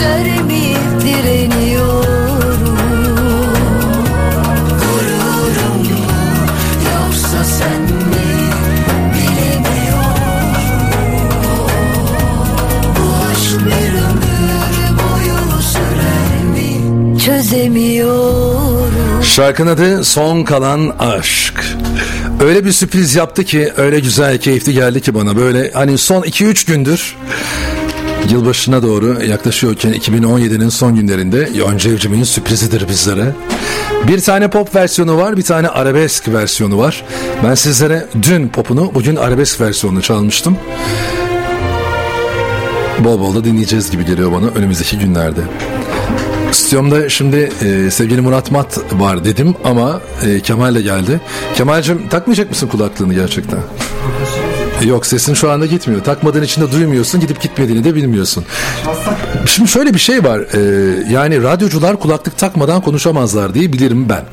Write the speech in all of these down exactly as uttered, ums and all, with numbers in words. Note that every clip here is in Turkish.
yeter mi direniyorum? Gururum mu yoksa sen mi bilemiyorum. Bu aşk bir ömür boyu sürer mi çözemiyorum. Şarkının adı Son Kalan Aşk. Öyle bir sürpriz yaptı ki, öyle güzel, keyifli geldi ki bana. Böyle hani son iki üç gündür, yılbaşına doğru yaklaşıyorken iki bin on yedinin son günlerinde Yonca Evcimik'in sürprizidir bizlere. Bir tane pop versiyonu var, bir tane arabesk versiyonu var. Ben sizlere dün popunu, bugün arabesk versiyonunu çalmıştım. Bol bol da dinleyeceğiz gibi geliyor bana önümüzdeki günlerde. Stüdyomda şimdi e, sevgili Murat Mat var dedim ama e, Kemal de geldi. Kemal'cim takmayacak mısın kulaklığını gerçekten? Yok, sesin şu anda gitmiyor. Takmadığın için de duymuyorsun, gidip gitmediğini de bilmiyorsun. Şimdi şöyle bir şey var. E, yani radyocular kulaklık takmadan konuşamazlar diye bilirim ben.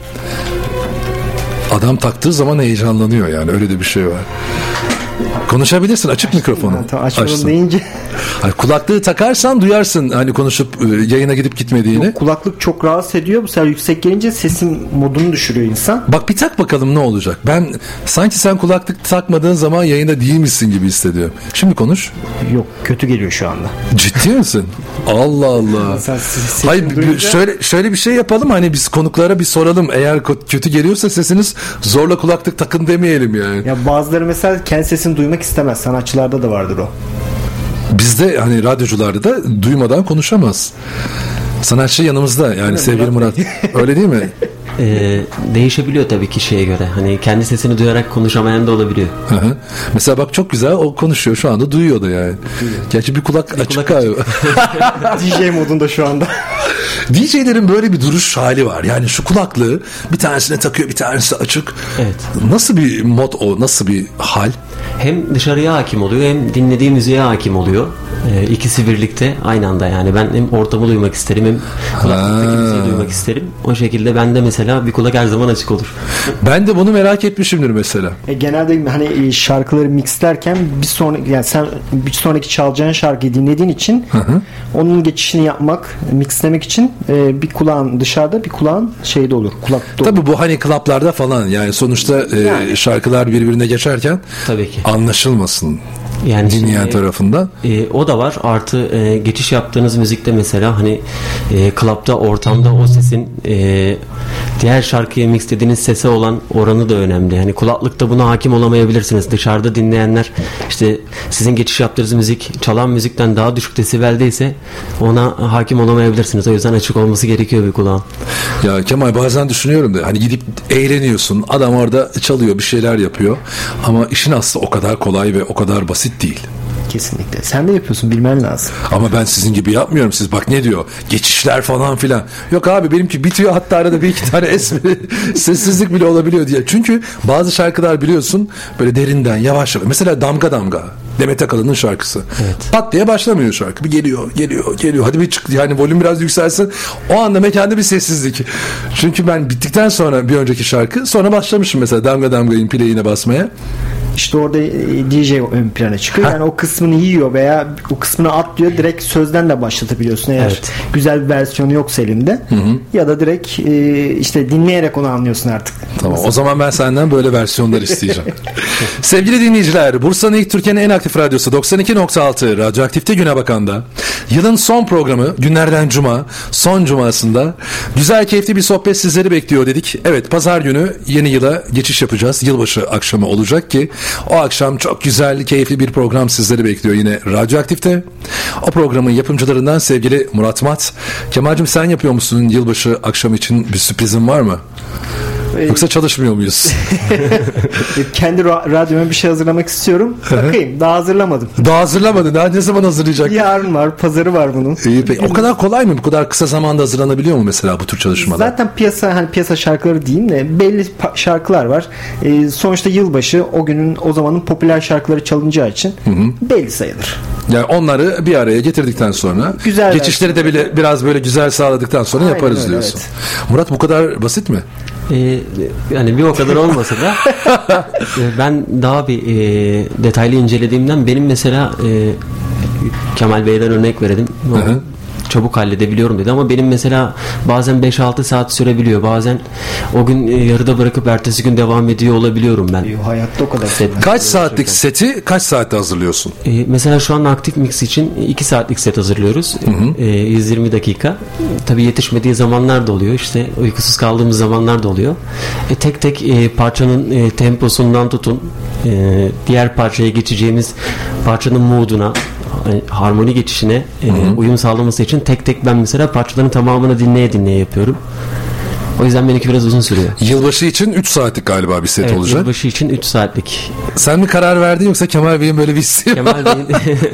Adam taktığı zaman heyecanlanıyor, yani öyle de bir şey var. Konuşabilirsin, açık açtım mikrofonu. Açmadım deyince. Hani kulaklığı takarsan duyarsın hani konuşup yayına gidip gitmediğini. Yok, kulaklık çok rahatsız ediyor. Bu sefer yüksek gelince sesin modunu düşürüyor insan. Bak bir tak bakalım ne olacak. Ben sanki sen kulaklık takmadığın zaman yayında değil misin gibi hissediyorum. Şimdi konuş. Yok, kötü geliyor şu anda. Ciddi misin? Allah Allah. Hayır, duyunca... şöyle şöyle bir şey yapalım, hani biz konuklara bir soralım. Eğer kötü geliyorsa sesiniz, zorla kulaklık takın demeyelim yani. Ya bazıları mesela kendi sesini duymak istemez. Sanatçılarda da vardır o. Bizde hani radyocularda da duymadan konuşamaz. Sanatçı yanımızda yani, sevgili Murat. Öyle değil mi? Ee, değişebiliyor tabii kişiye göre. Hani kendi sesini duyarak konuşamayan da olabiliyor. Hı hı. Mesela bak çok güzel, o konuşuyor şu anda, duyuyor da yani. Gerçi bir kulak bir açık galiba. D J modunda şu anda. D J'lerin böyle bir duruş hali var. Yani şu kulaklığı bir tanesine takıyor, bir tanesi açık. Evet. Nasıl bir mod o? Nasıl bir hal? Hem dışarıya hakim oluyor hem dinlediği müziğe hakim oluyor. Ee, ikisi birlikte aynı anda yani. Ben hem ortamı duymak isterim hem kulaklıktaki müziği duymak isterim. O şekilde bende mesela bir kulak her zaman açık olur. Ben de bunu merak etmişimdir mesela. E, genelde hani şarkıları mixlerken bir sonraki, yani sen bir sonraki çalacağın şarkıyı dinlediğin için hı hı. onun geçişini yapmak, mixlemek için e, bir kulağın dışarıda, bir kulağın şeyde olur. Kulakta Tabii olur. Bu hani klaplarda falan yani sonuçta e, yani. şarkılar birbirine geçerken tabii ki anlaşılmasın. Yani dinleyen şimdi, tarafından. E, o da var. Artı e, geçiş yaptığınız müzikte mesela hani e, klapta, ortamda o sesin e, diğer şarkıya mixlediğiniz sese olan oranı da önemli. Hani kulaklıkta buna hakim olamayabilirsiniz. Dışarıda dinleyenler işte sizin geçiş yaptığınız müzik çalan müzikten daha düşük desibeldeyse ona hakim olamayabilirsiniz. O yüzden açık olması gerekiyor bir kulağın. Ya Kemal, bazen düşünüyorum da hani gidip eğleniyorsun. Adam orada çalıyor, bir şeyler yapıyor. Ama işin aslı o kadar kolay ve o kadar basit değil. Kesinlikle. Sen de yapıyorsun, bilmen lazım. Ama ben sizin gibi yapmıyorum. Siz bak ne diyor? Geçişler falan filan. Yok abi, benimki bitiyor, hatta arada bir iki tane esmi sessizlik bile olabiliyor diye. Çünkü bazı şarkılar biliyorsun böyle derinden yavaş yavaş. Mesela Damga Damga, Demet Akalın'ın şarkısı. Evet. Pat diye başlamıyor şarkı. Bir geliyor, geliyor, geliyor. Hadi bir çık, yani volüm biraz yükselsin. O anda mekanda bir sessizlik. Çünkü ben bittikten sonra bir önceki şarkı, sonra başlamışım mesela Damga Damga'nın play'ine basmaya. İşte orada D J ön plana çıkıyor. Yani o kısmını yiyor veya o kısmını atlıyor. Direkt sözden de başlatabiliyorsun eğer evet. güzel bir versiyonu yoksa elinde. Hı hı. Ya da direkt e, işte dinleyerek onu anlıyorsun artık. Tamam. Mesela. O zaman ben senden böyle versiyonlar isteyeceğim. Sevgili dinleyiciler, Bursa'nın ilk, Türkiye'nin en aktif radyosu doksan iki nokta altı Radyoaktif'te Güne Bakan'da yılın son programı, günlerden cuma, son cumasında güzel keyifli bir sohbet sizleri bekliyor dedik. Evet, pazar günü yeni yıla geçiş yapacağız. Yılbaşı akşamı olacak ki o akşam çok güzel, keyifli bir program sizleri bekliyor yine Radyoaktif'te. O programın yapımcılarından sevgili Murat Mat. Kemal'cim, sen yapıyor musun yılbaşı akşamı için bir sürprizin var mı? Yoksa çalışmıyor muyuz? Kendi radyoma bir şey hazırlamak istiyorum. Bakayım, daha hazırlamadım. Daha hazırlamadın. Daha ne zaman hazırlayacak? Yarın var, pazarı var bunun. İyi, peki. O kadar kolay mı? Bu kadar kısa zamanda hazırlanabiliyor mu mesela bu tür çalışmalar? Zaten piyasa, hani piyasa şarkıları diyeyim de belli şarkılar var. Ee, sonuçta yılbaşı o günün, o zamanın popüler şarkıları çalınacağı için hı hı. belli sayılır. Yani onları bir araya getirdikten sonra güzel geçişleri de bile biraz böyle güzel sağladıktan sonra aynen yaparız öyle, diyorsun. Evet. Murat, bu kadar basit mi? Ee, yani bir o kadar olmasa da ben daha bir e, detaylı incelediğimden benim mesela e, Kemal Bey'den örnek verelim. çabuk halledebiliyorum dedi ama benim mesela bazen beş altı saat sürebiliyor. Bazen o gün e, yarıda bırakıp ertesi gün devam ediyor olabiliyorum ben. Hayatta o kadar. Set, Kaç saatlik seti kaç saatte hazırlıyorsun? e, mesela şu an aktif mix için iki saatlik set hazırlıyoruz. Hı hı. E, yüz yirmi dakika. Tabii yetişmediği zamanlar da oluyor. İşte uykusuz kaldığımız zamanlar da oluyor. E, tek tek e, parçanın e, temposundan tutun e, diğer parçaya geçeceğimiz parçanın mooduna, harmoni geçişine e, uyum sağlaması için tek tek ben mesela parçaların tamamını dinleye dinleye yapıyorum. O yüzden benimki biraz uzun sürüyor. Yılbaşı için üç saatlik galiba bir set evet, olacak. Yılbaşı için üç saatlik. Sen mi karar verdin yoksa Kemal Bey'in böyle bir isteği Kemal Bey'in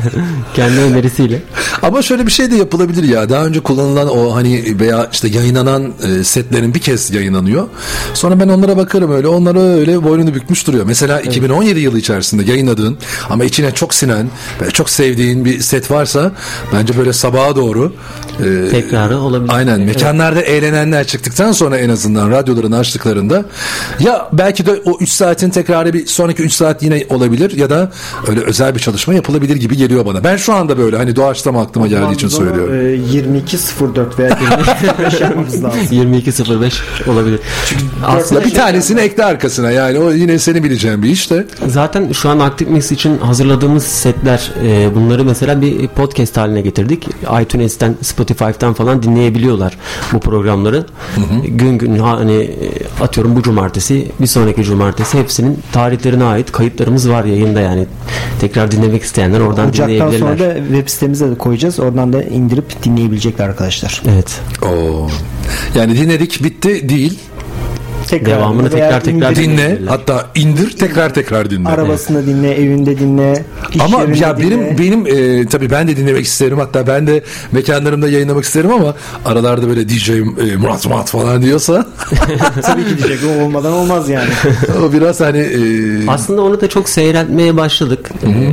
kendi önerisiyle. Ama şöyle bir şey de yapılabilir ya. Daha önce kullanılan o hani veya işte yayınlanan e, setlerin bir kez yayınlanıyor. Sonra ben onlara bakarım öyle. Onlara öyle boynunu bükmüş duruyor. Mesela evet. iki bin on yedi yılı içerisinde yayınladığın ama içine çok sinen ve çok sevdiğin bir set varsa bence böyle sabaha doğru e, tekrarı olabilir. Aynen. Evet. Mekanlarda eğlenenler çıktıktan sonra en azından radyoların açtıklarında ya belki de o üç saatin tekrarı bir sonraki üç saat yine olabilir ya da öyle özel bir çalışma yapılabilir gibi geliyor bana. Ben şu anda böyle hani doğaçlama aklıma geldiği için söylüyorum. yirmi iki sıfır dört veya yirmi iki beş yapmamız lazım. yirmi iki sıfır beş olabilir. Çünkü aslında bir tanesini ekle arkasına yani o yine seni bileceğin bir iş de. Zaten şu an Aktif Mix için hazırladığımız setler e, bunları mesela bir podcast haline getirdik. iTunes'ten, Spotify'dan falan dinleyebiliyorlar bu programları. Hı hı. Gün gün hani atıyorum bu cumartesi, bir sonraki cumartesi hepsinin tarihlerine ait kayıtlarımız var yayında yani. Tekrar dinlemek isteyenler oradan Ocaktan dinleyebilirler. Ocaktan sonra da web sitemize de koyacağız. Oradan da indirip dinleyebilecekler arkadaşlar. Evet. Oo. Yani dinledik bitti değil. Tekrar devamını tekrar tekrar dinle, dinle hatta indir tekrar tekrar dinle. Arabasında evet. dinle, evinde dinle, iş ama ya dinle. benim benim e, tabii ben de dinlemek isterim, hatta ben de mekanlarımda yayınlamak isterim ama aralarda böyle D J e, Murat Murat falan diyorsa tabii ki diyecek, o olmadan olmaz yani. O biraz hani e... aslında onu da çok seyreltmeye başladık. Hı-hı.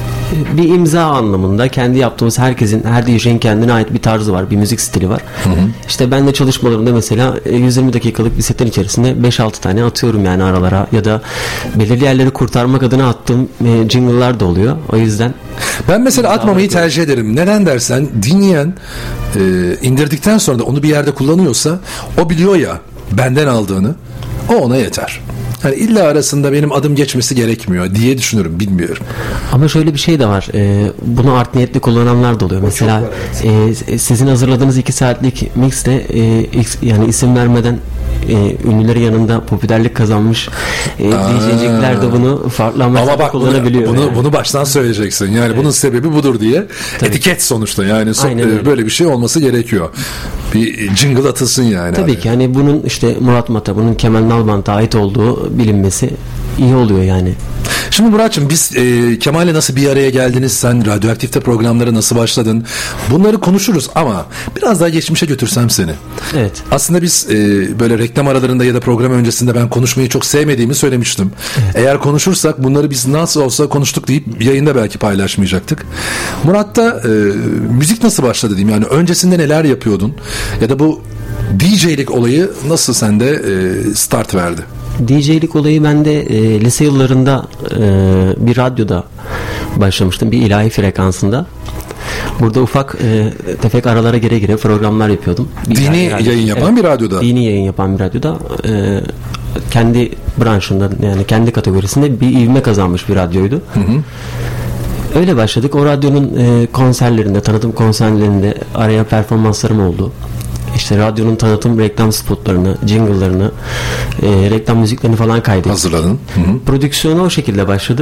Bir imza anlamında kendi yaptığımız, herkesin, her D J'in kendine ait bir tarzı var, bir müzik stili var. Hı hı. İşte ben de çalışmalarımda mesela yüz yirmi dakikalık bir setin içerisinde beş altı tane atıyorum yani aralara, ya da belirli yerleri kurtarmak adına attığım e, jingle'lar da oluyor. O yüzden ben mesela atmamayı tercih ederim. Neden dersen, dinleyen e, indirdikten sonra da onu bir yerde kullanıyorsa o biliyor ya benden aldığını, o ona yeter. Yani illa arasında benim adım geçmesi gerekmiyor diye düşünüyorum, bilmiyorum. Ama şöyle bir şey de var. E, bunu art niyetli kullananlar da oluyor. Mesela e, sizin hazırladığınız iki saatlik mixte e, yani isim vermeden e, ünlüleri yanında popülerlik kazanmış e, D J'cikler de bunu farklı amaçlarla kullanabiliyor. Bunu, bunu, yani. bunu baştan söyleyeceksin. Yani evet. Bunun sebebi budur diye. Tabii. Etiket sonuçta. Yani so, e, böyle bir şey olması gerekiyor. Bir jingle atılsın yani. Tabii hani. ki hani bunun işte Murat Mata, bunun Kemal Nalbant'a ait olduğu bilinmesi iyi oluyor yani. Şimdi Murat'cığım, biz e, Kemal'le nasıl bir araya geldiniz? Sen Radyoaktif'te programlara nasıl başladın? Bunları konuşuruz ama biraz daha geçmişe götürsem seni. Evet. Aslında biz e, böyle reklam aralarında ya da program öncesinde ben konuşmayı çok sevmediğimi söylemiştim. Evet. Eğer konuşursak bunları biz nasıl olsa konuştuk deyip yayında belki paylaşmayacaktık. Murat'ta e, müzik nasıl başladı diyeyim? Yani öncesinde neler yapıyordun? Ya da bu D J'lik olayı nasıl sende e, start verdi? D J'lik olayı bende e, lise yıllarında e, bir radyoda başlamıştım, bir ilahi frekansında. Burada ufak e, tefek aralara gire gire programlar yapıyordum. Bir dini radyo, yayın yapan evet, bir radyoda. Dini yayın yapan bir radyoda e, kendi branşında, yani kendi kategorisinde bir ivme kazanmış bir radyoydu. Hı hı. Öyle başladık. O radyonun e, konserlerinde, tanıtım konserlerinde araya performanslarım oldu. İşte radyonun tanıtım reklam spotlarını, jingle'larını, e, reklam müziklerini falan kaydettim. Hazırladın. Hı hı. Prodüksiyonu o şekilde başladı.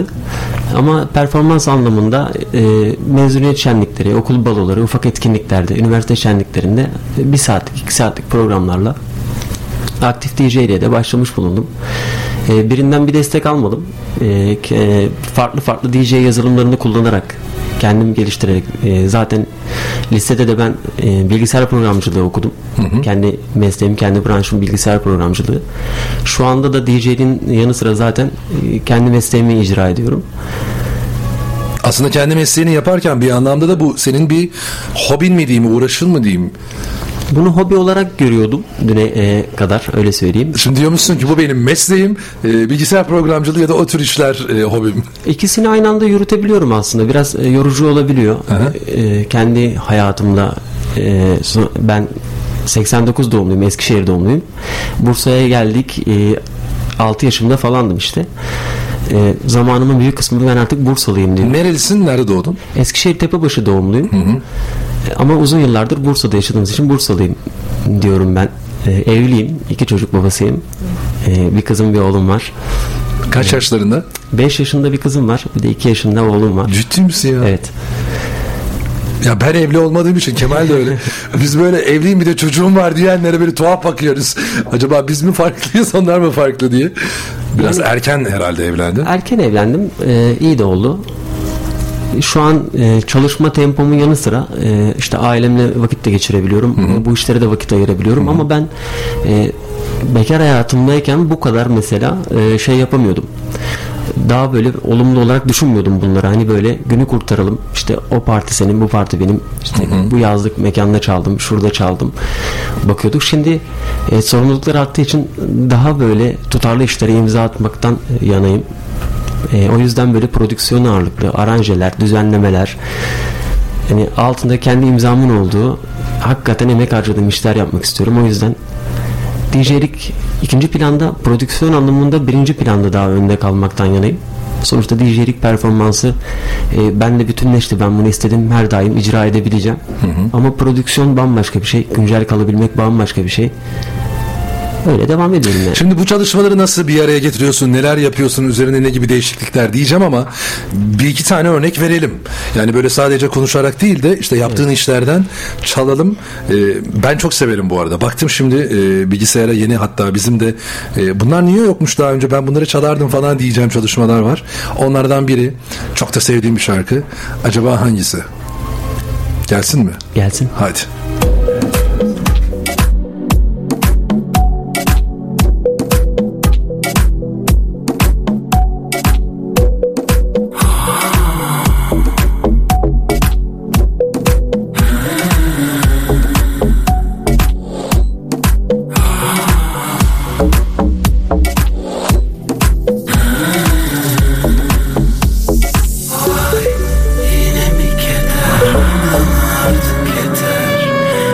Ama performans anlamında e, mezuniyet şenlikleri, okul baloları, ufak etkinliklerde, üniversite şenliklerinde bir saatlik, iki saatlik programlarla aktif D J'liğe de başlamış bulundum. E, birinden bir destek almadım. E, e, farklı farklı D J yazılımlarını kullanarak, kendim geliştirerek, e, zaten lisede de ben e, bilgisayar programcılığı okudum. Hı hı. Kendi mesleğim, kendi branşım bilgisayar programcılığı. Şu anda da D J'nin yanı sıra zaten e, kendi mesleğimi icra ediyorum. Aslında kendi mesleğini yaparken bir anlamda da bu senin bir hobin mi diyeyim, uğraşın mı diyeyim? Bunu hobi olarak görüyordum düne e, kadar, öyle söyleyeyim. Şimdi diyormuşsun ki bu benim mesleğim, e, bilgisayar programcılığı ya da o tür işler e, hobim. İkisini aynı anda yürütebiliyorum aslında. Biraz e, yorucu olabiliyor. E, kendi hayatımda E, so- ben seksen dokuz doğumluyum, Eskişehir doğumluyum. Bursa'ya geldik. E, altı yaşımda falandım işte. E, zamanımın büyük kısmını ben artık Bursalıyım diyorum. Nerelisin? Nerede doğdun? Eskişehir Tepebaşı doğumluyum. Hı hı. E, ama uzun yıllardır Bursa'da yaşadığımız için Bursalıyım diyorum ben. E, evliyim. İki çocuk babasıyım. E, bir kızım bir oğlum var. Kaç yaşlarında? beş yaşında bir kızım var. Bir de iki yaşında oğlum var. Ciddi misin ya? Evet. Ya ben evli olmadığım için, Kemal de öyle. Biz böyle evliyim bir de çocuğum var diyenlere böyle tuhaf bakıyoruz. Acaba biz mi farklıyız, onlar mı farklı diye. Biraz Yani, erken herhalde evlendi. Erken evlendim. Ee, iyi de oldu. Şu an e, çalışma tempomun yanı sıra e, işte ailemle vakit de geçirebiliyorum. Hı-hı. Bu işlere de vakit ayırabiliyorum. Hı-hı. Ama ben e, bekar hayatımdayken bu kadar mesela e, şey yapamıyordum. Daha böyle olumlu olarak düşünmüyordum bunları. Hani böyle günü kurtaralım. İşte o parti senin, bu parti benim. İşte hı hı. bu yazlık mekanda çaldım, şurada çaldım. Bakıyorduk. Şimdi e, sorumluluklar arttığı için daha böyle tutarlı işlere imza atmaktan yanayım. E, o yüzden böyle prodüksiyon ağırlıklı, aranjeler, düzenlemeler, yani altında kendi imzamın olduğu, hakikaten emek harcadığım işler yapmak istiyorum. O yüzden D J'lik ikinci planda, prodüksiyon anlamında birinci planda daha önde kalmaktan yanayım. Sonuçta D J'lik performansı e, benle bütünleşti. Ben bunu istedim, her daim icra edebileceğim. Hı hı. Ama prodüksiyon bambaşka bir şey. Güncel kalabilmek bambaşka bir şey. Öyle devam ediyorum yani. Şimdi bu çalışmaları nasıl bir araya getiriyorsun? Neler yapıyorsun? Üzerine ne gibi değişiklikler diyeceğim ama bir iki tane örnek verelim. Yani böyle sadece konuşarak değil de işte yaptığın evet. işlerden çalalım. Ee, ben çok severim bu arada. Baktım şimdi e, bilgisayara yeni, hatta bizim de e, bunlar niye yokmuş daha önce, ben bunları çalardım falan diyeceğim çalışmalar var. Onlardan biri çok da sevdiğim bir şarkı. Acaba hangisi? Gelsin mi? Gelsin. Hadi. Yine mi keder? Artık yeter.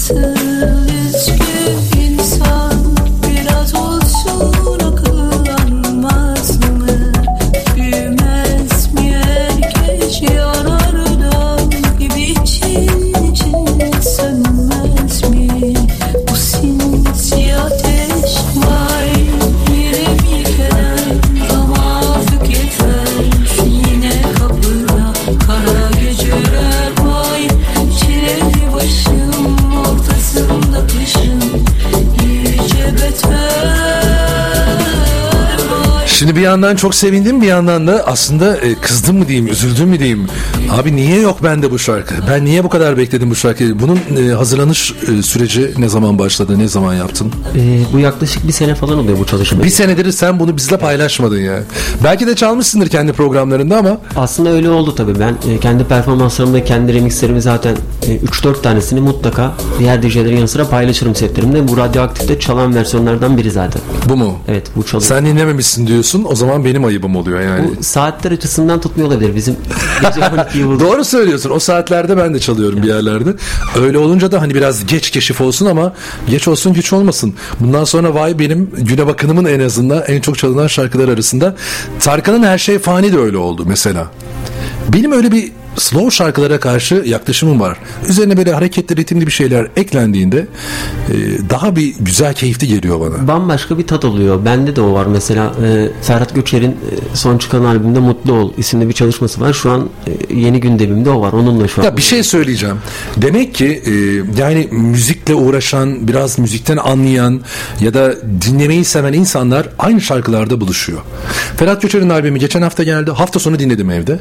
Nasıl üzgün insan biraz olsun akıllanmaz mı? Büyümez mi herkes yanardan gibi için için sönmez mi? Bu sinsi ateş var yine bir keder ama artık yeter. Yine kapına kara geceler vay çileli başım ortasında kışın iyice beter vay. Şimdi bir yandan çok sevindim, bir yandan da aslında e, kızdım mı diyeyim, üzüldüm mü diyeyim. Abi niye yok bende bu şarkı? Ben niye bu kadar bekledim bu şarkıyı? Bunun e, hazırlanış e, süreci ne zaman başladı, ne zaman yaptın? Ee, bu yaklaşık bir sene falan oluyor bu çalışma. Bir senedir sen bunu bizle paylaşmadın ya. Belki de çalmışsındır kendi programlarında ama. Aslında öyle oldu tabii. Ben e, kendi performanslarımda kendi remixlerimi zaten e, üç dört tanesini mutlaka diğer D J'lerin yanı sıra paylaşırım setlerimde. Bu radyoaktifte çalan versiyonlardan biri zaten. Bu mu? Evet, bu çalıyor. Sen dinlememişsin diyorsun. O zaman benim ayıbım oluyor yani. Bu saatler açısından tutmuyor olabilir. Bizim gece on iki yıl. Doğru söylüyorsun. O saatlerde ben de çalıyorum bir yerlerde. Öyle olunca da hani biraz geç keşif olsun ama geç olsun güç olmasın. Bundan sonra vay benim güne bakınımın en azından en çok çalınan şarkılar arasında. Tarkan'ın Her Şey Fani de öyle oldu mesela. Benim öyle bir slow şarkılara karşı yaklaşımım var. Üzerine böyle hareketli, ritimli bir şeyler eklendiğinde e, daha bir güzel, keyifli geliyor bana. Bambaşka bir tat oluyor. Bende de o var. Mesela e, Ferhat Göçer'in e, son çıkan albümünde Mutlu Ol isimli bir çalışması var. Şu an e, yeni gündemimde o var. Onunla şu an. Ya bir şey söyleyeceğim. Demek ki e, yani müzikle uğraşan, biraz müzikten anlayan ya da dinlemeyi seven insanlar aynı şarkılarda buluşuyor. Ferhat Göçer'in albümü geçen hafta geldi. Hafta sonu dinledim evde.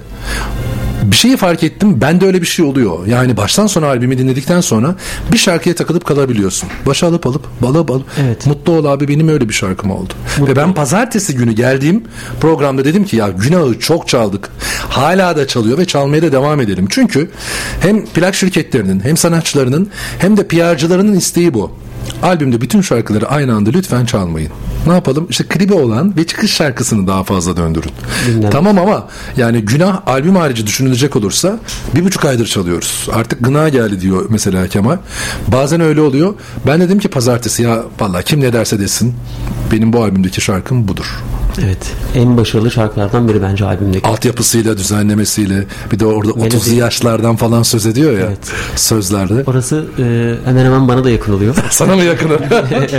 Bir şeyi fark ettim. Bende öyle bir şey oluyor. Yani baştan sona albümü dinledikten sonra bir şarkıya takılıp kalabiliyorsun. Başa alıp alıp balıp alıp. Evet. Mutlu Ol abi benim öyle bir şarkım oldu. Mutlu Ve ben ol. pazartesi günü geldiğim programda dedim ki ya Günah'ı çok çaldık. Hala da çalıyor ve çalmaya da devam edelim. Çünkü hem plak şirketlerinin hem sanatçılarının hem de P R'cılarının isteği bu. Albümde bütün şarkıları aynı anda lütfen çalmayın. Ne yapalım? İşte klibi olan ve çıkış şarkısını daha fazla döndürün. Bilmem. Tamam ama yani Günah albüm harici düşünülecek olursa bir buçuk aydır çalıyoruz. Artık gına geldi diyor mesela Kemal. Bazen öyle oluyor. Ben dedim ki pazartesi ya vallahi kim ne derse desin benim bu albümdeki şarkım budur. Evet. En başarılı şarkılardan biri bence albümdeki. Altyapısıyla, düzenlemesiyle bir de orada Melodi. otuzlu yaşlardan falan söz ediyor ya Evet. sözlerde. Orası e, hemen hemen bana da yakın oluyor. Sana mı yakınım? Evet.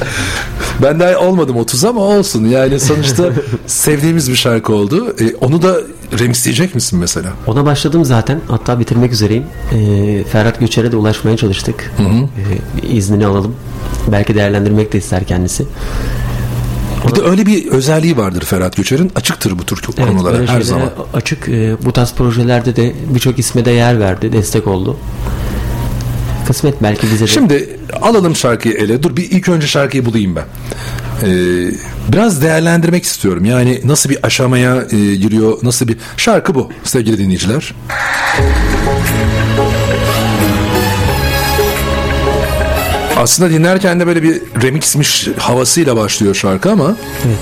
Ben daha olmadım otuz ama olsun. Yani sonuçta sevdiğimiz bir şarkı oldu. E, onu da remixleyecek misin mesela? Ona başladım zaten. Hatta bitirmek üzereyim. E, Ferhat Göçer'e de ulaşmaya çalıştık. Hı hı. E, iznini alalım. Belki değerlendirmek de ister kendisi. Bir de öyle bir özelliği vardır Ferhat Göçer'in. Açıktır bu tür Evet, konulara böyle her şeylere zaman. açık. E, bu tarz projelerde de birçok isme de yer verdi. Destek oldu. Kısmet belki bize de. Şimdi alalım şarkıyı ele. Dur bir ilk önce şarkıyı bulayım ben. Ee, biraz değerlendirmek istiyorum. Yani nasıl bir aşamaya e, giriyor, nasıl bir şarkı bu sevgili dinleyiciler. Aslında dinlerken de böyle bir remixmiş havasıyla başlıyor şarkı ama. Evet.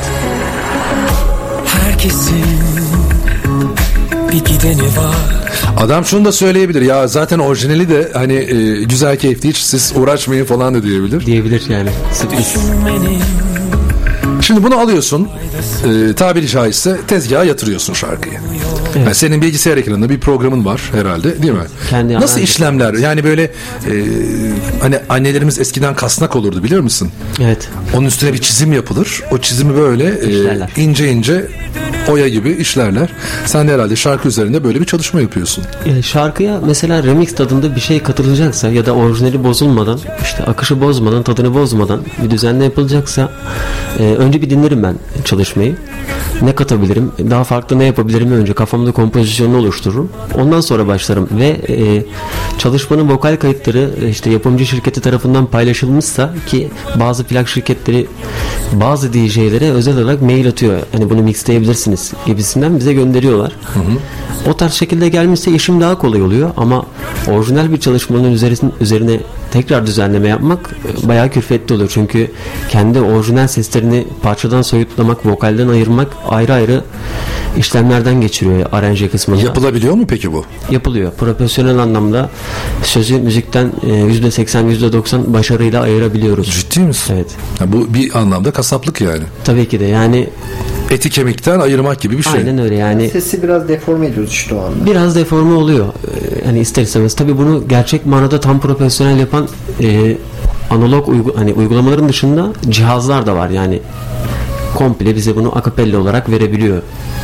Herkesin bir gideni var. Adam şunu da söyleyebilir ya zaten orijinali de hani e, güzel keyifli hiç siz uğraşmayın falan da diyebilir. Diyebilir yani. Sürpriz. Düşünmenin Şimdi bunu alıyorsun e, tabiri caizse tezgaha yatırıyorsun şarkıyı. Evet. Yani senin bilgisayar ekranında bir programın var herhalde değil mi? Kendi Nasıl analiz- işlemler yani böyle e, hani annelerimiz eskiden kasnak olurdu biliyor musun? Evet. Onun üstüne bir çizim yapılır. O çizimi böyle e, İşlerler. ince ince oya gibi işlerler. Sen de herhalde şarkı üzerinde böyle bir çalışma yapıyorsun. E, şarkıya mesela remix tadında bir şey katılacaksa ya da orijinali bozulmadan, işte akışı bozmadan, tadını bozmadan bir düzenle yapılacaksa e, önce bir dinlerim ben çalışmayı. Ne katabilirim, daha farklı ne yapabilirim önce kafamda kompozisyonunu oluştururum. Ondan sonra başlarım ve e, çalışmanın vokal kayıtları e, işte yapımcı şirketi tarafından paylaşılmışsa ki bazı plak şirketleri bazı D J'lere özel olarak mail atıyor. Hani bunu mixleyebilirsiniz gibisinden bize gönderiyorlar. Hı hı. O tarz şekilde gelmişse işim daha kolay oluyor ama orijinal bir çalışmanın üzerine, üzerine tekrar düzenleme yapmak e, bayağı külfetli oluyor. Çünkü kendi orijinal seslerini parçadan soyutlamak, vokalden ayırmak ayrı ayrı işlemlerden geçiriyor aranje kısmında. Yapılabiliyor mu peki bu? Yapılıyor. Profesyonel anlamda sözü müzikten yüzde seksen yüzde doksan başarıyla ayırabiliyoruz. Ciddi misin? Evet. Ya bu bir anlamda kasaplık yani. Tabii ki de yani eti kemikten ayırmak gibi bir şey. aynen öyle yani. Sesi biraz deforme ediyoruz işte o anda. Biraz deforme oluyor. Ee, hani ister istemez. Tabii bunu gerçek manada tam profesyonel yapan e, analog uygu, hani uygulamaların dışında cihazlar da var. Yani komple bize bunu akapella olarak verebiliyor.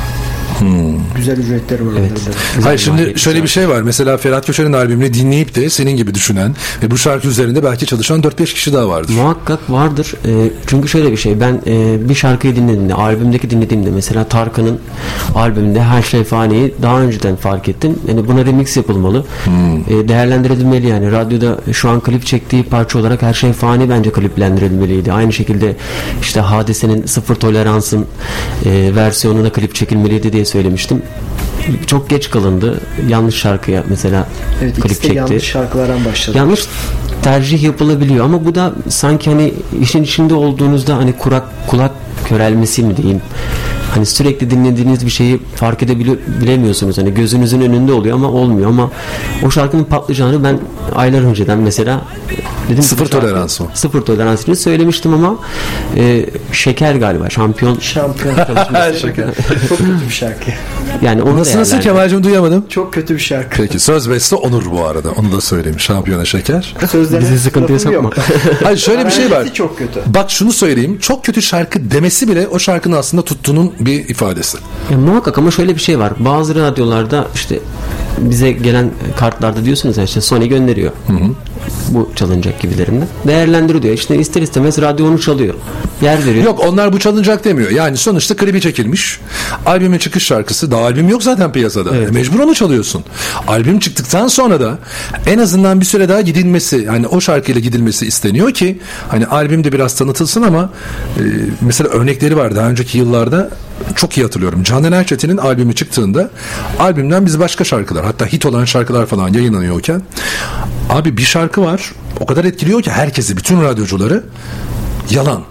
Hmm. Güzel ücretleri var. Evet. Hayır, şimdi şöyle bir şey var. Mesela Ferhat Köşer'in albümünü dinleyip de senin gibi düşünen ve bu şarkı üzerinde belki çalışan dört beş kişi daha vardır. Muhakkak vardır. E, çünkü şöyle bir şey. Ben e, bir şarkıyı dinlediğimde, albümdeki dinlediğimde mesela Tarkan'ın albümünde Her Şey Fani'yi daha önceden fark ettim. Yani buna remix yapılmalı. Hmm. E, değerlendirilmeli yani. Radyoda şu an klip çektiği parça olarak Her Şey Fani bence kliplendirilmeliydi. Aynı şekilde işte Hadise'nin Sıfır Tolerans'ın e, versiyonuna klip çekilmeliydi diye söylemiştim. Çok geç kalındı. Yanlış şarkıya mesela evet, klip çekti. Yanlış şarkılardan başladı. Yanlış tercih yapılabiliyor ama bu da sanki hani işin içinde olduğunuzda hani kurak kulak körelmesi mi diyeyim. Hani sürekli dinlediğiniz bir şeyi fark edebilemiyorsunuz. Hani gözünüzün önünde oluyor ama olmuyor. Ama o şarkının patlayacağını ben aylar önceden mesela dedim Sıfır Tolerans mı? Sıfır Tolerans'ını söylemiştim ama e, Şeker galiba. Şampiyon. Şampiyon. Şeker. Çok kötü bir şarkı. Yani onu nasıl nasıl Kemal'cim duyamadım. Çok kötü bir şarkı. Peki söz beste Onur bu arada. Onu da söyleyeyim. Şampiyona Şeker. Bizi sıkıntıya sokma. Hayır, şöyle bir şey var. Çok kötü. Bak şunu söyleyeyim. Çok kötü şarkı demesi bile o şarkının aslında tuttuğunun bir ifadesi. Ya, muhakkak ama şöyle bir şey var. Bazı radyolarda işte bize gelen kartlarda diyorsunuz ya işte Sony gönderiyor. Hı hı. Bu çalınacak gibilerinden. Değerlendiriyor diyor. İşte ister istemez radyo onu çalıyor. Yer veriyor. Yok, onlar bu çalınacak demiyor. Yani sonuçta klibi çekilmiş. Albümün çıkış şarkısı. Daha albüm yok zaten piyasada. Evet. Mecbur onu çalıyorsun. Albüm çıktıktan sonra da en azından bir süre daha gidilmesi, yani o şarkıyla gidilmesi isteniyor ki hani albümde biraz tanıtılsın ama e, mesela örnekleri var daha önceki yıllarda. Çok iyi hatırlıyorum. Candan Erçetin'in albümü çıktığında albümden biz başka şarkılar, hatta hit olan şarkılar falan yayınlanıyorken abi bir şarkı var, o kadar etkiliyor ki herkesi, bütün radyocuları. Yalan.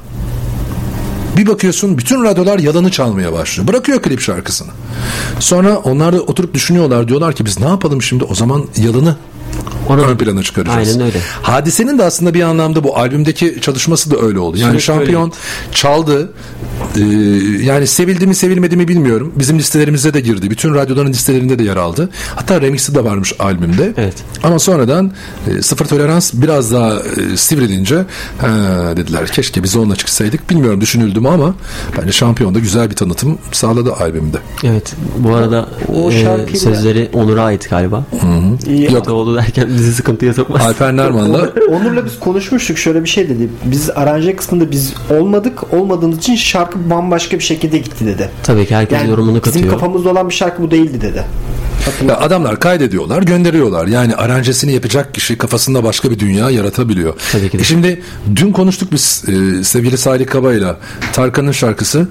Bir bakıyorsun bütün radyolar Yalan'ı çalmaya başlıyor. Bırakıyor klip şarkısını. Sonra onlar da oturup düşünüyorlar, diyorlar ki biz ne yapalım şimdi, o zaman Yalan'ı Onu ön plana çıkaracağız. Aynen öyle. Hadise'nin de aslında bir anlamda bu albümdeki çalışması da öyle oldu. Yani Sürekli Şampiyon öyle çaldı. Ee, yani sevildi mi sevilmedi mi bilmiyorum. Bizim listelerimize de girdi. Bütün radyoların listelerinde de yer aldı. Hatta remix'i de varmış albümde. Evet. Ama sonradan e, Sıfır Tolerans biraz daha e, sivrilince ha, dediler keşke biz onunla çıksaydık. Bilmiyorum düşünüldü mü ama bence Şampiyon da güzel bir tanıtım sağladı albümde. Evet. Bu arada o e, sözleri Onur'a ait galiba. Hı-hı. Yok oldu derken bizi sıkıntıya sokmaz. Alper Narman'la Onur'la biz konuşmuştuk, şöyle bir şey dedi. Biz aranje kısmında biz olmadık. Olmadığımız için şarkı bambaşka bir şekilde gitti dedi. Tabii ki herkes yani yorumunu katıyor. Bizim kafamızda olan bir şarkı bu değildi dedi. Ya adamlar kaydediyorlar, gönderiyorlar. Yani aranjesini yapacak kişi kafasında başka bir dünya yaratabiliyor. Tabii ki de. E şimdi dün konuştuk biz e, sevgili Salih Kaba'yla. Tarkan'ın şarkısı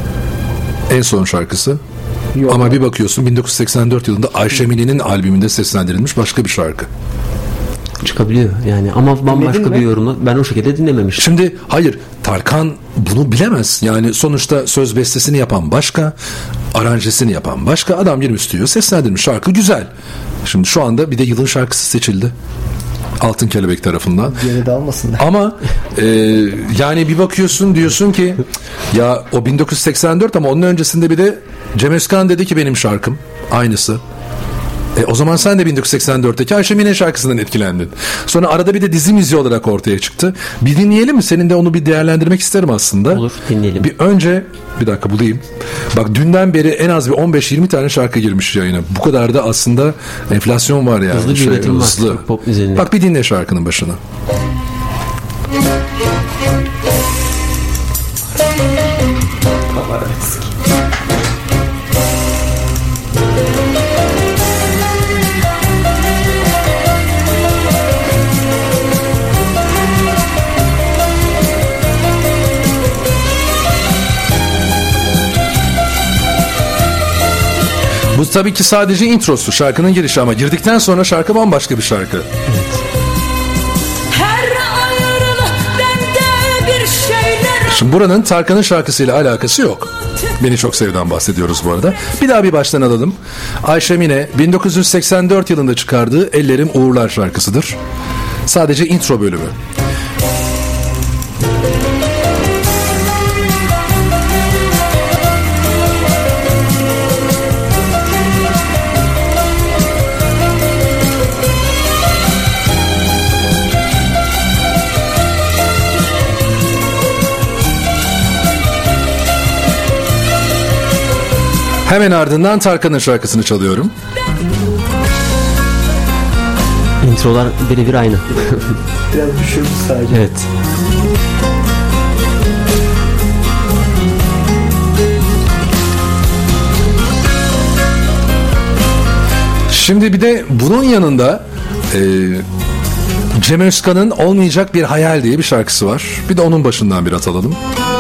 en son şarkısı. Yok. Ama bir bakıyorsun bin dokuz yüz seksen dört yılında Ayşe Mili'nin albümünde seslendirilmiş başka bir şarkı. Çıkabiliyor yani ama bambaşka bir yorumla ben o şekilde dinlememiştim. Şimdi hayır, Tarkan bunu bilemez. Yani sonuçta söz bestesini yapan başka, aranjesini yapan başka. Adam girmiş diyor, seslendirmiş, şarkı güzel. Şimdi şu anda bir de yılın şarkısı seçildi Altın Kelebek tarafından. Geri dağılmasınlar. Ama e, yani bir bakıyorsun diyorsun ki ya o bin dokuz yüz seksen dört ama onun öncesinde bir de Cem Özkan dedi ki benim şarkım aynısı. E, o zaman sen de bin dokuz yüz seksen dörtteki Ayşe Mine şarkısından etkilendin. Sonra arada bir de dizi müziği olarak ortaya çıktı. Bir dinleyelim mi? Senin de onu bir değerlendirmek isterim aslında. Olur, dinleyelim. Bir önce bir dakika bulayım. Bak dünden beri en az bir on beş yirmi tane şarkı girmiş yayına. Bu kadar da aslında enflasyon var yani. Hızlı bir şey, üretim hızlı. var. Pop müziğinde. Bak bir dinle şarkının başını. Bu tabii ki sadece introsu, şarkının girişi ama girdikten sonra şarkı bambaşka bir şarkı. Her ayrılık bende bir şeyler Şimdi buranın Tarkan'ın şarkısıyla alakası yok. Beni Çok Sev'den bahsediyoruz bu arada. Bir daha bir baştan alalım. Ayşe Mine bin dokuz yüz seksen dört yılında çıkardığı Ellerim Uğurlar şarkısıdır. Sadece intro bölümü. Hemen ardından Tarkan'ın şarkısını çalıyorum. İntrolar birebir aynı. Biraz düşürmüş sadece. Evet. Şimdi bir de bunun yanında e, Cem Özkan'ın Olmayacak Bir Hayal diye bir şarkısı var. Bir de onun başından bir atalım.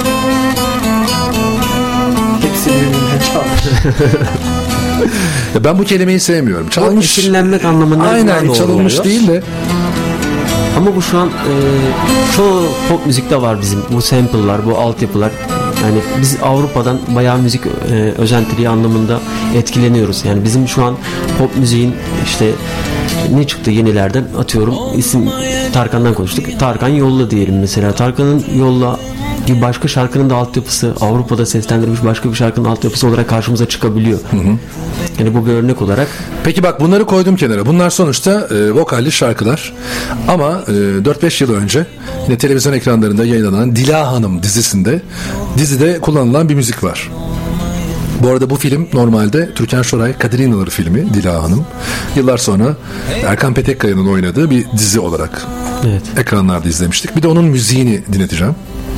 Hepsi birbirinden çalmış. Ya ben bu kelimeyi sevmiyorum. Çalınmış. Esinlenmek anlamında. Aynen, çalınmış oluyor. değil de. Ama bu şu an e, çoğu pop müzikte var bizim. Bu sample'lar, bu altyapılar. Yani biz Avrupa'dan bayağı müzik e, özentiliği anlamında etkileniyoruz. Yani bizim şu an pop müziğin işte ne çıktı yenilerden, atıyorum isim Tarkan'dan konuştuk. Tarkan Yolla diyelim mesela. Tarkan'ın Yolla bir başka şarkının da altyapısı, Avrupa'da seslendirilmiş başka bir şarkının altyapısı olarak karşımıza çıkabiliyor. Hı hı. Yani bu bir örnek olarak. Peki bak, bunları koydum kenara. Bunlar sonuçta e, vokalli şarkılar. Ama e, dört beş yıl önce yine televizyon ekranlarında yayınlanan Dila Hanım dizisinde dizide kullanılan bir müzik var. Bu arada bu film normalde Türkan Şoray, Kadir İnanır filmi Dila Hanım. Yıllar sonra Erkan Petekkaya'nın oynadığı bir dizi olarak evet, ekranlarda izlemiştik. Bir de onun müziğini dinleteceğim.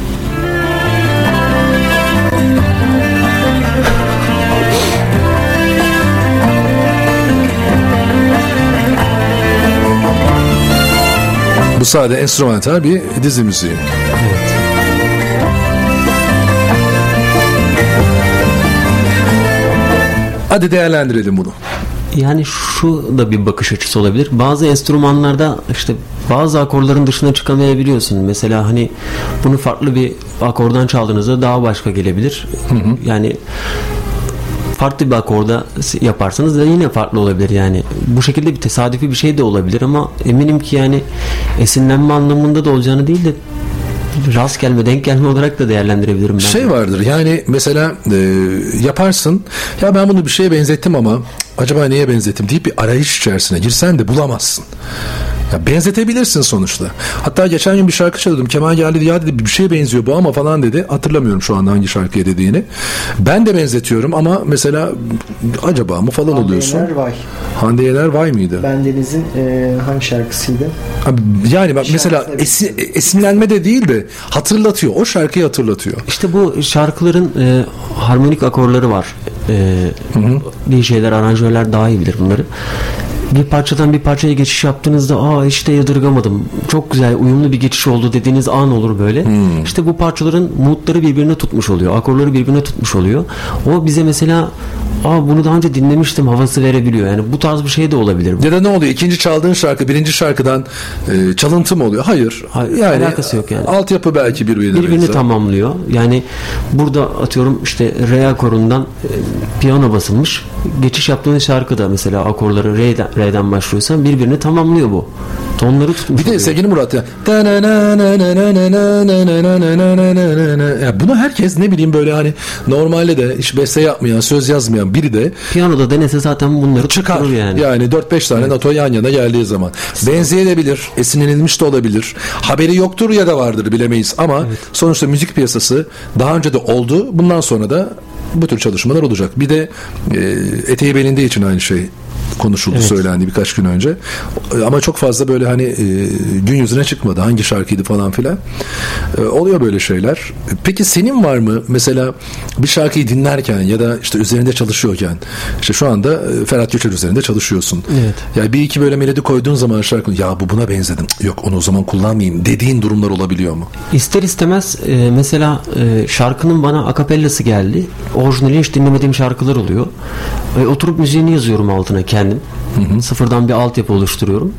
Bu sadece enstrümantal bir dizi müziği. Evet. Hadi değerlendirelim bunu. Yani şu da bir bakış açısı olabilir. Bazı enstrümanlarda işte bazı akorların dışına çıkamayabiliyorsun. Mesela hani bunu farklı bir akordan çaldığınızda daha başka gelebilir. Hı hı. Yani farklı bir akorda yaparsanız da yine farklı olabilir yani. Bu şekilde bir tesadüfi bir şey de olabilir ama eminim ki yani esinlenme anlamında da olacağını değil de rast gelme, denk gelme olarak da değerlendirebilirim ben. Şey vardır yani, mesela e, yaparsın ya, ben bunu bir şeye benzettim ama acaba neye benzettim deyip bir arayış içerisine girsen de bulamazsın. Ya benzetebilirsin sonuçta. Hatta geçen gün bir şarkı çalıyordum. Kemal geldi, ya dedi bir şeye benziyor bu ama falan dedi. Hatırlamıyorum şu anda hangi şarkıya dediğini. Ben de benzetiyorum ama mesela acaba mı falan Hande oluyorsun. Yener Vay. Hande Yener Vay mıydı? Bendeniz'in e, hangi şarkısıydı? Abi, yani bak mesela esi, esinlenme de değil de hatırlatıyor. O şarkıyı hatırlatıyor. İşte bu şarkıların e, harmonik akorları var. E, D J'ler, aranjörler daha iyi bilir bunları. Bir parçadan bir parçaya geçiş yaptığınızda aa işte yadırgamadım, çok güzel uyumlu bir geçiş oldu dediğiniz an olur böyle. Hmm. İşte bu parçaların moodları birbirine tutmuş oluyor. Akorları birbirine tutmuş oluyor. O bize mesela aa bunu daha önce dinlemiştim havası verebiliyor. Yani bu tarz bir şey de olabilir. Ya da ne oluyor? İkinci çaldığın şarkı birinci şarkıdan e, çalıntı mı oluyor? Hayır. Hayır, yani alakası yok yani. Altyapı belki birbirine birbirini benzer. tamamlıyor. Yani burada atıyorum işte re akorundan e, piyano basılmış. Geçiş yaptığınız şarkıda mesela akorları re'den, re'den başlıyorsan birbirini tamamlıyor bu. Tonları tutmuş Bir de oluyor. sevgili Murat ya, ya bunu herkes ne bileyim böyle hani normalde de hiç beste yapmayan, söz yazmayan biri de piyanoda denese zaten bunları çıkar. Yani. Yani dört beş tane evet, noto yan yana geldiği zaman. Benzeyebilir, esinlenilmiş de olabilir. Haberi yoktur ya da vardır, bilemeyiz ama evet, sonuçta müzik piyasası daha önce de oldu. Bundan sonra da bu tür çalışmalar olacak. Bir de e, eteği belinde için aynı şey konuşuldu, evet, söylendi birkaç gün önce. Ama çok fazla böyle hani e, gün yüzüne çıkmadı. Hangi şarkıydı falan filan. E, oluyor böyle şeyler. Peki senin var mı mesela bir şarkıyı dinlerken ya da işte üzerinde çalışıyorken, işte şu anda e, Ferhat Göçer üzerinde çalışıyorsun. Evet. Yani bir iki böyle melodi koyduğun zaman şarkı, ya bu buna benzedim. Yok onu o zaman kullanmayayım dediğin durumlar olabiliyor mu? İster istemez e, mesela e, şarkının bana akapellası geldi. Orijinali hiç dinlemediğim şarkılar oluyor. E, oturup müziğini yazıyorum altına kendim. Hı hı. Sıfırdan bir altyapı oluşturuyorum.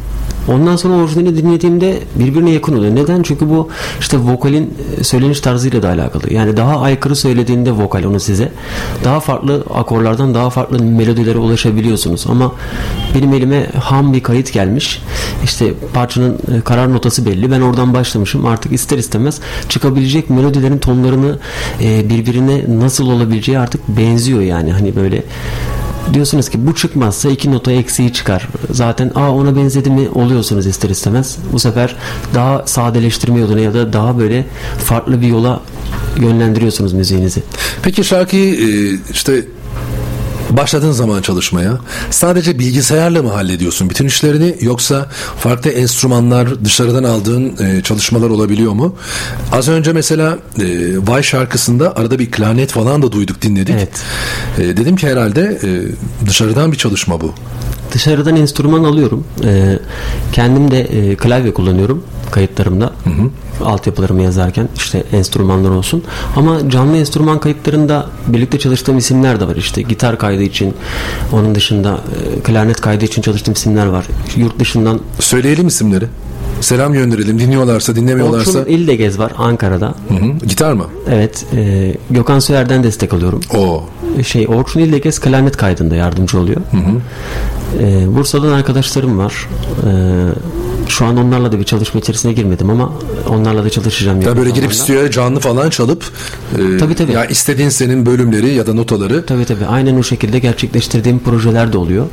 Ondan sonra orijinali dinlediğimde birbirine yakın oluyor. Neden? Çünkü bu işte vokalin söyleniş tarzıyla da alakalı. Yani daha aykırı söylediğinde vokal onu size daha farklı akorlardan daha farklı melodilere ulaşabiliyorsunuz. Ama benim elime ham bir kayıt gelmiş. İşte parçanın karar notası belli. Ben oradan başlamışım. Artık ister istemez çıkabilecek melodilerin tonlarını birbirine nasıl olabileceği artık benziyor yani. Hani böyle diyorsunuz ki bu çıkmazsa iki nota eksiği çıkar. Zaten aa ona benzedi mi oluyorsunuz ister istemez. Bu sefer daha sadeleştirme yoluna ya da daha böyle farklı bir yola yönlendiriyorsunuz müziğinizi. Peki şarkıyı işte başladığın zaman çalışmaya sadece bilgisayarla mı hallediyorsun bütün işlerini, yoksa farklı enstrümanlar, dışarıdan aldığın e, çalışmalar olabiliyor mu? Az önce mesela e, Vay şarkısında arada bir klarnet falan da duyduk, dinledik. Evet. E, dedim ki herhalde e, dışarıdan bir çalışma bu. Dışarıdan enstrüman alıyorum. Ee, kendim de e, klavye kullanıyorum kayıtlarımda. Hı hı. Altyapılarımı yazarken işte enstrümanlar olsun. Ama canlı enstrüman kayıtlarında birlikte çalıştığım isimler de var. İşte gitar kaydı için, onun dışında e, klarnet kaydı için çalıştığım isimler var. Yurt dışından söyleyelim isimleri. Selam gönderelim. Dinliyorlarsa, dinlemiyorlarsa. Orçun İldegez var Ankara'da. Hı hı. Gitar mı? Evet. E, Gökhan Söyer'den destek alıyorum. Oo. Şey Orçun İldegez klarnet kaydında yardımcı oluyor. Hı hı. E, Bursa'dan arkadaşlarım var. E, şu an onlarla da bir çalışma içerisine girmedim ama onlarla da çalışacağım. Ya böyle girip stüdyoya canlı falan çalıp e, tabii, tabii. ya istediğin senin bölümleri ya da notaları. Tabii tabii. Aynen o şekilde gerçekleştirdiğim projeler de oluyor.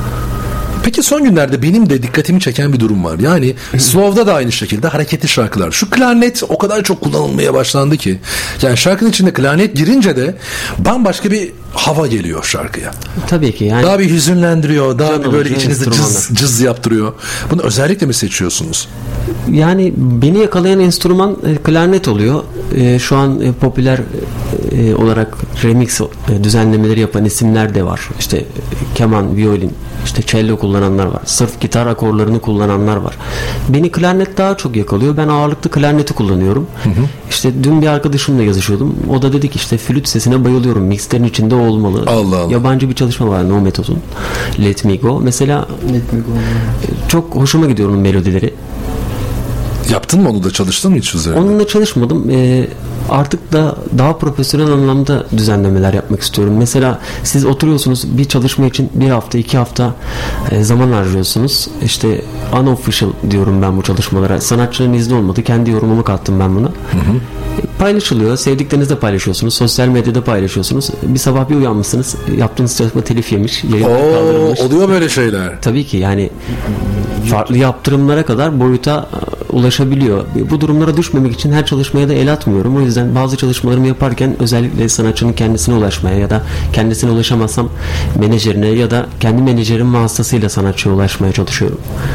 Peki son günlerde benim de dikkatimi çeken bir durum var. Yani slow'da da aynı şekilde hareketli şarkılar. Şu klarnet o kadar çok kullanılmaya başlandı ki. Yani şarkının içinde klarnet girince de bambaşka bir hava geliyor şarkıya. Tabii ki. Yani daha bir hüzünlendiriyor. Daha bir böyle içinizde cız, cız yaptırıyor. Bunu özellikle mi seçiyorsunuz? Yani beni yakalayan enstrüman e, klarnet oluyor. E, şu an e, popüler e, olarak remix e, düzenlemeleri yapan isimler de var. İşte e, keman, violin, işte cello kullananlar var. Sırf gitar akorlarını kullananlar var. Beni klarnet daha çok yakalıyor. Ben ağırlıklı klarneti kullanıyorum. Hı hı. İşte dün bir arkadaşımla yazışıyordum. O da dedi ki işte flüt sesine bayılıyorum. Mixlerin içinde olmalı. Allah Allah. Yabancı bir çalışma var No Method'un. Let Me Go. Mesela Let Me Go. Çok hoşuma gidiyor onun melodileri. Yaptın mı onu da, çalıştın mı hiç üzerinde? Onunla çalışmadım. Ee, artık da daha profesyonel anlamda düzenlemeler yapmak istiyorum. Mesela siz oturuyorsunuz bir çalışma için bir hafta iki hafta e, zaman harcıyorsunuz. İşte unofficial diyorum ben bu çalışmalara. Sanatçının izni olmadı. Kendi yorumumu kattım ben buna. Hı hı. Paylaşılıyor. Sevdiklerinizle paylaşıyorsunuz. Sosyal medyada paylaşıyorsunuz. Bir sabah bir uyanmışsınız. Yaptığınız çalışma telif yemiş. Oo, kaldırılmış. Oluyor böyle şeyler. Tabii ki yani farklı yaptırımlara kadar boyuta ulaşabiliyor. Bu durumlara düşmemek için her çalışmaya da el atmıyorum. O yüzden bazı çalışmalarımı yaparken özellikle sanatçının kendisine ulaşmaya ya da kendisine ulaşamazsam menajerine ya da kendi menajerim vasıtasıyla sanatçıya ulaşmaya çalışıyorum.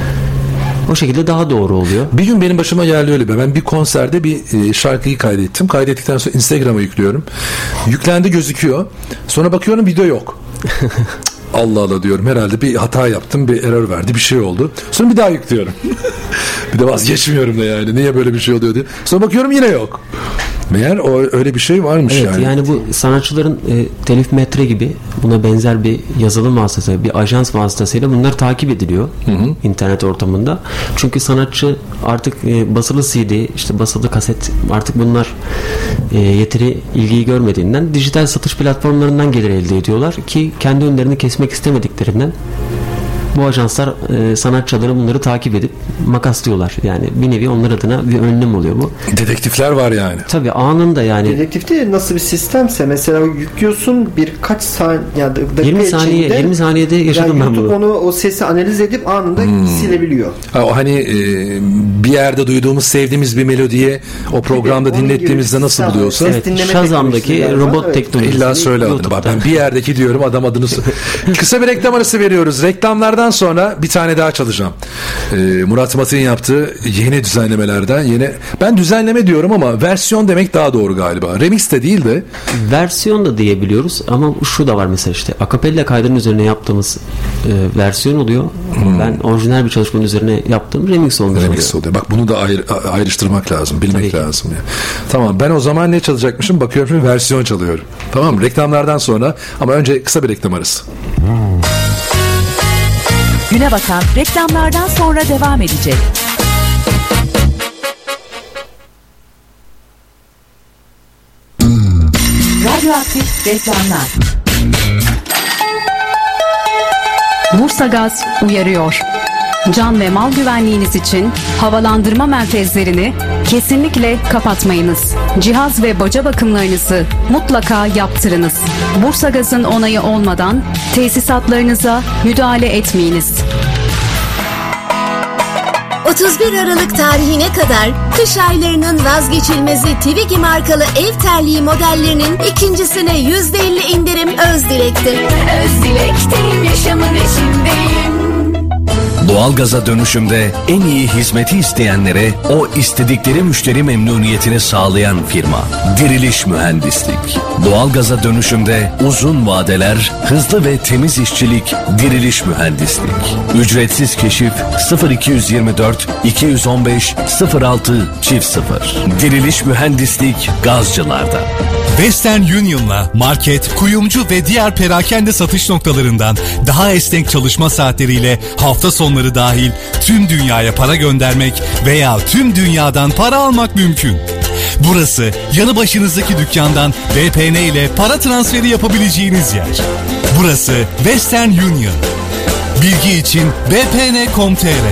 O şekilde daha doğru oluyor. Bir gün benim başıma geldi öyle be. Ben bir konserde bir e, şarkıyı kaydettim. Kaydettikten sonra Instagram'a yüklüyorum. Yüklendi gözüküyor. Sonra bakıyorum video yok. Allah Allah diyorum, herhalde bir hata yaptım, bir error verdi, bir şey oldu. Sonra bir daha yüklüyorum. Bir de vazgeçmiyorum da yani. Niye böyle bir şey oluyor diye. Sonra bakıyorum yine yok. Meğer o öyle bir şey varmış evet, yani. Yani bu sanatçıların e, telif metre gibi buna benzer bir yazılım vasıtasıyla, bir ajans vasıtasıyla bunlar takip ediliyor hı hı. internet ortamında. Çünkü sanatçı artık e, basılı C D, işte basılı kaset, artık bunlar e, yeteri ilgiyi görmediğinden dijital satış platformlarından gelir elde ediyorlar ki kendi önlerini kesmek istemediklerinden bu ajanslar e, sanatçıları bunları takip edip makaslıyorlar. Yani bir nevi onlar adına bir önlem oluyor bu. Dedektifler var yani. Tabii anında yani. Dedektifte nasıl bir sistemse mesela yüklüyorsun birkaç saniye ya da yirmi saniye içinde, yirmi saniyede yaşadım yani ben bunu. onu o sesi analiz edip anında hmm. silebiliyor. Ha, o hani e, bir yerde duyduğumuz, sevdiğimiz bir melodiye o programda gibi, dinlettiğimizde nasıl buluyorsa. Evet, Shazam'daki robot evet. teknolojisi. İlla söyle adını. Bak ben bir yerdeki diyorum, adam adını kısa bir reklam arası veriyoruz. Reklamlardan sonra bir tane daha çalacağım. Ee, Murat Mat'ın yaptığı yeni düzenlemelerden yeni. Ben düzenleme diyorum ama versiyon demek daha doğru galiba. Remix de değil de. Versiyon da diyebiliyoruz ama şu da var mesela işte akapella kaydının üzerine yaptığımız e, versiyon oluyor. Hmm. Ben orijinal bir çalışmanın üzerine yaptığım remix olmuş remix oluyor. oluyor. Bak bunu da ayrı, ayrıştırmak lazım. Bilmek lazım. Ya. Tamam, ben o zaman ne çalacakmışım? Bakıyorum şimdi versiyon çalıyorum. Tamam, reklamlardan sonra ama önce kısa bir reklam arası. Güne Bakan reklamlardan sonra devam edecek. Radyoaktif reklamlar. Bursa Gaz uyarıyor. Can ve mal güvenliğiniz için havalandırma merkezlerini kesinlikle kapatmayınız. Cihaz ve baca bakımlarınızı mutlaka yaptırınız. Bursa Gaz'ın onayı olmadan tesisatlarınıza müdahale etmeyiniz. otuz bir Aralık tarihine kadar kış aylarının vazgeçilmezi Twiggy markalı ev terliği modellerinin ikincisine yüzde elli indirim Özdilek'te. Özdilek'teyim, yaşamın içindeyim. Doğalgaza dönüşümde en iyi hizmeti isteyenlere o istedikleri müşteri memnuniyetini sağlayan firma Diriliş Mühendislik. Doğalgaza dönüşümde uzun vadeler, hızlı ve temiz işçilik Diriliş Mühendislik. Ücretsiz keşif sıfır iki yirmi dört iki yüz on beş sıfır altı sıfır. Diriliş Mühendislik Gazcılar'da. Western Union'la market, kuyumcu ve diğer perakende satış noktalarından daha esnek çalışma saatleriyle hafta sonları dahil tüm dünyaya para göndermek veya tüm dünyadan para almak mümkün. Burası yanı başınızdaki dükkandan V P N ile para transferi yapabileceğiniz yer. Burası Western Union. Bilgi için v p n nokta com nokta t r.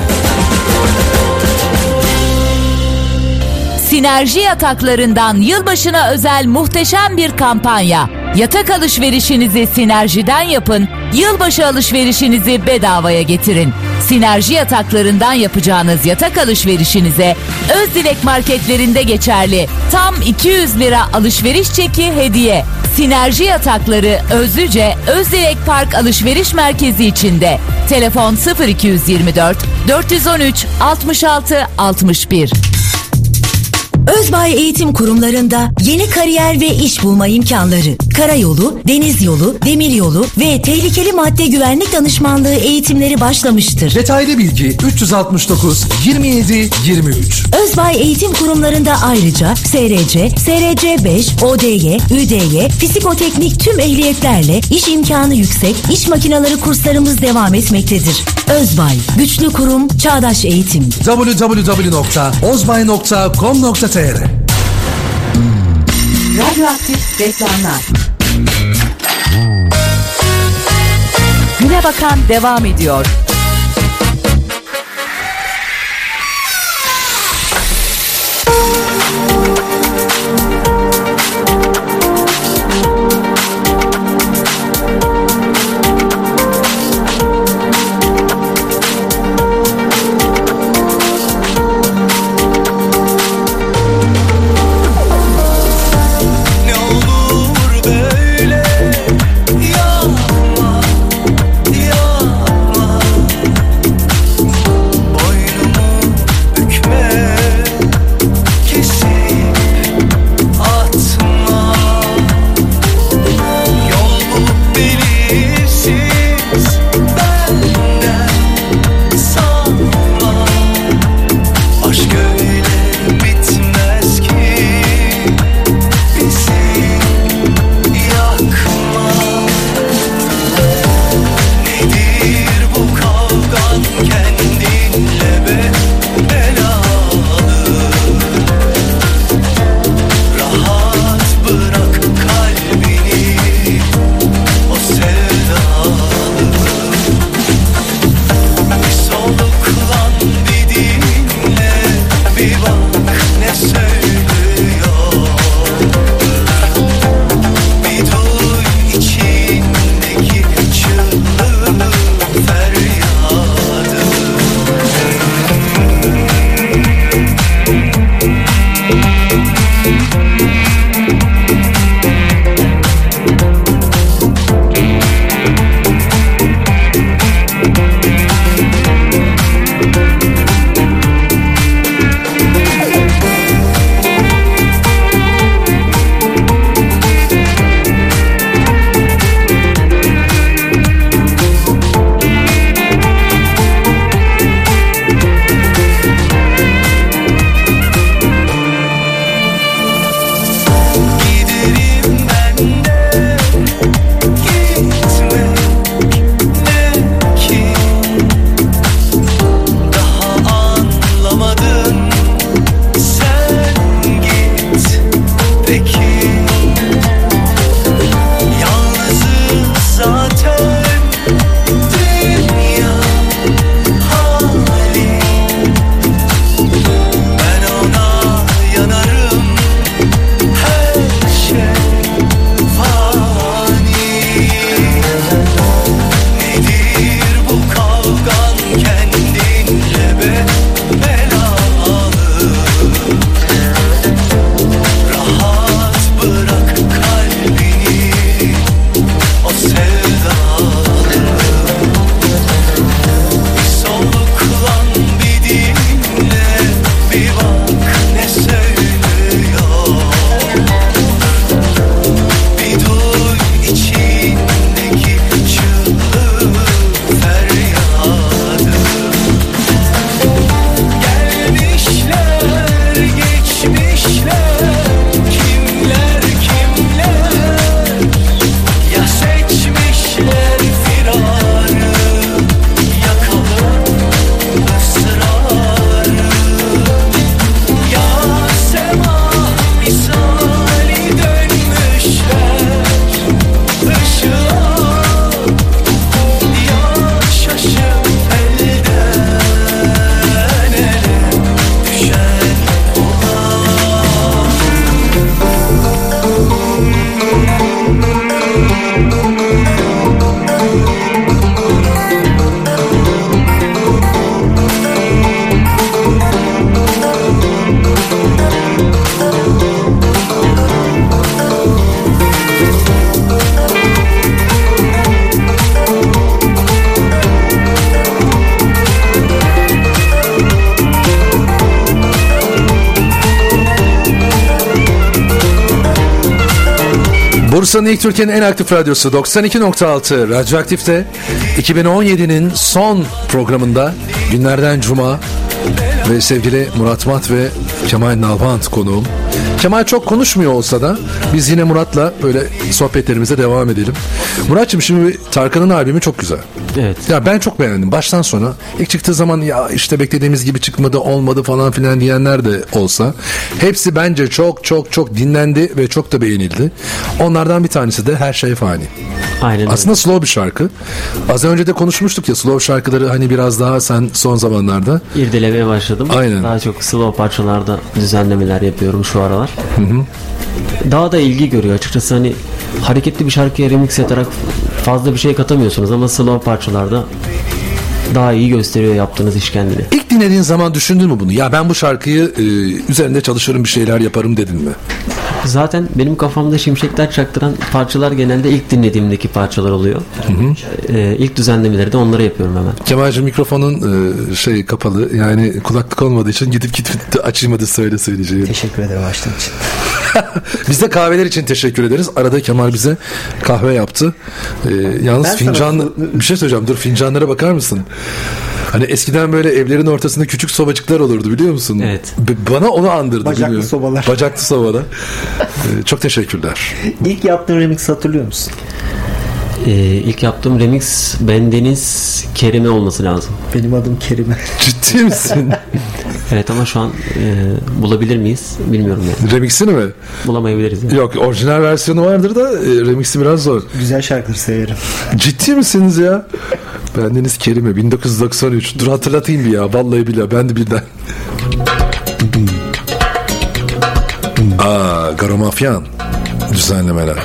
Sinerji yataklarından yılbaşına özel muhteşem bir kampanya. Yatak alışverişinizi Sinerji'den yapın, yılbaşı alışverişinizi bedavaya getirin. Sinerji yataklarından yapacağınız yatak alışverişinize Özdilek marketlerinde geçerli tam iki yüz lira alışveriş çeki hediye. Sinerji yatakları Özlüce Özdilek Park Alışveriş Merkezi içinde. Telefon sıfır iki yirmi dört dört on üç altmış altı altmış bir. Özbay Eğitim Kurumlarında yeni kariyer ve iş bulma imkanları, karayolu, deniz yolu, demir yolu ve tehlikeli madde güvenlik danışmanlığı eğitimleri başlamıştır. Detaylı bilgi üç altı dokuz yirmi yedi yirmi üç. Özbay Eğitim Kurumlarında ayrıca S R C, S R C beş, O D Y, Ü D Y, psikoteknik tüm ehliyetlerle iş imkanı yüksek, iş makineleri kurslarımız devam etmektedir. Özbay, güçlü kurum, çağdaş eğitim. w w w nokta ozbay nokta com nokta t r. Radyoaktif reklamlar. Güne Bakan devam ediyor. Böyle yapma, yapma. Bursa'nın ilk Türkiye'nin en aktif radyosu doksan iki nokta altı Radyoaktif'te iki bin on yedinin son programında günlerden cuma ve sevgili Murat Mat ve Kemal Nalbant konuğum. Kemal çok konuşmuyor olsa da biz yine Murat'la böyle sohbetlerimize devam edelim. Murat'cığım şimdi Tarkan'ın albümü çok güzel. Evet. Ya ben çok beğendim baştan sona. İlk çıktığı zaman ya işte beklediğimiz gibi çıkmadı, olmadı falan filan diyenler de olsa hepsi bence çok çok çok dinlendi ve çok da beğenildi. Onlardan bir tanesi de Her Şey Fani. Aynen. Aslında öyle. Slow bir şarkı. Az önce de konuşmuştuk ya, slow şarkıları hani biraz daha sen son zamanlarda irdelemeye başladım. Aynen. Daha çok slow parçalarda düzenlemeler yapıyorum şu aralar. Hı hı. Daha da ilgi görüyor açıkçası. Hani hareketli bir şarkıya remix yaparak fazla bir şey katamıyorsunuz ama slow parçalarda daha iyi gösteriyor yaptığınız iş kendini. İlk dinlediğin zaman düşündün mü bunu? Ya ben bu şarkıyı e, üzerinde çalışırım, bir şeyler yaparım dedin mi? Zaten benim kafamda şimşekler çaktıran parçalar genelde ilk dinlediğimdeki parçalar oluyor. Hı hı. Ee, ilk düzenlemeleri de onları yapıyorum hemen. Kemal'cığım mikrofonun e, şey kapalı, yani kulaklık olmadığı için gidip gidip açayım hadi söyle söyleyeceğim. Teşekkür ederim açtığın için. Biz de kahveler için teşekkür ederiz. Arada Kemal bize kahve yaptı. Ee, yalnız ben fincan sana... bir şey söyleyeceğim. Dur, fincanlara bakar mısın? Hani eskiden böyle evlerin ortasında küçük sobacıklar olurdu, biliyor musun? Evet. Bana onu andırdı. Bacaklı bilmiyorum. sobalar. Bacaklı sobalar. Ee, çok teşekkürler. İlk yaptığın remix hatırlıyor musun? Ee, ilk yaptığım remix bendeniz Kerime olması lazım. Benim adım Kerime. Ciddi misin? Evet ama şu an e, bulabilir miyiz bilmiyorum yani. Remixini mi? Bulamayabiliriz yani. Yok, orijinal versiyonu vardır da e, remixi biraz zor. Güzel şarkıları severim. Ciddi misiniz ya? Bendeniz Kerime bin dokuz yüz doksan üç. Dur hatırlatayım bir ya. Vallahi billahi ben de birden. Aa, Garo Mafyan düzenlemeler.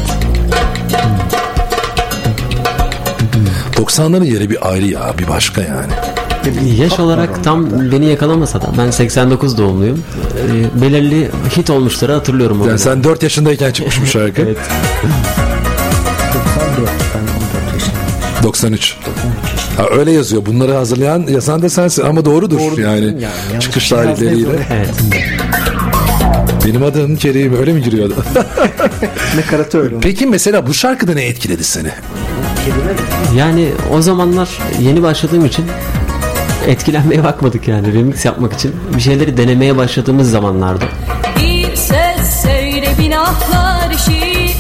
doksanların yeri bir ayrı ya, bir başka yani. Yaş olarak tam beni yakalamasa da ben seksen dokuz doğumluyum. E, belirli hit olmuşları hatırlıyorum. Yani sen dört yaşındayken çıkmış bu şarkı. Evet. doksan dört, ben on dört yaşındayım. doksan üç. Ha, öyle yazıyor. Bunları hazırlayan, yazan da sensin ama doğrudur. Doğru yani, yani çıkış tarihleriyle. Evet. Benim adım Kerim, öyle mi giriyordu? Nakarat öyle. Peki mesela bu şarkıda ne etkiledi seni? Yani o zamanlar yeni başladığım için etkilenmeye bakmadık yani, remix yapmak için bir şeyleri denemeye başladığımız zamanlarda. Bir söz söyle günahlar işit,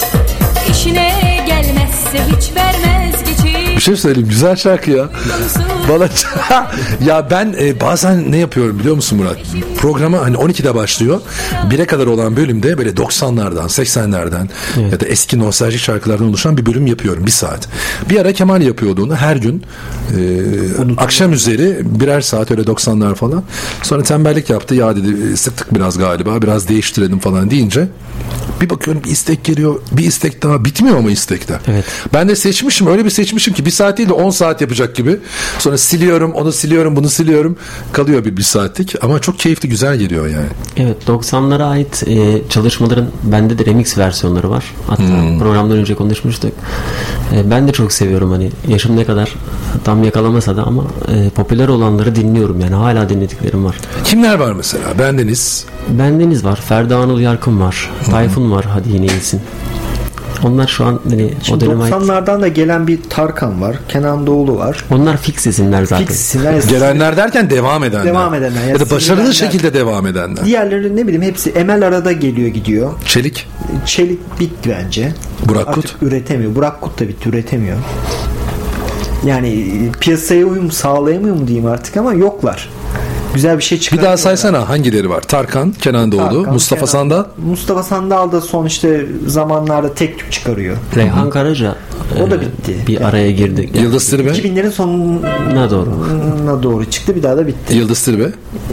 işine gelmezse hiç vermez geçit. Bir şey söyleyeyim, güzel şarkı ya. Bana ya ben e, bazen ne yapıyorum biliyor musun Murat? Programa hani on ikide başlıyor. bire kadar olan bölümde böyle doksanlardan, seksenlerden evet. ya da eski nostaljik şarkılardan oluşan bir bölüm yapıyorum. Bir saat. Bir ara Kemal yapıyordu onu her gün. E, akşam üzeri birer saat, öyle doksanlar falan. Sonra tembellik yaptı. Ya dedi, sıktık biraz galiba. Biraz değiştirelim falan deyince bir bakıyorum bir istek geliyor. Bir istek daha, bitmiyor ama istekte. Evet. Ben de seçmişim. Öyle bir seçmişim ki bir saat değil de on saat yapacak gibi. Sonra siliyorum, onu siliyorum, bunu siliyorum. Kalıyor bir, bir saatlik. Ama çok keyifli, güzel geliyor yani. Evet, doksanlara ait e, çalışmaların bende de remix versiyonları var. Hatta hmm. programdan önce konuşmuştuk. E, ben de çok seviyorum, hani yaşım ne kadar tam yakalamasa da ama e, popüler olanları dinliyorum yani, hala dinlediklerim var. Kimler var mesela? Bendeniz. Bendeniz var. Ferda Anıl Yarkın var. Hmm. Tayfun var. Hadi yine iyisin. Onlar şu an hani o doksanlardan da gelen bir Tarkan var. Kenan Doğulu var. Onlar fix isimler zaten. Fix isimler. Gelenler derken devam edenler. Devam edenler. Ya, ya da başarılı edenler. Şekilde devam edenler. Diğerleri ne bileyim hepsi Emel arada geliyor gidiyor. Çelik. Çelik bitti bence. Burak Kut. Artık üretemiyor. Burak Kut da bitti, üretemiyor. Yani piyasaya uyum sağlayamıyor mu diyeyim artık ama yoklar. Güzel bir şey çıkarıyor. Bir daha saysana yani. Hangileri var? Tarkan, Kenan Doğulu, Tarkan, Mustafa Kenan, Sandal. Mustafa Sandal da son işte zamanlarda tek tük çıkarıyor. Reyhan Karaca. O da bitti. Bir yani, araya girdi. Yani. Yıldız Tilbe. iki binlerin sonuna doğru. doğru çıktı, bir daha da bitti. Yıldız Tilbe.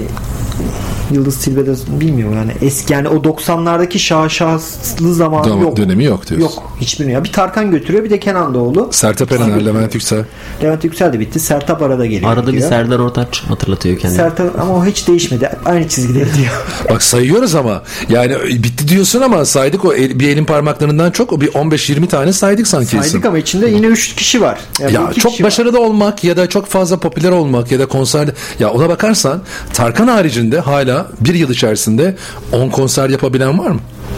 Yıldız Tilbe de bilmiyorum yani eski, yani o doksanlardaki şaşalı zamanı Dön- yok. Dönemi yok diyorsun. Yok, hiçbirini ya. Bir Tarkan götürüyor, bir de Kenan Doğulu. Sertab Erener, Levent Yüksel. Levent Yüksel de bitti. Sertab arada geliyor. Arada gidiyor. Bir Serdar Ortaç hatırlatıyor kendini. Sertab ama o hiç değişmedi. Aynı çizgide gidiyor. Bak sayıyoruz ama yani bitti diyorsun ama saydık, o el, bir elin parmaklarından çok, o bir on beş yirmi tane saydık sanki. Saydık isim. Ama içinde yine üç kişi var. Yani ya çok başarılı var. Olmak ya da çok fazla popüler olmak ya da konser, ya ona bakarsan Tarkan haricinde hala bir yıl içerisinde on konser yapabilen var mı?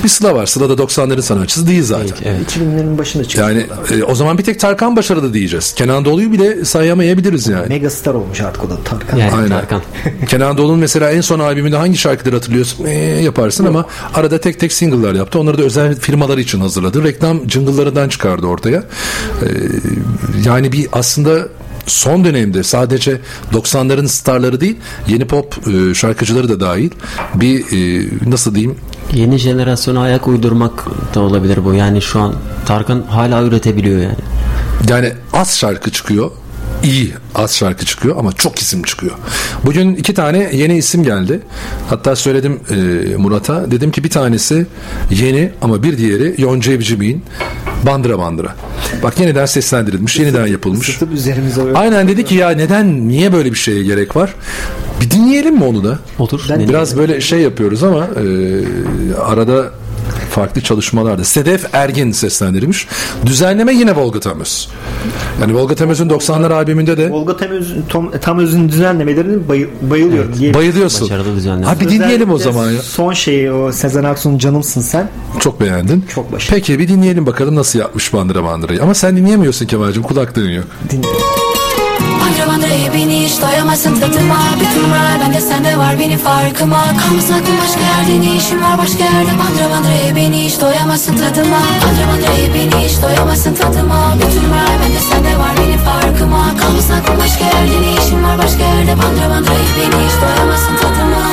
Bir Sıla var. Sıla da doksanların sanatçısı değil zaten. Evet. iki binlerin başında çıktı. Yani e, o zaman bir tek Tarkan başarılı diyeceğiz. Kenan Doğulu'yu bile sayamayabiliriz yani. Megastar olmuş artık o da Tarkan. Yani Aynen. Tarkan. Kenan Doğulu'nun mesela en son albümünde hangi şarkıları hatırlıyorsun? Ee, yaparsın ama arada tek tek single'lar yaptı. Onları da özel firmalar için hazırladı. Reklam jingle'larından çıkardı ortaya. Ee, yani bir aslında son dönemde sadece doksanların starları değil, yeni pop e, şarkıcıları da dahil bir e, nasıl diyeyim? Yeni jenerasyona ayak uydurmak da olabilir bu. Yani şu an Tarkan hala üretebiliyor yani. Yani az şarkı çıkıyor. İyi az şarkı çıkıyor ama çok isim çıkıyor. Bugün iki tane yeni isim geldi. Hatta söyledim e, Murat'a. Dedim ki bir tanesi yeni ama bir diğeri Yonca Evcimik'in Bandıra Bandıra. Bak yeniden seslendirilmiş, yeniden yapılmış. Isıtıp üzerimize öyle. Aynen dedi ki ya neden, niye böyle bir şeye gerek var? Bir dinleyelim mi onu da? Olur. Biraz böyle şey yapıyoruz ama e, arada farklı çalışmalarda. Sedef Ergin seslendirmiş. Düzenleme yine Volga Tamöz. Yani Volga Tamöz'ün doksanlar albümünde de Volga Tamöz'ün Tamöz'ün düzenlemelerini bay, bayılıyorum. Evet. Bayılıyorsun. Ha bir dinleyelim o zaman ya. Son şeyi o Sezen Aksu'nun Canımsın Sen. Çok beğendin. Çok başarılı. Peki bir dinleyelim bakalım nasıl yapmış Bandıra Bandıra'yı. Ama sen dinleyemiyorsun Kemal'cim. Kulaklığın yok. Dinleyelim. Bandıra bandırayı beni hiç doyamazsın tadıma. Bütün var bende sende var benim farkıma. Kalmasın aklım başka yerde, ne işim var başka yerde. Bandıra bandırayı beni hiç doyamazsın tadıma. Bandıra bandırayı beni hiç doyamazsın tadıma. Bütün var bende sende var benim farkıma. Kalmasın aklım başka yerde, ne işim var başka yerde. Bandıra bandırayı beni hiç doyamazsın tadıma.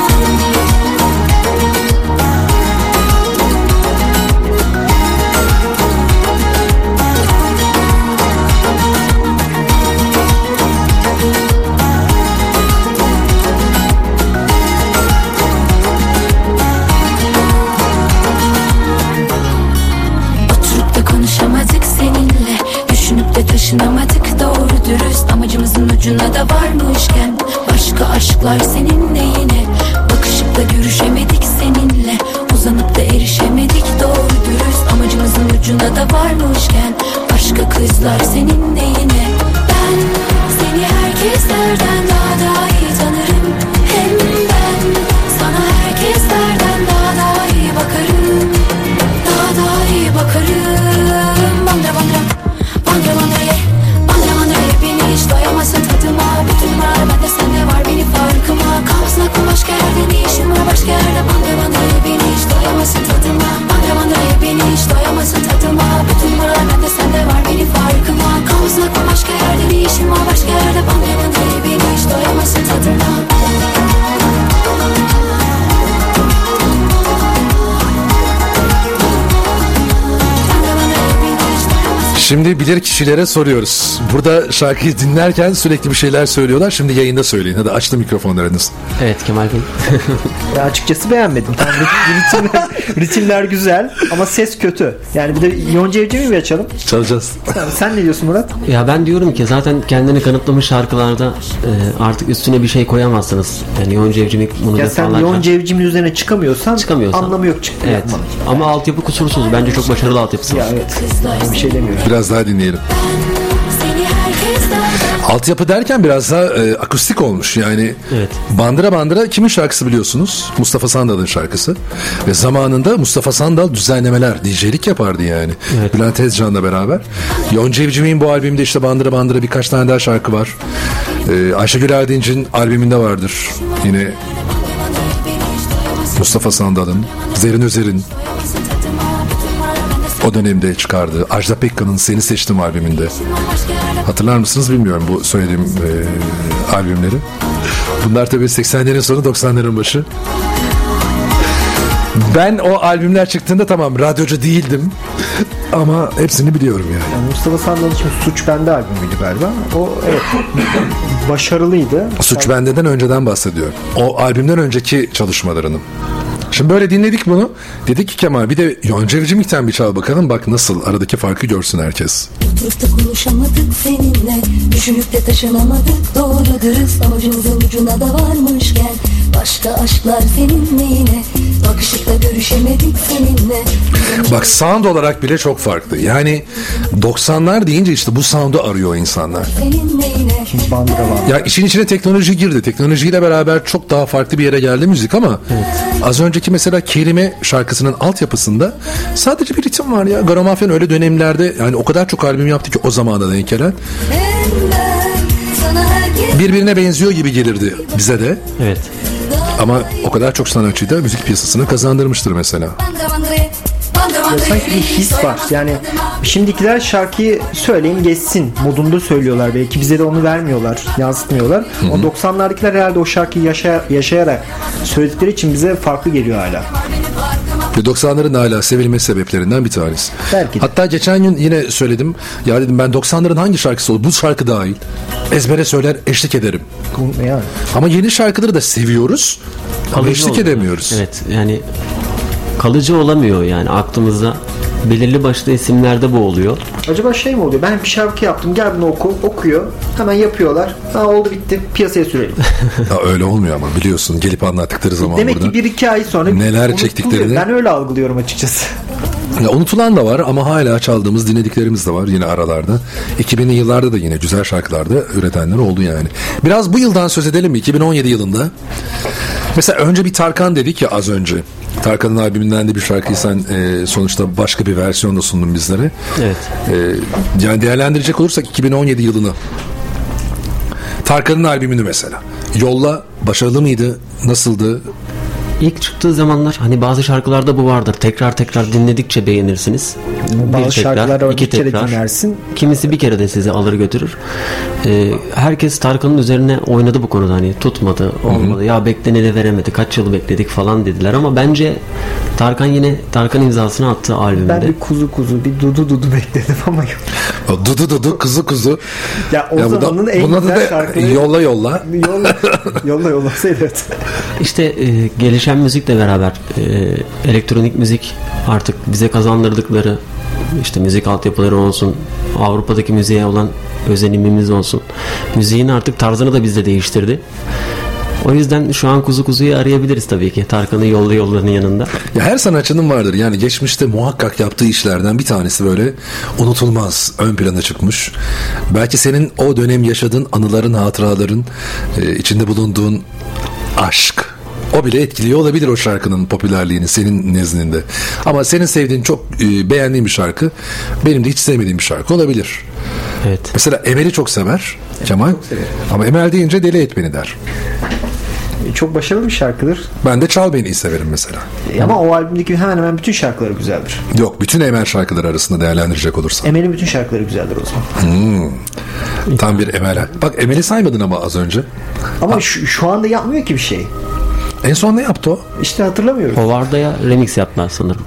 Taşınamadık doğru dürüst, amacımızın ucuna da varmışken başka aşklar seninle yine. Bakışıp da görüşemedik seninle, uzanıp da erişemedik doğru dürüst, amacımızın ucuna da varmışken başka kızlar seninle yine. Ben seni herkeslerden daha daha iyi tanırım. Hem ben sana herkeslerden daha daha iyi bakarım. Daha daha iyi bakarım. Bandıra bandıra Bandıra bandıra, bandıra bandıra beni hiç doyamazsın tadıma. Bütün var bende sende var benim farkıma. Kalmasın aklım başka yerde, ne işim var başka yerde. Bandıra bandıra beni hiç doyamazsın tadıma. Bandıra bandıra beni hiç doyamazsın tadıma. Bütün var bende sende var benim farkıma. Kalmasın aklım başka yerde, ne işim var başka yerde. Bandıra bandıra beni hiç doyamazsın tadıma. Şimdi bilir kişilere soruyoruz. Burada şarkıyı dinlerken sürekli bir şeyler söylüyorlar. Şimdi yayında söyleyin. Hadi açtı mikrofonlarınız. Evet Kemal Bey. Ya açıkçası beğenmedim. Tam ritimler, ritimler güzel ama ses kötü. Yani bir de Yonca Evcimik'i mi açalım? Çalacağız. Yani sen ne diyorsun Murat? Ya ben diyorum ki zaten kendini kanıtlamış şarkılarda e, artık üstüne bir şey koyamazsız. Yani Yonca Evcimik bunu ya sen Yonca Evcimik'in üzerine çıkamıyorsan, çıkamıyorsan anlamı yok çıktı. Evet. Ama altyapı kusursuz. Bence çok başarılı altyapısı var. Ya evet. Bir şey demiyorum. Biraz daha dinleyelim. Altyapı derken biraz daha e, akustik olmuş. Yani evet. Bandıra Bandıra kimin şarkısı biliyorsunuz? Mustafa Sandal'ın şarkısı. Ve zamanında Mustafa Sandal düzenlemeler, D J'lik yapardı yani. Evet. Bülent Tezcan'la beraber. Yonca Evcimik'in bu albümde işte Bandıra Bandıra birkaç tane daha şarkı var. E, Ayşegül Erdinç'in albümünde vardır. Yine Mustafa Sandal'ın, Zerrin Özer'in o dönemde çıkardığı Ajda Pekkan'ın Seni Seçtim albümünde. Hatırlar mısınız bilmiyorum bu söylediğim e, albümleri. Bunlar tabii seksenlerin sonu doksanların başı. Ben o albümler çıktığında tamam radyocu değildim ama hepsini biliyorum yani. yani Mustafa Sandal'ın için Suç Bende albümüydü galiba. O evet başarılıydı. Suç Bende'den önceden bahsediyorum. O albümden önceki çalışmalarının. Şimdi böyle dinledik bunu. Dedik ki Kemal bir de Yonca Evcimik'ten bir çal bakalım. Bak nasıl aradaki farkı görsün herkes. Oturup da konuşamadık seninle, düşünüp de taşınamadık doğru dürüst, amacımızın ucuna da varmışken başka aşklar seninle yine. Bakışıp da görüşemedik görüşemedik seninle. Bak sound olarak bile çok farklı. Yani doksanlar deyince işte bu sound'u arıyor insanlar. Seninle yine Ya işin içine teknoloji girdi. Teknolojiyle beraber çok daha farklı bir yere geldi müzik ama evet. Az önceki mesela Kerime şarkısının altyapısında sadece bir ritim var ya. Gramofon öyle dönemlerde yani o kadar çok albüm yaptı ki o zamana denk gelen. Birbirine benziyor gibi gelirdi bize de. Evet. Ama o kadar çok sanatçıyı da müzik piyasasını kazandırmıştır mesela. Ya sanki bir his var. Yani şimdikiler şarkıyı söyleyin geçsin modunda söylüyorlar. Belki bize de onu vermiyorlar, yansıtmıyorlar. Hı hı. O doksanlardakiler herhalde o şarkıyı yaşa- yaşayarak söyledikleri için bize farklı geliyor hala. Ve doksanların hala sevilme sebeplerinden bir tanesi. Belki de. Hatta geçen gün yine söyledim. Ya dedim ben doksanların hangi şarkısı olur? Bu şarkı dahil. Ezbere söyler, eşlik ederim. Yani. Ama yeni şarkıları da seviyoruz. Ama eşlik oluyor. Edemiyoruz. Evet yani kalıcı olamıyor yani aklımızda. Belirli başlı isimlerde bu oluyor. Acaba şey mi oluyor? Ben bir şarkı yaptım. Gel bunu oku. Okuyor. Hemen yapıyorlar. Ha oldu bitti. Piyasaya sürelim. Ya öyle olmuyor ama biliyorsun. Gelip anlattıkları zaman Demek burada. Demek ki bir iki ay sonra neler çektiklerini. Ben öyle algılıyorum açıkçası. Ya unutulan da var ama hala çaldığımız, dinlediklerimiz de var yine aralarda. iki binli yıllarda da yine güzel şarkılarda üretenler oldu yani. Biraz bu yıldan söz edelim mi? iki bin on yedi yılında. Mesela önce bir Tarkan dedik ya az önce. Tarkan'ın albümünden de bir şarkıyı sen e, sonuçta başka bir versiyonda sundun bizlere. Evet. E, yani değerlendirecek olursak iki bin on yedi yılını. Tarkan'ın albümünü mesela. Yolla başarılı mıydı? Nasıldı? İlk çıktığı zamanlar hani bazı şarkılarda bu vardır. Tekrar tekrar dinledikçe beğenirsiniz. Bazı bir şarkılar tekrar, iki bir kere tekrar. dinlersin. Kimisi bir kere de sizi alır götürür. Ee, herkes Tarkan'ın üzerine oynadı bu konuda. Hani tutmadı, olmadı. Hı-hı. Ya bekleneni veremedi. Kaç yıl bekledik falan dediler ama bence Tarkan yine Tarkan imzasını attı albümde. Ben bir kuzu kuzu, bir dudu dudu bekledim ama yok. O dudu dudu, kuzu kuzu. Ya o ya zamanın en güzel şarkıları. Yolla yolla. Yolla yolla yollasaydı evet. İşte e, gelişen müzikle beraber e, elektronik müzik artık bize kazandırdıkları işte müzik altyapıları olsun, Avrupa'daki müziğe olan özenimimiz olsun. Müziğin artık tarzını da bizde değiştirdi. O yüzden şu an kuzu kuzuyu arayabiliriz tabii ki. Tarkan'ın Yolla Yolla'nın yanında. Ya her sanatçının vardır. Yani geçmişte muhakkak yaptığı işlerden bir tanesi böyle unutulmaz ön plana çıkmış. Belki senin o dönem yaşadığın anıların, hatıraların, e, içinde bulunduğun aşk, o bile etkiliyor olabilir o şarkının popülerliğini senin nezdinde. Ama senin sevdiğin, çok e, beğendiğin bir şarkı benim de hiç sevmediğim bir şarkı olabilir. Evet. Mesela Emel'i çok sever Kemal. Çok ama Emel deyince deli et beni der. Çok başarılı bir şarkıdır. Ben de Çal Beni'yi severim mesela. E ama o albümdeki hemen hemen bütün şarkıları güzeldir. Yok, bütün Emel şarkıları arasında değerlendirecek olursan. Emel'in bütün şarkıları güzeldir o zaman. Hmm. Tam bir Emel. Bak Emel'i saymadın ama az önce. Ama şu, şu anda yapmıyor ki bir şey. En son ne yaptı o? İşte hatırlamıyorum. Hovarda'ya remix yaptılar sanırım.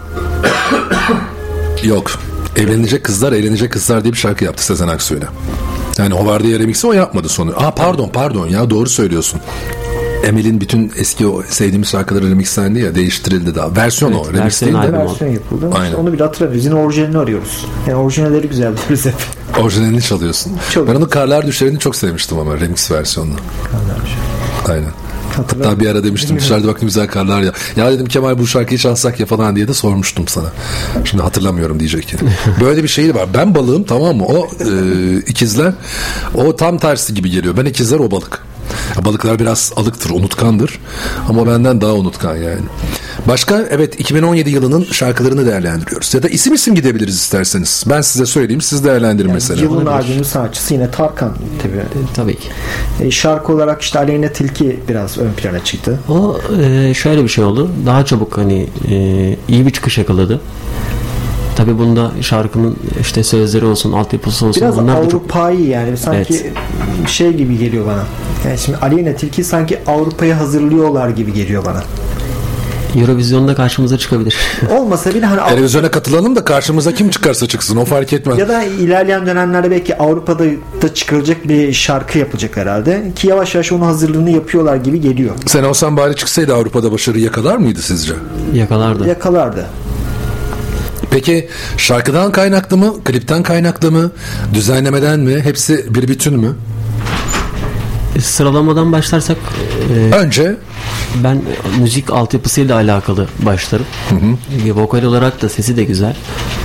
Yok. Evlenecek Kızlar, Eğlenecek Kızlar diye bir şarkı yaptı Sezen Aksu'yla. Yani Hovarda'ya remix'i o yapmadı sonu. Aa pardon pardon ya doğru söylüyorsun. Emel'in bütün eski o sevdiğimiz şarkıları remixlendi ya, değiştirildi daha. Versiyon evet, o. Remix değil de. Versiyon yapıldı. Aynen. İşte onu bile hatırlamıyoruz. Yine orijinalini arıyoruz. Yani orijinalleri güzel diyoruz hep. Orijinalini çalıyorsun. Çok ben onu Karlar Düşer'ini çok sevmiştim ama remix versiyonunu. Karlar Düşer. Aynen. Hatta bir ara demiştim dışarıda bak ne güzel karlar ya. Ya dedim Kemal bu şarkıyı çalsak ya falan diye de sormuştum sana. Şimdi hatırlamıyorum diyecek yani. Böyle bir şey var. Ben balığım, tamam mı? O e, ikizler o tam tersi gibi geliyor. Ben ikizler, o balık. Balıklar biraz alıktır, unutkandır. Ama benden daha unutkan yani. Başka, evet, iki bin on yedi yılının şarkılarını değerlendiriyoruz. Ya da isim isim gidebiliriz isterseniz. Ben size söyleyeyim, siz değerlendirin yani mesela. Yılın albümü sanatçısı yine Tarkan tabii. Tabii ki. E, şarkı olarak işte Aleyna Tilki biraz ön plana çıktı. O e, şöyle bir şey oldu. Daha çabuk hani e, iyi bir çıkış yakaladı. Tabii bunda şarkının işte sözleri olsun, altyapısı olsun. Biraz bunlar Avrupa'yı çok... yani sanki evet. Şey gibi geliyor bana. Yani şimdi Aleyna Tilki sanki Avrupa'yı hazırlıyorlar gibi geliyor bana. Eurovizyonda karşımıza çıkabilir. Olmasa bile hani Eurovizyona katılalım da karşımıza kim çıkarsa çıksın, o fark etmez. Ya da ilerleyen dönemlerde belki Avrupa'da da çıkarılacak bir şarkı yapacak herhalde. Ki yavaş yavaş onun hazırlığını yapıyorlar gibi geliyor. Sen olsan bari çıksaydı Avrupa'da başarı yakalar mıydı sizce? Yakalardı. Yakalardı. Peki şarkıdan kaynaklı mı, klipten kaynaklı mı, düzenlemeden mi, hepsi bir bütün mü? Sıralamadan başlarsak e, önce ben müzik altyapısıyla alakalı başlarım. Hı hı. Bir vokal olarak da sesi de güzel.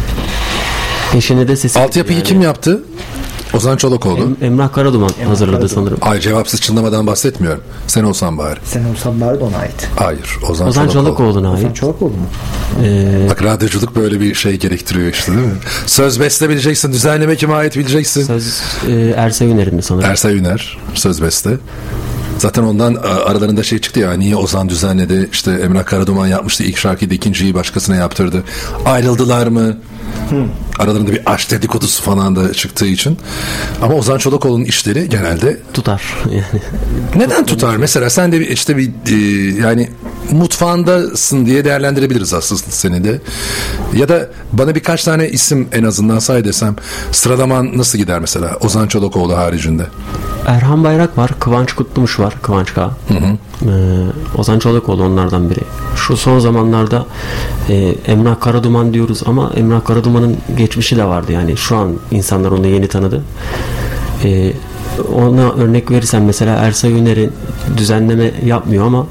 Peşine de sesi. Altyapıyı yani. Kim yaptı? Ozan Çolakoğlu. Em, Emrah Karaduman Emrah hazırladı Karaduman. Sanırım. Ay, cevapsız çınlamadan bahsetmiyorum. Sen olsan bari. Sen olsan bari de ona ait. Hayır. Ozan, Ozan Çolakoğlu'na ait. Ozan Çolakoğlu mu? Ee, Bak, radyoculuk böyle bir şey gerektiriyor işte, değil mi? Söz beste bileceksin. Düzenleme kime ait bileceksin. Söz e, Ersay Üner'in mi sanırım? Ersay Üner. Söz beste. Zaten ondan aralarında şey çıktı ya, niye Ozan düzenledi, işte Emrah Karaduman yapmıştı ilk şarkıyı da ikinciyi başkasına yaptırdı. Ayrıldılar mı? Hmm. Aralarında bir aşk dedikodusu falan da çıktığı için. Ama Ozan Çolakoğlu'nun işleri genelde tutar yani. Neden tutar? Mesela sen de bir, işte bir e, yani mutfağındasın diye değerlendirebiliriz aslında seni de. Ya da bana birkaç tane isim en azından say desem, sıralaman nasıl gider mesela Ozan Çolakoğlu haricinde? Erhan Bayrak var, Kıvanç Kutlumuş var, Kıvanç K. Hı hı. Ee, Ozan Çolakoğlu onlardan biri. Şu son zamanlarda e, Emrah Karaduman diyoruz ama Emrah Karaduman'ın geçmişi de vardı yani. Şu an insanlar onu yeni tanıdı. Ee, ona örnek verirsem mesela Ersay Üner'in düzenleme yapmıyor ama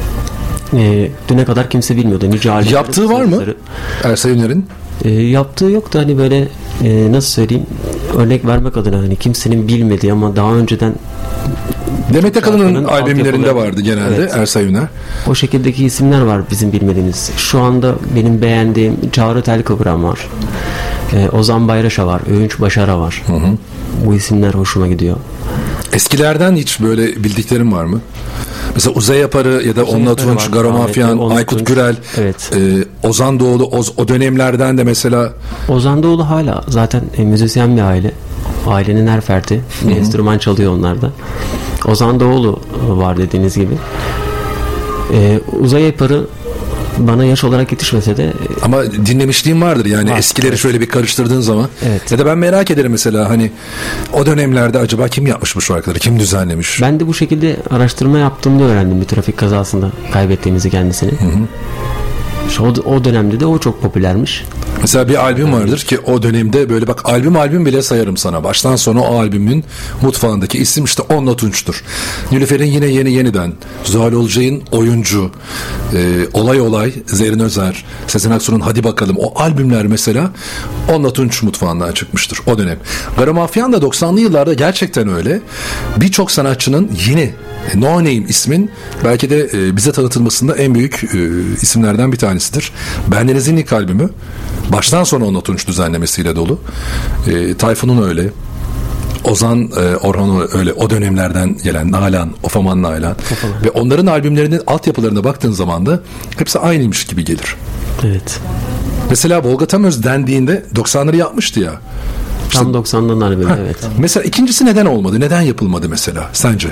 e, düne kadar kimse bilmiyordu. Nice yaptığı var mı Ersay Üner'in? E, yaptığı yoktu hani böyle e, nasıl söyleyeyim, örnek vermek adına hani kimsenin bilmediği ama daha önceden Demet Akalın'ın albümlerinde vardı genelde, evet. Ersay Üner. O şekildeki isimler var bizim bilmediğimiz. Şu anda benim beğendiğim Çağrı Telkıvran var. Ee, Ozan Bayraş'a var. Öğünç Başar'a var. Hı hı. Bu isimler hoşuma gidiyor. Eskilerden hiç böyle bildiklerin var mı? Mesela Uzay Yaparı ya da Onla Tunç, Garo Mafyan, Aykut Tunç. Gürel, evet. e, Ozan Doğulu, o, o dönemlerden de mesela. Ozan Doğulu hala zaten e, müzisyen bir aile. Ailenin her ferdi. Bir enstrüman çalıyor onlarda. Ozan Doğulu var dediğiniz gibi. Ee, Uzay Yaparı bana yaş olarak yetişmese de ama dinlemişliğim vardır yani var, eskileri evet. Şöyle bir karıştırdığın zaman. Evet. Ya da ben merak ederim mesela hani o dönemlerde acaba kim yapmış bu şarkıları, kim düzenlemiş? Ben de bu şekilde araştırma yaptığımda öğrendim bir trafik kazasında kaybettiğimizi kendisini. Hı hı. O, o dönemde de o çok popülermiş. Mesela bir albüm vardır ki o dönemde böyle bak, albüm albüm bile sayarım sana. Baştan sona o albümün mutfağındaki isim işte Onla Tunç'tur. Nilüfer'in yine yeni yeniden, Zuhal Olcay'ın Oyuncu, e, Olay Olay, Zerrin Özer, Sezen Aksu'nun Hadi Bakalım, o albümler mesela Onla Tunç mutfağından çıkmıştır o dönem. Garo Mafyan da doksanlı yıllarda gerçekten öyle. Birçok sanatçının yeni No Name ismin belki de e, bize tanıtılmasında en büyük e, isimlerden bir tanesidir. Bendeniz'in ilk albümü baştan sona Onla Tunç düzenlemesiyle dolu. E, Tayfun'un öyle. Ozan e, Orhan öyle, o dönemlerden gelen Nalan, Ofaman Nalan. Ofaman. Ve onların albümlerinin altyapılarına baktığın zaman da hepsi aynıymış gibi gelir. Evet. Mesela Volga Tamöz dendiğinde doksanları yapmıştı ya. İşte, tam doksandan albümü, evet. Mesela ikincisi neden olmadı? Neden yapılmadı mesela sence?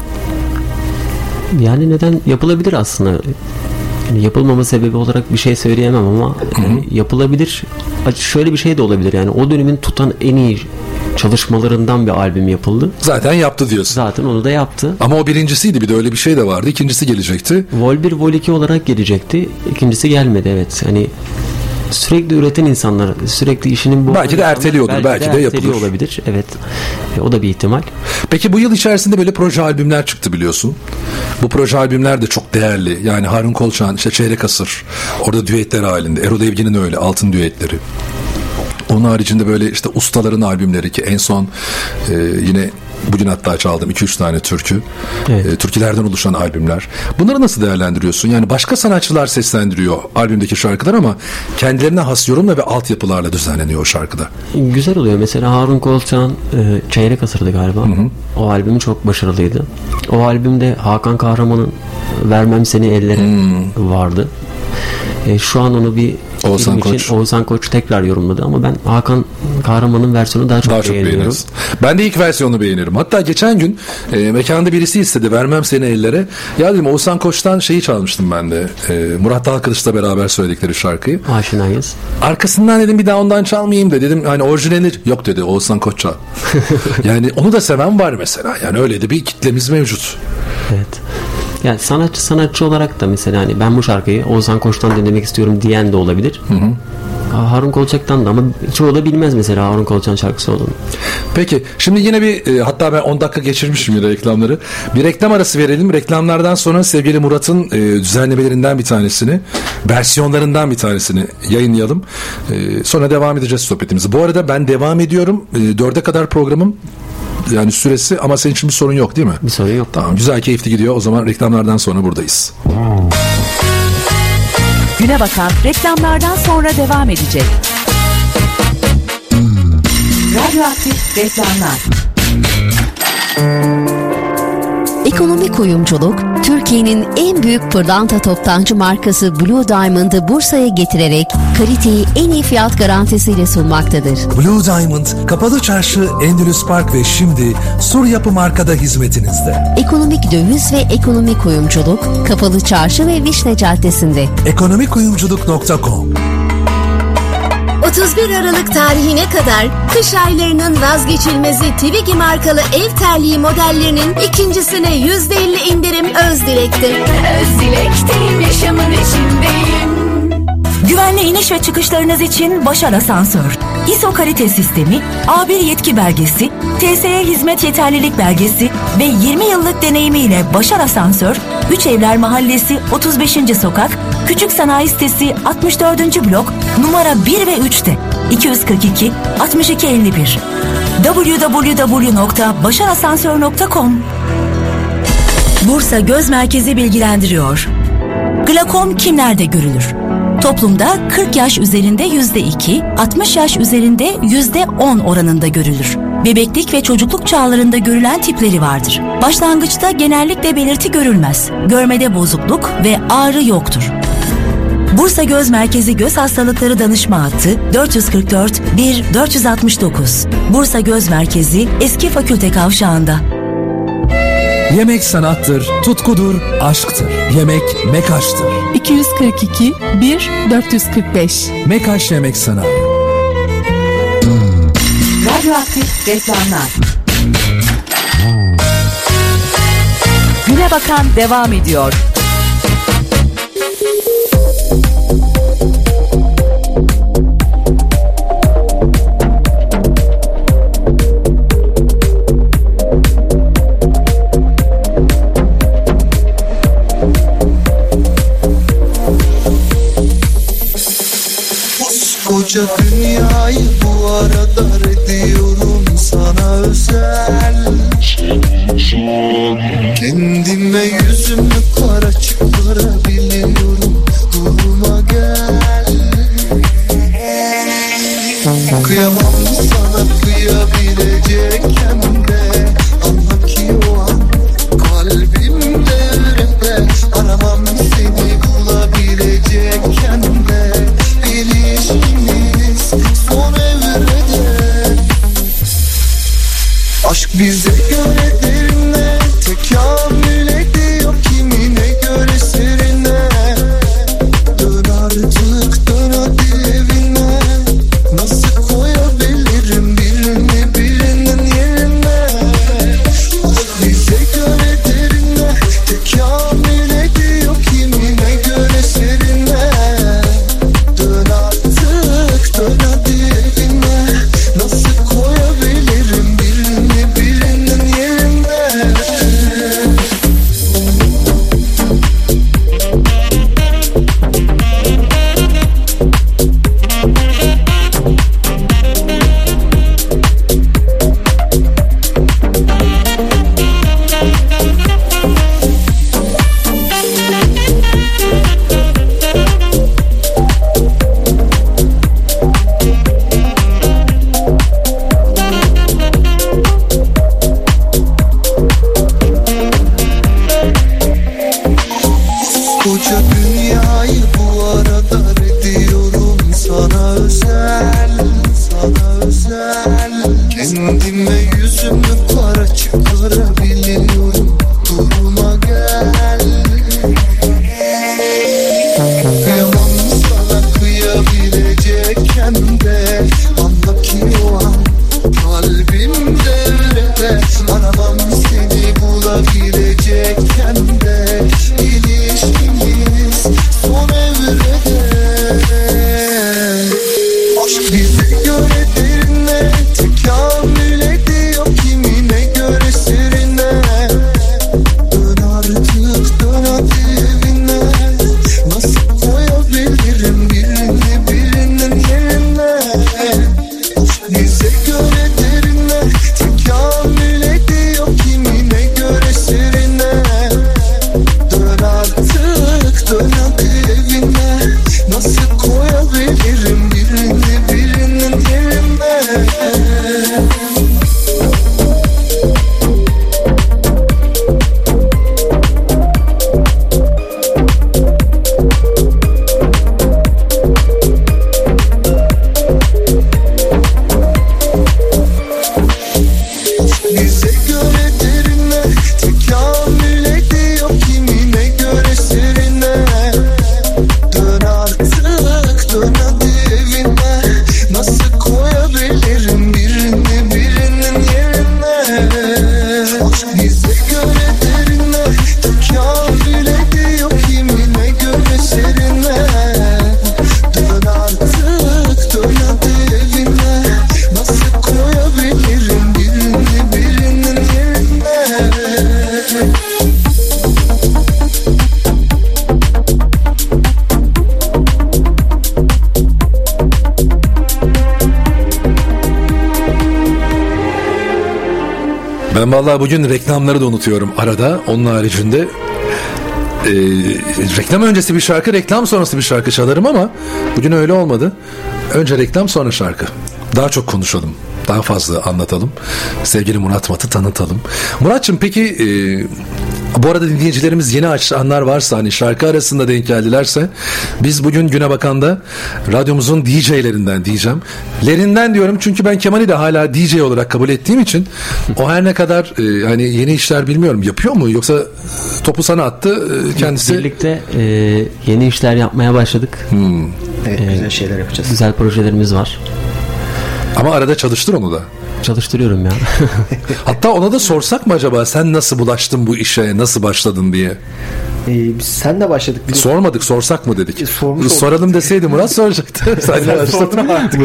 Yani neden yapılabilir aslında? Yani yapılmama sebebi olarak bir şey söyleyemem ama yani yapılabilir. Şöyle bir şey de olabilir yani o dönemin tutan en iyi çalışmalarından bir albüm yapıldı. Zaten yaptı diyorsun. Zaten onu da yaptı. Ama o birincisiydi, bir de öyle bir şey de vardı. İkincisi gelecekti. Vol bir, Vol iki olarak gelecekti. İkincisi gelmedi, evet. Hani sürekli üreten insanlar, sürekli işinin bu belki de erteliyordur, belki, belki de, de yapılır olabilir. Evet. E, o da bir ihtimal. Peki bu yıl içerisinde böyle proje albümler çıktı biliyorsun. Bu proje albümler de çok değerli. Yani Harun Kolçak'ın işte Çeyrek Asır, orada düetler halinde. Erol Evgin'in öyle altın düetleri. Onun haricinde böyle işte ustaların albümleri ki en son e, yine bugün hatta çaldım iki üç tane türkü. Evet. E, türkülerden oluşan albümler. Bunları nasıl değerlendiriyorsun? Yani başka sanatçılar seslendiriyor albümdeki şarkılar ama kendilerine has yorumla ve altyapılarla düzenleniyor o şarkıda. Güzel oluyor. Mesela Harun Kolçak'ın e, Çeyrek Asır'dı galiba. Hı hı. O albümü çok başarılıydı. O albümde Hakan Kahraman'ın Vermem Seni Ellere hmm. vardı. E, şu an onu bir Oğuzhan için Koç. Oğuzhan Koç tekrar yorumladı ama ben Hakan Kahraman'ın versiyonu daha çok, daha çok beğeniyorum. Ben de ilk versiyonu beğenirim. Hatta geçen gün e, mekanda birisi istedi Vermem Seni Ellere. Ya dedim Oğuzhan Koç'tan şeyi çalmıştım ben de. E, Murat Dalkılıç'la beraber söyledikleri şarkıyı. Aşinayız. Arkasından dedim bir daha ondan çalmayayım da dedim hani orijinali yok dedi Oğuzhan Koç çal. Yani onu da seven var mesela. Yani öyle de bir kitlemiz mevcut. Evet. Yani sanatçı sanatçı olarak da mesela hani ben bu şarkıyı Oğuzhan Koç'tan dinlemek istiyorum diyen de olabilir. Hı hı. Harun Kolçak'tan da ama çoğu da bilmez mesela Harun Kolçak'ın şarkısı olduğunu. Peki şimdi yine bir e, hatta ben on dakika geçirmişim yine reklamları. Bir reklam arası verelim. Reklamlardan sonra sevgili Murat'ın e, düzenlemelerinden bir tanesini, versiyonlarından bir tanesini yayınlayalım. E, sonra devam edeceğiz sohbetimizi. Bu arada ben devam ediyorum. E, dörde kadar programım yani süresi ama senin için bir sorun yok değil mi? Bir sorun yok. Tamam, güzel, keyifli gidiyor. O zaman reklamlardan sonra buradayız. Güne bakan reklamlardan sonra devam edecek. Radyoaktif reklamlar. Ekonomik uyumculuk, Türkiye'nin en büyük pırlanta toptancı markası Blue Diamond'ı Bursa'ya getirerek kaliteyi en iyi fiyat garantisiyle sunmaktadır. Blue Diamond, Kapalı Çarşı, Endülüs Park ve şimdi Sur Yapı Marka'da hizmetinizde. Ekonomik döviz ve ekonomik uyumculuk, Kapalı Çarşı ve Vişne Caddesi'nde. ekonomik uyumculuk nokta com. otuz bir Aralık tarihine kadar kış aylarının vazgeçilmezi Twiggy markalı ev terliği modellerinin ikincisine yüzde elli indirim Özdilek'te. Özdilek'teyim, yaşamın içindeyim. Güvenli iniş ve çıkışlarınız için Başar Asansör. I S O kalite sistemi, A bir yetki belgesi, T S E hizmet yeterlilik belgesi ve yirmi yıllık deneyimiyle Başar Asansör, Üç Evler Mahallesi otuz beşinci Sokak, Küçük Sanayi Sitesi altmış dördüncü Blok, numara bir ve üçte. iki yüz kırk iki altmış iki elli bir. double-u double-u double-u nokta başar asansör nokta com. Bursa Göz Merkezi bilgilendiriyor. Glakom kimlerde görülür? Toplumda kırk yaş üzerinde yüzde iki, altmış yaş üzerinde yüzde on oranında görülür. Bebeklik ve çocukluk çağlarında görülen tipleri vardır. Başlangıçta genellikle belirti görülmez. Görmede bozukluk ve ağrı yoktur. Bursa Göz Merkezi Göz Hastalıkları Danışma Hattı dört yüz kırk dört bir dört yüz altmış dokuz. Bursa Göz Merkezi Eski Fakülte Kavşağı'nda. Yemek sanattır, tutkudur, aşktır. Yemek Mekaş'tır. iki yüz kırk iki bir dört yüz kırk beş. Mekaş Yemek Sanat. Radyoaktif reklamlar. Güne bakan devam ediyor. Koca dünyayı bu arada ediyorum sana özel. Kendime yüzümü kara çıkarabiliyorum. Duruma gel. Kıyamam sana kıyabilecekken de anla ki o an kalbimde yüreğimde aramam seni bulabilecekken de ilişkimiz son evrede. Aşk bize göre derine tekamül ediyor, kimine göre serine. Dön artık dön hadi evine. Nasıl koyabilirim birini birinin yerine? Aşk bize göre derine tekamül ediyor, kimine göre serine. Dön artık dön hadi evine. Nasıl koyabilirim birini birinin koyabilirim birini birinin yerine. Bize göre derine tekamül ediyor, kimine göre serine. Dön artık dön hadi evine, nasıl koyabilirim birini birinin yerine. Bize göre derine tekamül ediyor, kimine göre serine. Dön artık dön hadi evine, nasıl koyabilirim birini birinin yerine. Ben vallahi bugün reklamları da unutuyorum arada. Onun haricinde e, reklam öncesi bir şarkı, reklam sonrası bir şarkı çalarım ama bugün öyle olmadı. Önce reklam, sonra şarkı. Daha çok konuşalım. Daha fazla anlatalım. Sevgili Murat Mat'ı tanıtalım. Murat'cığım peki e, bu arada dinleyicilerimiz yeni açanlar varsa, hani şarkı arasında denk geldilerse, biz bugün Güne Bakan'da radyomuzun D J'lerinden diyeceğim. Lerinden diyorum çünkü ben Kemal'i de hala D J olarak kabul ettiğim için o her ne kadar e, hani yeni işler bilmiyorum yapıyor mu, yoksa topu sana attı e, kendisi. Birlikte e, yeni işler yapmaya başladık. Hmm. Evet, güzel e, şeyler yapacağız. Güzel projelerimiz var. Ama arada çalıştır onu da. Çalıştırıyorum ya. Hatta ona da sorsak mı acaba, sen nasıl bulaştın bu işe, nasıl başladın diye. Ee, biz sen de başladık. Biz... Sormadık, sorsak mı dedik. E, soralım deseydi Murat soracaktı. Sen de başladın artık.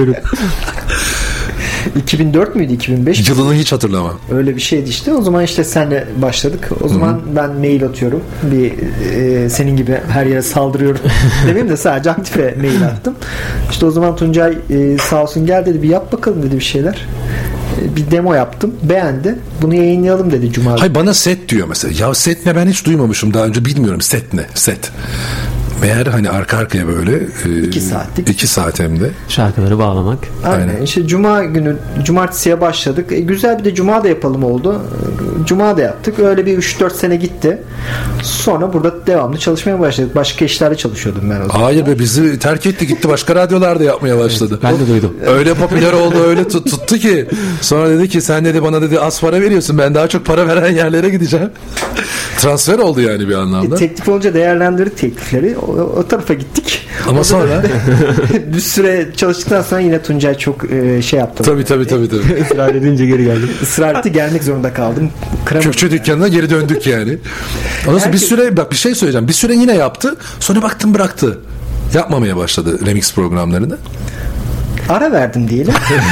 iki bin dört müydü, iki bin beş yılını hiç hatırlamam. Öyle bir şeydi işte. O zaman işte senle başladık. O zaman Hı-hı. ben mail atıyorum. Bir e, senin gibi her yere saldırıyorum. Demeyeyim de sadece aktife mail attım. İşte o zaman Tuncay e, sağ olsun gel dedi, bir yap bakalım dedi bir şeyler. E, bir demo yaptım. Beğendi. Bunu yayınlayalım dedi Cuma. Hayır, bana set diyor mesela. Ya set ne, ben hiç duymamışım daha önce, bilmiyorum set ne. Set. Meğer hani arka arkaya böyle e, iki saatlik iki saat hem de şarkıları bağlamak. Aynen. Aynen. İşte Cuma günü, cumartesiye başladık. E, güzel bir de Cuma da yapalım oldu. Cuma da yaptık. Öyle bir üç dört sene gitti. Sonra burada devamlı çalışmaya başladık. Başka işlerde çalışıyordum ben o zaman. Hayır be, bizi terk etti gitti, başka radyolarda yapmaya başladı. Evet, ben de duydum. Öyle popüler oldu, öyle tut, tuttu ki sonra dedi ki sen dedi bana dedi az para veriyorsun, ben daha çok para veren yerlere gideceğim. Transfer oldu yani bir anlamda. E, teklif olunca değerlendirdik teklifleri. O, o tarafa gittik. Ama sonra bir süre çalıştıktan sonra yine Tuncay çok e, şey yaptı. Tabii tabii tabii. tabii. Israr edince geri geldim. Israr etti, gelmek zorunda kaldım. Kıramadım Kökçü yani. dükkanına geri döndük yani. Ondan sonra bir süre, bak bir şey söyleyeceğim. Bir süre yine yaptı. Sonra baktım bıraktı. Yapmamaya başladı remix programlarını. Ara verdim diyelim.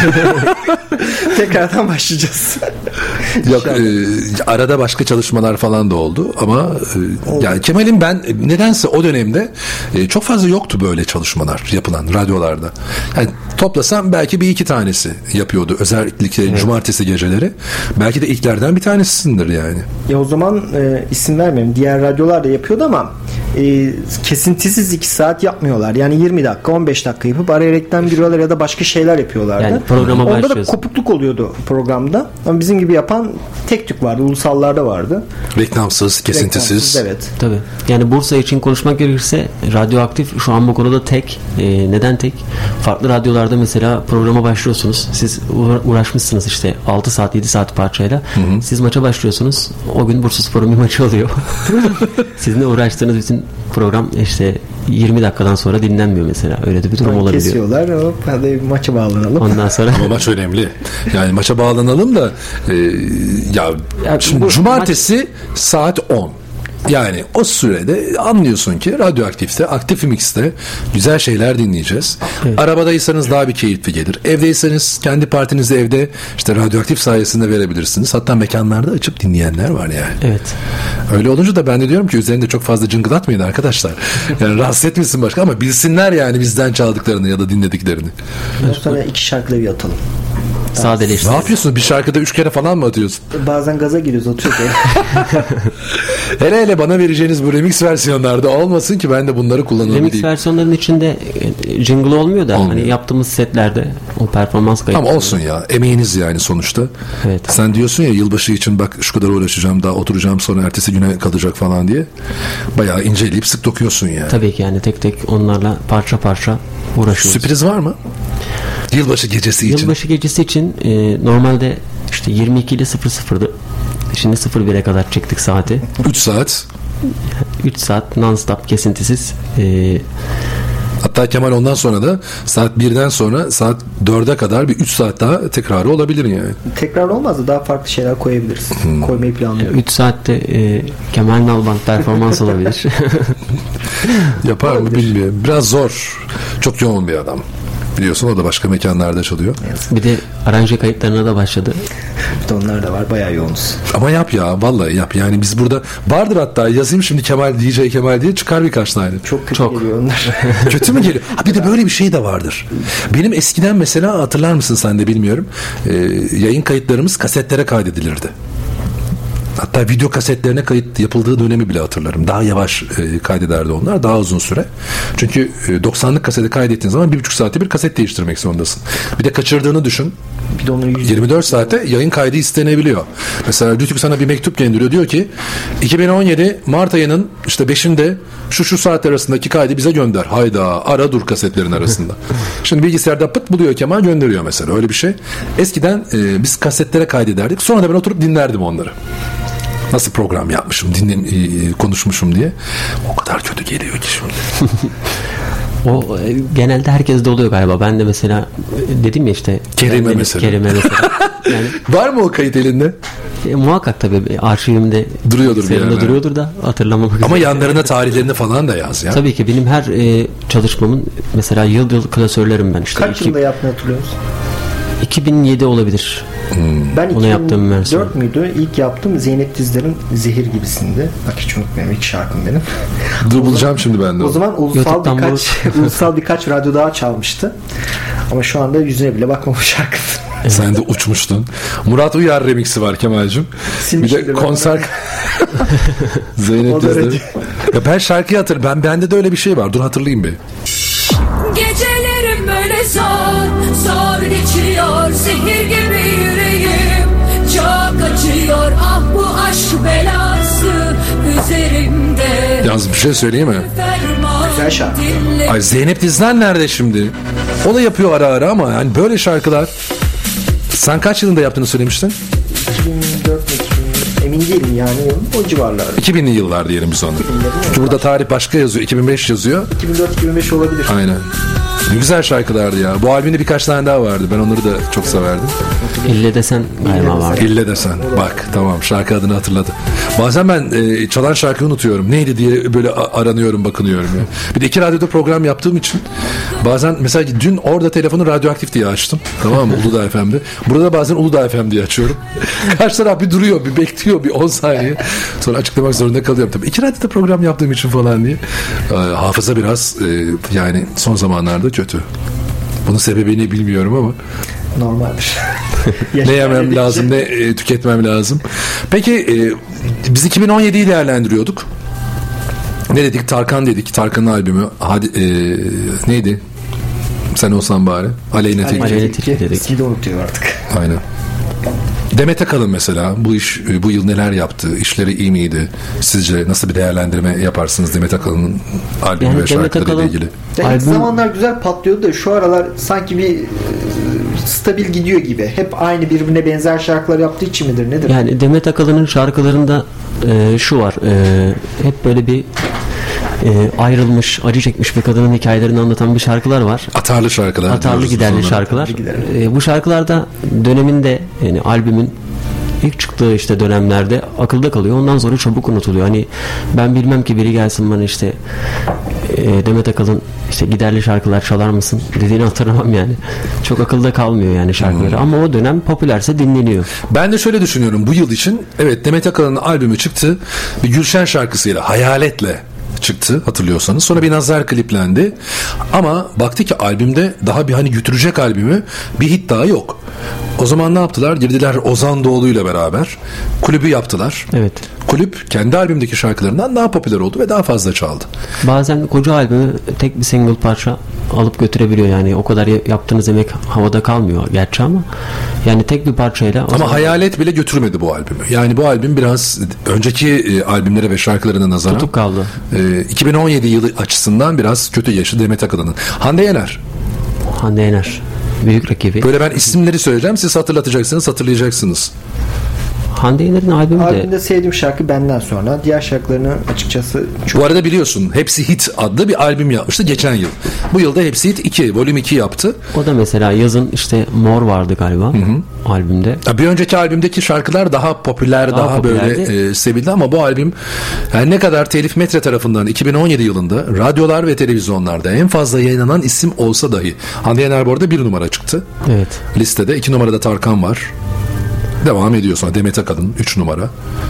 Tekrardan başlayacağız. Yok e, arada başka çalışmalar falan da oldu ama e, yani Kemal'in ben e, nedense o dönemde e, çok fazla yoktu böyle çalışmalar yapılan radyolarda. Yani toplasam belki bir iki tanesi yapıyordu, özellikle evet. Cumartesi geceleri. Belki de ilklerden bir tanesisindir yani. Ya o zaman e, isim vermeyeyim. Diğer radyolar da yapıyordu ama e, kesintisiz iki saat yapmıyorlar. Yani yirmi dakika on beş dakika yapıp araya reklam giriyorlar ya da başka şeyler yapıyorlardı. Yani programa Onda da kopukluk oluyordu programda. Ama bizim gibi yapan tek tük vardı. Ulusallarda vardı. Reklamsız, kesintisiz. Reklamsız, evet. Tabii. Yani Bursa için konuşmak gerekirse Radyoaktif şu an bu konuda tek. Ee, neden tek? Farklı radyolarda mesela programa başlıyorsunuz. Siz uğraşmışsınız işte altı saat yedi saat parçayla. Hı hı. Siz maça başlıyorsunuz. O gün Bursaspor'un bir maçı oluyor. Sizin de uğraştığınız bütün program işte yirmi dakikadan sonra dinlenmiyor mesela. Öyle de bir durum yani olabiliyor. Kesiyorlar. Hop, hadi maça bağlanalım. Ondan sonra ama maç önemli. Yani maça bağlanalım da e, ya, ya şimdi cumartesi maç... saat on. Yani o sürede anlıyorsun ki Radyoaktif'te, Aktif Mix'te güzel şeyler dinleyeceğiz. Evet. Arabadaysanız daha bir keyifli gelir. Evdeyseniz kendi partinizi evde işte Radyoaktif sayesinde verebilirsiniz. Hatta mekanlarda açıp dinleyenler var yani. Evet. Öyle olunca da ben de diyorum ki üzerinde çok fazla cıngılatmayın arkadaşlar. Yani rahatsız etmesin başka ama bilsinler yani bizden çaldıklarını ya da dinlediklerini. Ondan sonra iki şarkıda bir atalım. Sadeleşti. Ne yapıyorsun? Bir şarkıda üç kere falan mı atıyorsun? Bazen gaza giriyoruz, atıyoruz. Hele hele bana vereceğiniz bu remix versiyonlarda olmasın ki ben de bunları kullanabileyim. Remix versiyonların içinde jingle olmuyor da olmuyor. Hani yaptığımız setlerde o performans kayıtları. Ama olsun ya, emeğiniz yani sonuçta. Evet. Sen diyorsun ya yılbaşı için bak şu kadar uğraşacağım, daha oturacağım sonra ertesi güne kalacak falan diye. Bayağı inceleyip sık dokuyorsun yani. Tabii ki yani tek tek onlarla parça parça uğraşıyoruz. Sürpriz var mı? Yılbaşı gecesi için. Yılbaşı gecesi için e, normalde işte yirmi iki ile sıfır sıfırdı. Şimdi sıfır bire kadar çektik saati. üç saat. üç saat non-stop kesintisiz. E, Hatta Kemal ondan sonra da saat birden sonra saat dörde kadar bir üç saat daha tekrarı olabilir yani. Tekrar olmaz da daha farklı şeyler koyabiliriz. Hmm. Koymayı planlıyorum. üç saatte e, Kemal Nalbant performans olabilir. Yapar mı bilmiyorum. Biraz zor. Çok yoğun bir adam. Biliyorsun o da başka mekanlarda çalıyor. Bir de aranje kayıtlarına da başladı. Bir de onlar da var. Bayağı yoğunuz. Ama yap ya. Vallahi yap. Yani biz burada vardır hatta yazayım şimdi Kemal D J Kemal diye çıkar birkaç tane. Çok kötü Çok. geliyor onlar. Kötü mü geliyor? Ha, bir de böyle bir şey de vardır. Benim eskiden mesela hatırlar mısın sen de bilmiyorum. Ee, yayın kayıtlarımız kasetlere kaydedilirdi. Hatta video kasetlerine kayıt yapıldığı dönemi bile hatırlarım. Daha yavaş e, kaydederdi onlar. Daha uzun süre. Çünkü e, doksanlık kaseti kaydettiğin zaman bir buçuk saatte bir kaset değiştirmek zorundasın. Bir de kaçırdığını düşün. Bir de onları yirmi dört saate yayın kaydı istenebiliyor. Mesela Rütük sana bir mektup gönderiyor. Diyor ki iki bin on yedi Mart ayının işte beşinde şu şu saat arasındaki kaydı bize gönder. Hayda ara dur kasetlerin arasında. Şimdi bilgisayarda pıt buluyor Kemal gönderiyor mesela. Öyle bir şey. Eskiden e, biz kasetlere kaydederdik. Sonra da ben oturup dinlerdim onları. Nasıl program yapmışım, dinlem, konuşmuşum diye. O kadar kötü geliyor ki şimdi. O e, genelde herkeste oluyor galiba. Ben de mesela dedim ya işte Kerime de, mesela. Kerime mesela. Yani, var mı o kayıt elinde? E, muhakkak tabii arşivimde duruyordur bir yerde. duruyordur da hatırlamamak Ama yanlarına tarihlerini falan da yaz ya. Tabii ki benim her e, çalışmamın mesela yıl yıl klasörlerim ben işte. Kaç yılında yaptığını hatırlıyor musun? iki bin yedi olabilir. Hmm. Ben Onu yaptığım versiyon. dört müydü? İlk yaptığım Zeynep Dizler'in Zehir Gibisinde. Bak hiç unutmuyorum, ilk şarkım benim. Dur bulacağım şimdi ben de. O zaman ulusal birkaç ulusal birkaç radyo daha çalmıştı. Ama şu anda yüzüne bile bakmam o şarkı. Evet. Sen de uçmuştun. Murat Uyar remixi var Kemal'cim. Bir de konser Zeynep Dizler. Ya ben şarkıyı hatırlıyorum. Ben bende de öyle bir şey var. Dur hatırlayayım bir. Gecelerim böyle zor, zor geçiyor. Zehir gibi yüreğim çok acıyor. Ah bu aşk belası üzerimde. Yalnız bir şey söyleyeyim mi? Güzel şarkı. Ay Zeynep Dizler nerede şimdi? O da yapıyor ara ara ama yani böyle şarkılar. Sen kaç yılında yaptığını söylemiştin? iki bin dört emin değilim yani o civarlarda. iki binli yıllar diyelim biz onu. Çünkü burada tarih başka yazıyor. iki bin beş yazıyor. iki bin dört iki bin beş olabilir. Aynen. Ne güzel şarkılardı ya. Bu albümde birkaç tane daha vardı. Ben onları da çok severdim. İlle desen galiba vardı. İlle desen. Bak tamam şarkı adını hatırladı. Bazen ben e, çalan şarkıyı unutuyorum. Neydi diye böyle aranıyorum, bakınıyorum ya. Bir de iki radyoda program yaptığım için bazen mesela dün orada telefonu Radyoaktif diye açtım. Tamam mı? Uludağ F M'de. Burada da bazen Uludağ F M diye açıyorum. Karşı taraf bir duruyor, bir bekliyor bir on saniye. Sonra açıklamak zorunda kalıyorum. Tabii iki radyoda program yaptığım için falan diye. E, hafıza biraz e, yani son zamanlarda kötü. Bunun sebebini bilmiyorum ama normaldir. Ne yemem lazım, ne e, tüketmem lazım. Peki e, biz iki bin on yediyi değerlendiriyorduk. Ne dedik? Tarkan dedik. Tarkan'ın albümü. Hadi e, neydi? Sen olsan bari. Aleyna Tilki. Aleyna Tilki dedik. İsmi de unutuyor artık. Aynen. Demet Akalın mesela bu iş bu yıl neler yaptı? İşleri iyi miydi? Sizce nasıl bir değerlendirme yaparsınız Demet Akalın'ın albümü yani ve şarkılarıyla ilgili? Yani albüm... ilk zamanlar güzel patlıyordu da şu aralar sanki bir e, stabil gidiyor gibi. Hep aynı birbirine benzer şarkılar yaptığı için midir nedir? Yani Demet Akalın'ın şarkılarında e, şu var. E, hep böyle bir e, ayrılmış, acı çekmiş bir kadının hikayelerini anlatan bir şarkılar var. Atarlı şarkılar. Atarlı giderli şarkılar. E, bu şarkılarda döneminde yani albümün ilk çıktığı işte dönemlerde akılda kalıyor. Ondan sonra çabuk unutuluyor. Hani ben bilmem ki biri gelsin bana işte e, Demet Akalın işte giderli şarkılar çalar mısın dediğini hatırlamam yani. Çok akılda kalmıyor yani şarkıları. Hmm. Ama o dönem popülerse dinleniyor. Ben de şöyle düşünüyorum. Bu yıl için evet Demet Akalın'ın albümü çıktı. Bir Gülşen şarkısıyla Hayaletle çıktı hatırlıyorsanız. Sonra bir nazar kliplendi. Ama baktı ki albümde daha bir hani götürecek albümü bir hit daha yok. O zaman ne yaptılar? Girdiler Ozan Doğulu'yla beraber. Kulübü yaptılar. Evet. kulüp kendi albümdeki şarkılarından daha popüler oldu ve daha fazla çaldı. Bazen koca albümü tek bir single parça alıp götürebiliyor, yani o kadar yaptığınız emek havada kalmıyor gerçi ama yani tek bir parçayla. Ama zaman... Hayalet bile götürmedi bu albümü. Yani bu albüm biraz önceki e, albümlere ve şarkılarına nazaran tutuk kaldı. E, iki bin on yedi yılı açısından biraz kötü yaşı Demet Akalın'ın. Hande Yener. Hande Yener. Büyük rakibi. Böyle ben isimleri söyleyeceğim. Siz hatırlatacaksınız, hatırlayacaksınız. Hande Yener'in albümü de. Albümde sevdiğim şarkı Benden Sonra. Diğer şarkılarını açıkçası çok... Bu arada biliyorsun Hepsi Hit adlı bir albüm yapmıştı geçen yıl. Bu yılda Hepsi Hit iki, Volüm iki yaptı. O da mesela yazın işte Mor vardı galiba, hı hı, albümde. Bir önceki albümdeki şarkılar daha popüler, daha, daha böyle e, sevildi ama bu albüm yani ne kadar Telif Metre tarafından iki bin on yedi yılında radyolar ve televizyonlarda en fazla yayınlanan isim olsa dahi Hande Yener bu arada bir numara çıktı. Evet. Listede iki numarada Tarkan var. Devam ediyor sonra Demet Akalın üç numara.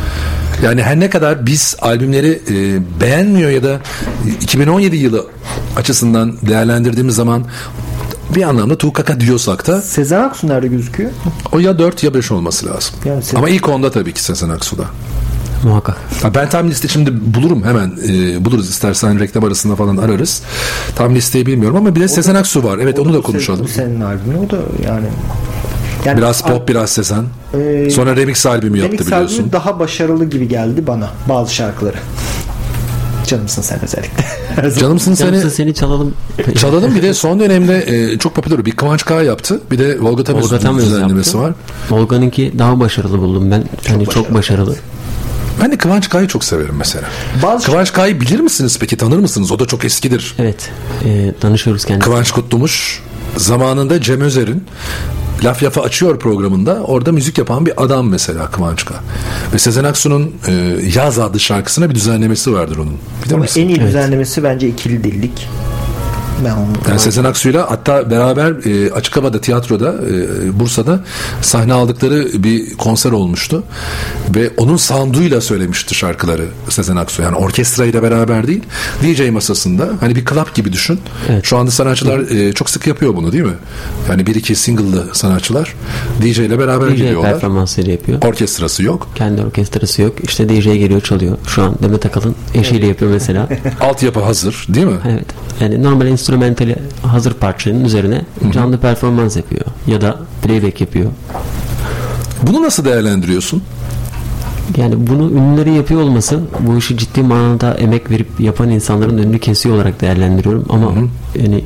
Yani her ne kadar biz albümleri e, beğenmiyor ya da iki bin on yedi yılı açısından değerlendirdiğimiz zaman bir anlamda tukaka diyorsak da Sezen Aksu nerede gözüküyor? O ya dört ya beş olması lazım. Yani Sezen... Ama ilk onda tabii ki Sezen Aksu'da. Muhakkak. Ben tam liste şimdi bulurum hemen e, buluruz, istersen reklam arasında falan ararız. Tam listeyi bilmiyorum ama bir de o Sezen da, Aksu var. Evet, onu da konuşalım. Senin albümü o da yani. Yani biraz pop, al- biraz Sezen. Ee, Sonra remix albümü yaptı remix biliyorsun. Remix albümü daha başarılı gibi geldi bana bazı şarkıları. Canımsın sen özellikle. Canımsın seni. Canımsın seni çalalım. Çalalım. Bir de son dönemde e, çok popüler bir Kıvanç K yaptı. Bir de Volga Tamöz'ün düzenlemesi var. Volga'nınki daha başarılı buldum ben. Çok hani başarılı. Çok başarılı. Ben de Kıvanç K'yı çok severim mesela. Bazı Kıvanç K'yı bilir misiniz peki? Tanır mısınız? O da çok eskidir. Evet. E, danışıyoruz kendisine. Kıvanç Kutlumuş zamanında Cem Özer'in Laf Lafa Açıyor programında orada müzik yapan bir adam mesela Kıvanç K. Ve Sezen Aksu'nun e, Yaz adlı şarkısına bir düzenlemesi vardır onun. Ama en iyi evet. düzenlemesi bence İkili Dillik. Ben onu yani Sezen Aksu'yla hatta beraber e, açık havada tiyatroda e, Bursa'da sahne aldıkları bir konser olmuştu ve onun sounduyla söylemişti şarkıları Sezen Aksu. Yani orkestrayla beraber değil, D J masasında, hani bir club gibi düşün. Evet. Şu anda sanatçılar e, çok sık yapıyor bunu değil mi? Yani bir iki single'lı sanatçılar D J ile beraber D J gidiyorlar. performansları yapıyor. Orkestrası yok. Kendi orkestrası yok. İşte D J geliyor çalıyor. Şu an Demet Akalın eşiyle yapıyor mesela. Altyapı hazır değil mi? Evet. Yani normal enstrümantali hazır parçanın üzerine canlı Hı-hı. performans yapıyor ya da playback yapıyor. Bunu nasıl değerlendiriyorsun? Yani bunu ünlülerin yapıyor olması bu işi ciddi manada emek verip yapan insanların önünü kesiyor olarak değerlendiriyorum ama Hı-hı. yani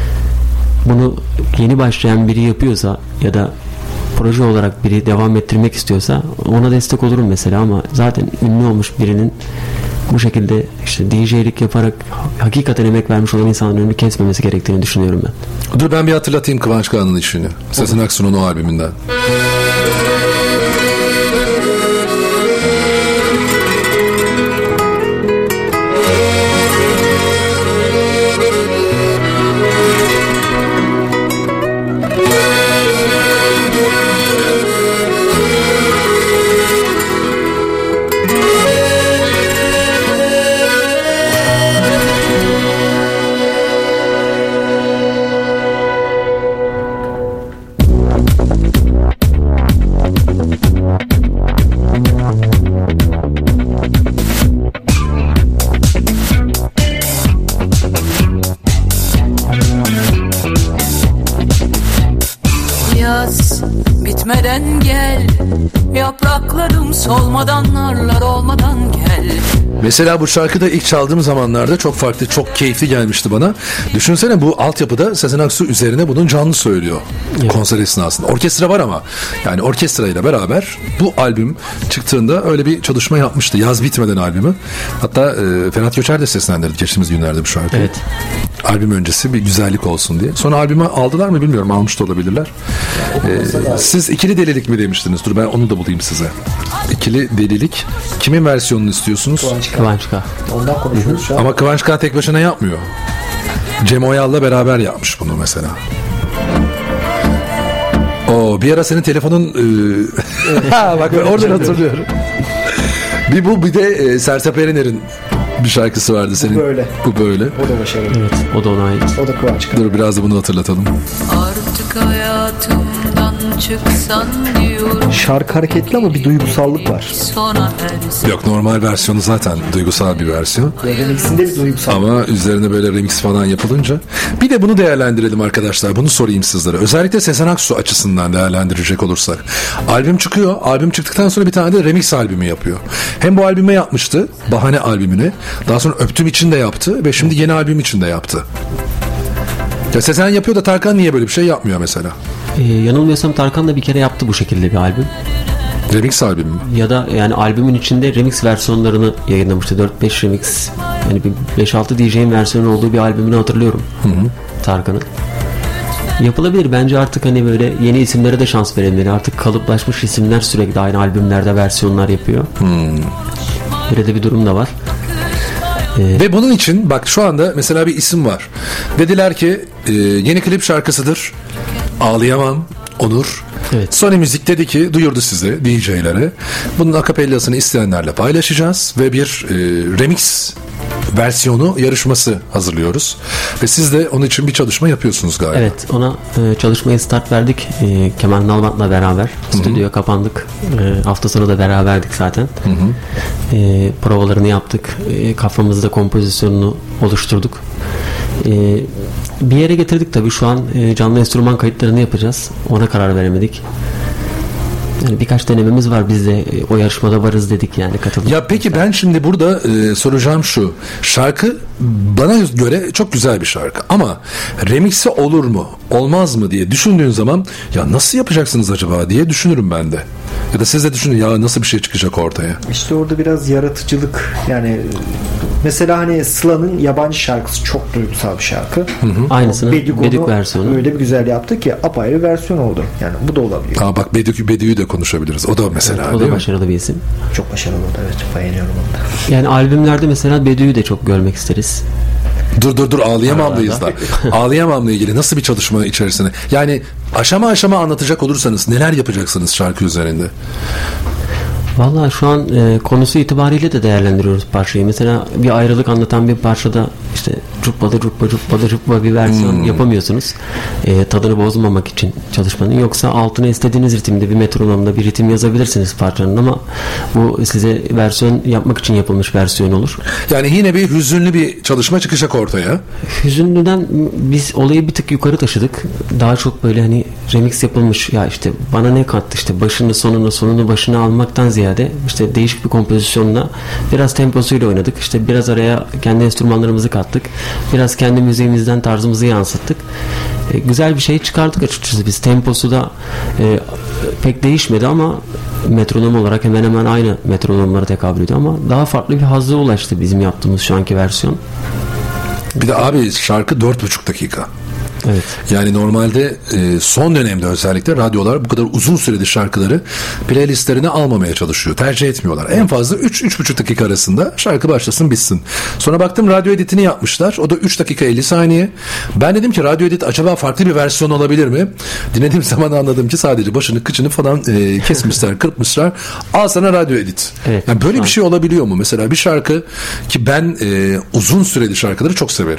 bunu yeni başlayan biri yapıyorsa ya da proje olarak biri devam ettirmek istiyorsa ona destek olurum mesela ama zaten ünlü olmuş birinin bu şekilde işte D J'lik yaparak hakikaten emek vermiş olan insanların önünü kesmemesi gerektiğini düşünüyorum ben. Dur ben bir hatırlatayım Kıvanç Kağan'ın işini. Sezen Aksu'nun o albümünden. Bitmeden gel, yapraklarım solmadan, narlar olmadan gel. Mesela bu şarkıda ilk çaldığım zamanlarda çok farklı, çok keyifli gelmişti bana. Düşünsene bu altyapıda Sezen Aksu üzerine bunun canlı söylüyor evet. konser esnasında. Orkestra var ama yani orkestrayla beraber bu albüm çıktığında öyle bir çalışma yapmıştı. Yaz Bitmeden albümü. Hatta e, Ferhat Göçer de seslendirdi geçtiğimiz günlerde bu şarkıyı. Evet. Albüm öncesi bir güzellik olsun diye. Sonra albümü aldılar mı bilmiyorum. Almış da olabilirler. Ee, siz ikili delilik mi demiştiniz? Dur ben onu da bulayım size. İkili delilik. Kimin versiyonunu istiyorsunuz? Kıvanç K. Ondan konuşuyoruz şu an. Ama Kıvanç K tek başına yapmıyor. Cem Oyal'la beraber yapmış bunu mesela. Oo, bir ara senin telefonun e... ha, bak ben oradan hatırlıyorum. Bir bu bir de e, Sertab Erener'in bir şarkısı vardı senin. Bu böyle. Bu böyle. O da başarılı. Evet, o da ona ait. O da Kıvanç Kara. Dur biraz da bunu hatırlatalım. Artık hayatımdan çıksan diyorum. Şarkı hareketli ama bir duygusallık var. Sona ersin. Yok, normal versiyonu zaten duygusal bir versiyon. Remix'inde bir duygusal. Ama üzerine böyle remix falan yapılınca. Bir de bunu değerlendirelim arkadaşlar. Bunu sorayım sizlere. Özellikle Sezen Aksu açısından değerlendirecek olursak. Albüm çıkıyor. Albüm çıktıktan sonra bir tane de remix albümü yapıyor. Hem bu albüme yapmıştı. Bahane albümüne. Daha sonra Öptüm için de yaptı. Ve şimdi yeni albüm için de yaptı. Ya Sezen yapıyor da Tarkan niye böyle bir şey yapmıyor mesela? Ee, yanılmıyorsam Tarkan da bir kere yaptı bu şekilde bir albüm. Remix albüm mü? Ya da yani albümün içinde remix versiyonlarını yayınlamıştı. dört beş remix. Yani bir beş altı D J'in versiyonu olduğu bir albümünü hatırlıyorum. Hı hı. Tarkan'ın. Yapılabilir. Bence artık hani böyle yeni isimlere de şans verilmeli. Artık kalıplaşmış isimler sürekli aynı albümlerde versiyonlar yapıyor. Hmm. Böyle de bir durum da var. Ee, Ve bunun için bak şu anda mesela bir isim var. Dediler ki e, yeni klip şarkısıdır. Ağlayamam. Onur. Evet. Sony Müzik dedi ki duyurdu size D J'lere. Bunun akapellasını isteyenlerle paylaşacağız ve bir e, remix versiyonu yarışması hazırlıyoruz. Ve siz de onun için bir çalışma yapıyorsunuz galiba. Evet, ona e, çalışmaya start verdik. E, Kemal Nalmat'la beraber. Hı-hı. Stüdyoya kapandık. E, hafta sonu da beraberdik zaten. E, provalarını yaptık. E, kafamızda kompozisyonunu oluşturduk. E, bir yere getirdik tabii. Şu an e, canlı enstrüman kayıtlarını yapacağız. Ona karar veremedik. Yani birkaç denememiz var, biz de e, o yarışmada varız dedik yani, katıldık. Ya peki ben şimdi burada e, soracağım şu. Şarkı bana göre çok güzel bir şarkı ama remixi olur mu olmaz mı diye düşündüğün zaman ya nasıl yapacaksınız acaba diye düşünürüm ben de. Ya da siz de düşünün ya nasıl bir şey çıkacak ortaya. İşte orada biraz yaratıcılık yani mesela hani Sıla'nın yabancı şarkısı çok duygusal bir şarkı. Hı hı. Aynısını Bedük versiyonu. Öyle bir güzel yaptı ki apayrı versiyon oldu. Yani bu da olabiliyor. Aa bak Bedük Bedük'ü de konuşabiliriz. O da mesela. Evet, o da başarılı bir isim. Çok başarılı oldu, evet. Beğeniyorum onu da. Yani albümlerde mesela Bedük'ü de çok görmek isteriz. Dur dur dur ağlayamamlıyız da. Ağlayamamla ilgili nasıl bir çalışma içerisinde? Yani aşama aşama anlatacak olursanız neler yapacaksınız şarkı üzerinde? Vallahi şu an e, konusu itibariyle de değerlendiriyoruz parçayı. Mesela bir ayrılık anlatan bir parçada işte cuppalı cuppa cuppalı cuppa bir versiyon hmm. yapamıyorsunuz. E, tadını bozmamak için çalışmanın. Yoksa altına istediğiniz ritimde bir metronomda bir ritim yazabilirsiniz parçanın ama bu size versiyon yapmak için yapılmış versiyon olur. Yani yine bir hüzünlü bir çalışma çıkacak ortaya. Hüzünlüden biz olayı bir tık yukarı taşıdık. Daha çok böyle hani remix yapılmış ya işte bana ne kattı işte başını sonunu sonunu başına almaktan ziyade işte değişik bir kompozisyonla biraz temposuyla oynadık. İşte biraz araya kendi enstrümanlarımızı kattık. Biraz kendi müziğimizden tarzımızı yansıttık. E, güzel bir şey çıkardık açıkçası biz. Temposu da e, pek değişmedi ama metronom olarak hemen hemen aynı metronomlara tekabül ediyor ama daha farklı bir hazza ulaştı bizim yaptığımız şu anki versiyon. Bir de abi şarkı dört buçuk dakika. Evet. Yani normalde e, son dönemde özellikle radyolar bu kadar uzun süreli şarkıları playlistlerine almamaya çalışıyor. Tercih etmiyorlar. En fazla üç üç buçuk dakika arasında şarkı başlasın bitsin. Sonra baktım radyo editini yapmışlar. O da üç dakika elli saniye. Ben dedim ki radyo edit acaba farklı bir versiyon olabilir mi? Dinlediğim zaman anladım ki sadece başını kıçını falan e, kesmişler, kırpmışlar. Al sana radyo edit. Evet, yani böyle bir şey olabiliyor mu? Mesela bir şarkı ki ben e, uzun süreli şarkıları çok severim.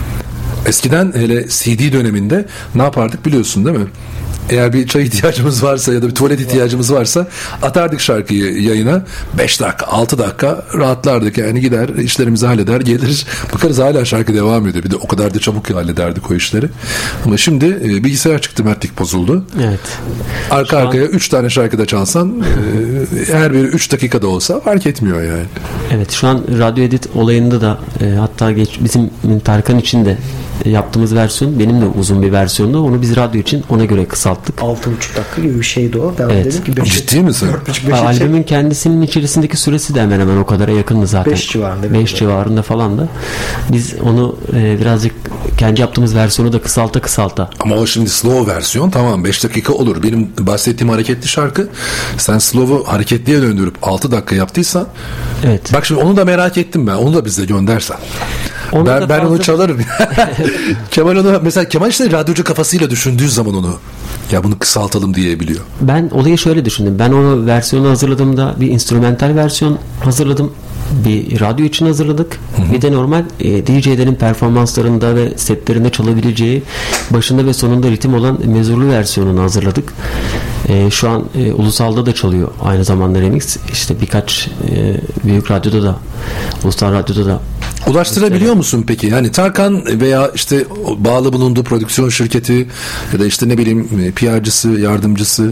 Eskiden hele C D döneminde ne yapardık biliyorsun değil mi? Eğer bir çay ihtiyacımız varsa ya da bir tuvalet ihtiyacımız varsa atardık şarkıyı yayına. beş dakika, altı dakika rahatlardık yani gider işlerimizi halleder gelir. Bakarız hala şarkı devam ediyor. Bir de o kadar da çabuk hallederdik o işleri. Ama şimdi e, bilgisayar çıktı, mertlik bozuldu. Evet. Arka Şu arkaya üç an... tane şarkıda çalsan e, her biri üç dakikada olsa fark etmiyor yani. Evet şu an radyo edit olayında da e, hatta geç, bizim Tarkan için de yaptığımız versiyon benim de uzun bir versiyondu. Onu biz radyo için ona göre kısalttık. altı buçuk dakika gibi bir şeydi o. Ben evet. dedim ki beş, ciddi misin? dört buçuk, beş albümün kendisinin içerisindeki süresi de hemen hemen o kadara yakındı zaten. beş civarında. beş civarında falan da. Biz onu e, birazcık kendi yaptığımız versiyonu da kısalta kısalta. Ama o şimdi slow versiyon tamam beş dakika olur. Benim bahsettiğim hareketli şarkı sen slow'u hareketliye döndürüp altı dakika yaptıysan evet. Bak şimdi onu da merak ettim ben. Onu da bize göndersen. Onu ben ben fazla... onu çalarım. Kemal onu mesela Kemal işte radyocu kafasıyla düşündüğü zaman onu ya bunu kısaltalım diyebiliyor. Ben olayı şöyle düşündüm. Ben onu versiyonu hazırladığımda bir instrumental versiyon hazırladım. bir radyo için hazırladık. Hı hı. Bir de normal e, D J'lerin performanslarında ve setlerinde çalabileceği başında ve sonunda ritim olan mezurlu versiyonunu hazırladık. E, şu an e, ulusalda da çalıyor aynı zamanda remix. İşte birkaç e, büyük radyoda da, ulusal radyoda da. Ulaştırabiliyor musun peki? Yani Tarkan veya işte bağlı bulunduğu prodüksiyon şirketi ya da işte ne bileyim P R'cısı, yardımcısı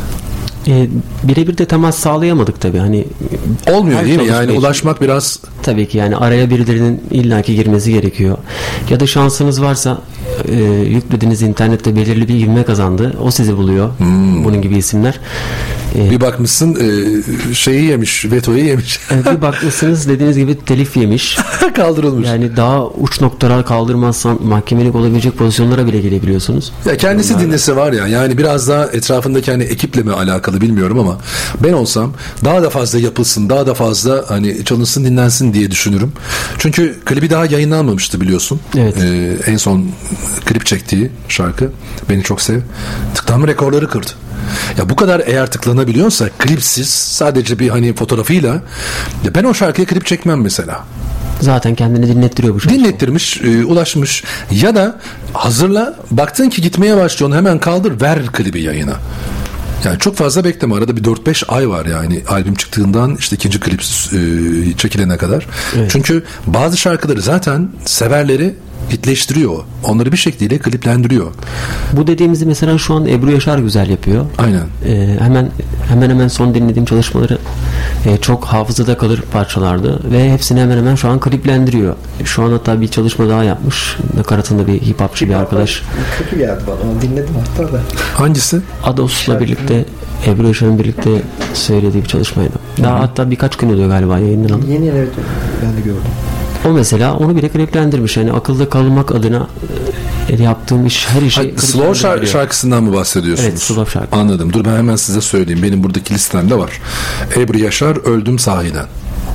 E, birebir de temas sağlayamadık tabii. Hani olmuyor değil mi? Yani için, ulaşmak biraz tabii ki yani araya birilerinin illaki girmesi gerekiyor. Ya da şansınız varsa e, yüklediğiniz internette belirli bir ivme kazandı. O sizi buluyor. Hmm. Bunun gibi isimler. E, bir bakmışsın e, şeyi yemiş, vetoyu yemiş. E, bir bakmışsınız dediğiniz gibi telif yemiş. Kaldırılmış. Yani daha uç noktalara kaldırmazsan mahkemelik olabilecek pozisyonlara bile gelebiliyorsunuz. Ya kendisi Onlar... dinlese var ya yani biraz daha etrafındaki hani ekiple mi alakalı bilmiyorum ama ben olsam daha da fazla yapılsın, daha da fazla hani çalınsın, dinlensin diye düşünürüm. Çünkü klibi daha yayınlanmamıştı biliyorsun. Evet. Ee, en son klip çektiği şarkı Beni Çok Sev tıklanma rekorları kırdı. Ya bu kadar eğer tıklanabiliyorsa klipsiz sadece bir hani fotoğrafıyla ya ben o şarkıya klip çekmem mesela. Zaten kendini dinlettiriyor bu şarkı. Dinlettirmiş, e, ulaşmış ya da hazırla baktın ki gitmeye başlıyorsun hemen kaldır ver klibi yayına. Yani çok fazla bekleme. Arada bir dört beş ay var yani albüm çıktığından işte ikinci klip e, çekilene kadar. Evet. Çünkü bazı şarkıları zaten severleri hitleştiriyor. Onları bir şekilde kliplendiriyor. Bu dediğimizi mesela şu an Ebru Yaşar güzel yapıyor. Aynen. Ee, hemen hemen hemen son dinlediğim çalışmaları e, çok hafızada kalır parçalardı ve hepsini hemen hemen şu an kliplendiriyor. Şu an hatta bir çalışma daha yapmış. Nakaratında bir hip hopçı bir arkadaş. Kötü geldi bana. Onu dinledim hatta da. Hangisi? Ados'la birlikte Ebru Yaşar'ın birlikte söylediği bir çalışmaydı. Daha Hı-hı. hatta birkaç gün oluyor galiba yayınlanan. Yeni yeni evet. Ben de gördüm. O mesela onu bile kliplendirmiş. Yani akılda kalmak adına e, yaptığım iş her işi Slow şark- şarkısından mı bahsediyorsunuz? Evet, Slow şarkı. Anladım. Dur ben hemen size söyleyeyim. Benim buradaki listemde var. Ebru Yaşar Öldüm Sahiden.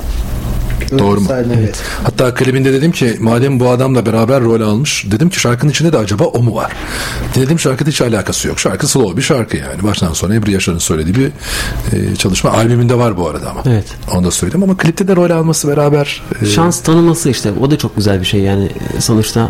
Öldüm Doğru mu? Sahiden, evet. Hatta klibinde dedim ki madem bu adamla beraber rol almış dedim ki şarkının içinde de acaba o mu var? Dedim şarkıda hiç alakası yok. Şarkı slow bir şarkı yani. Baştan sona Ebru Yaşar'ın söylediği bir e, çalışma. Albümünde var bu arada ama. Evet. Onu da söyleyeyim ama klipte de rol alması beraber. E... Şans tanıması işte. O da çok güzel bir şey yani. Sonuçta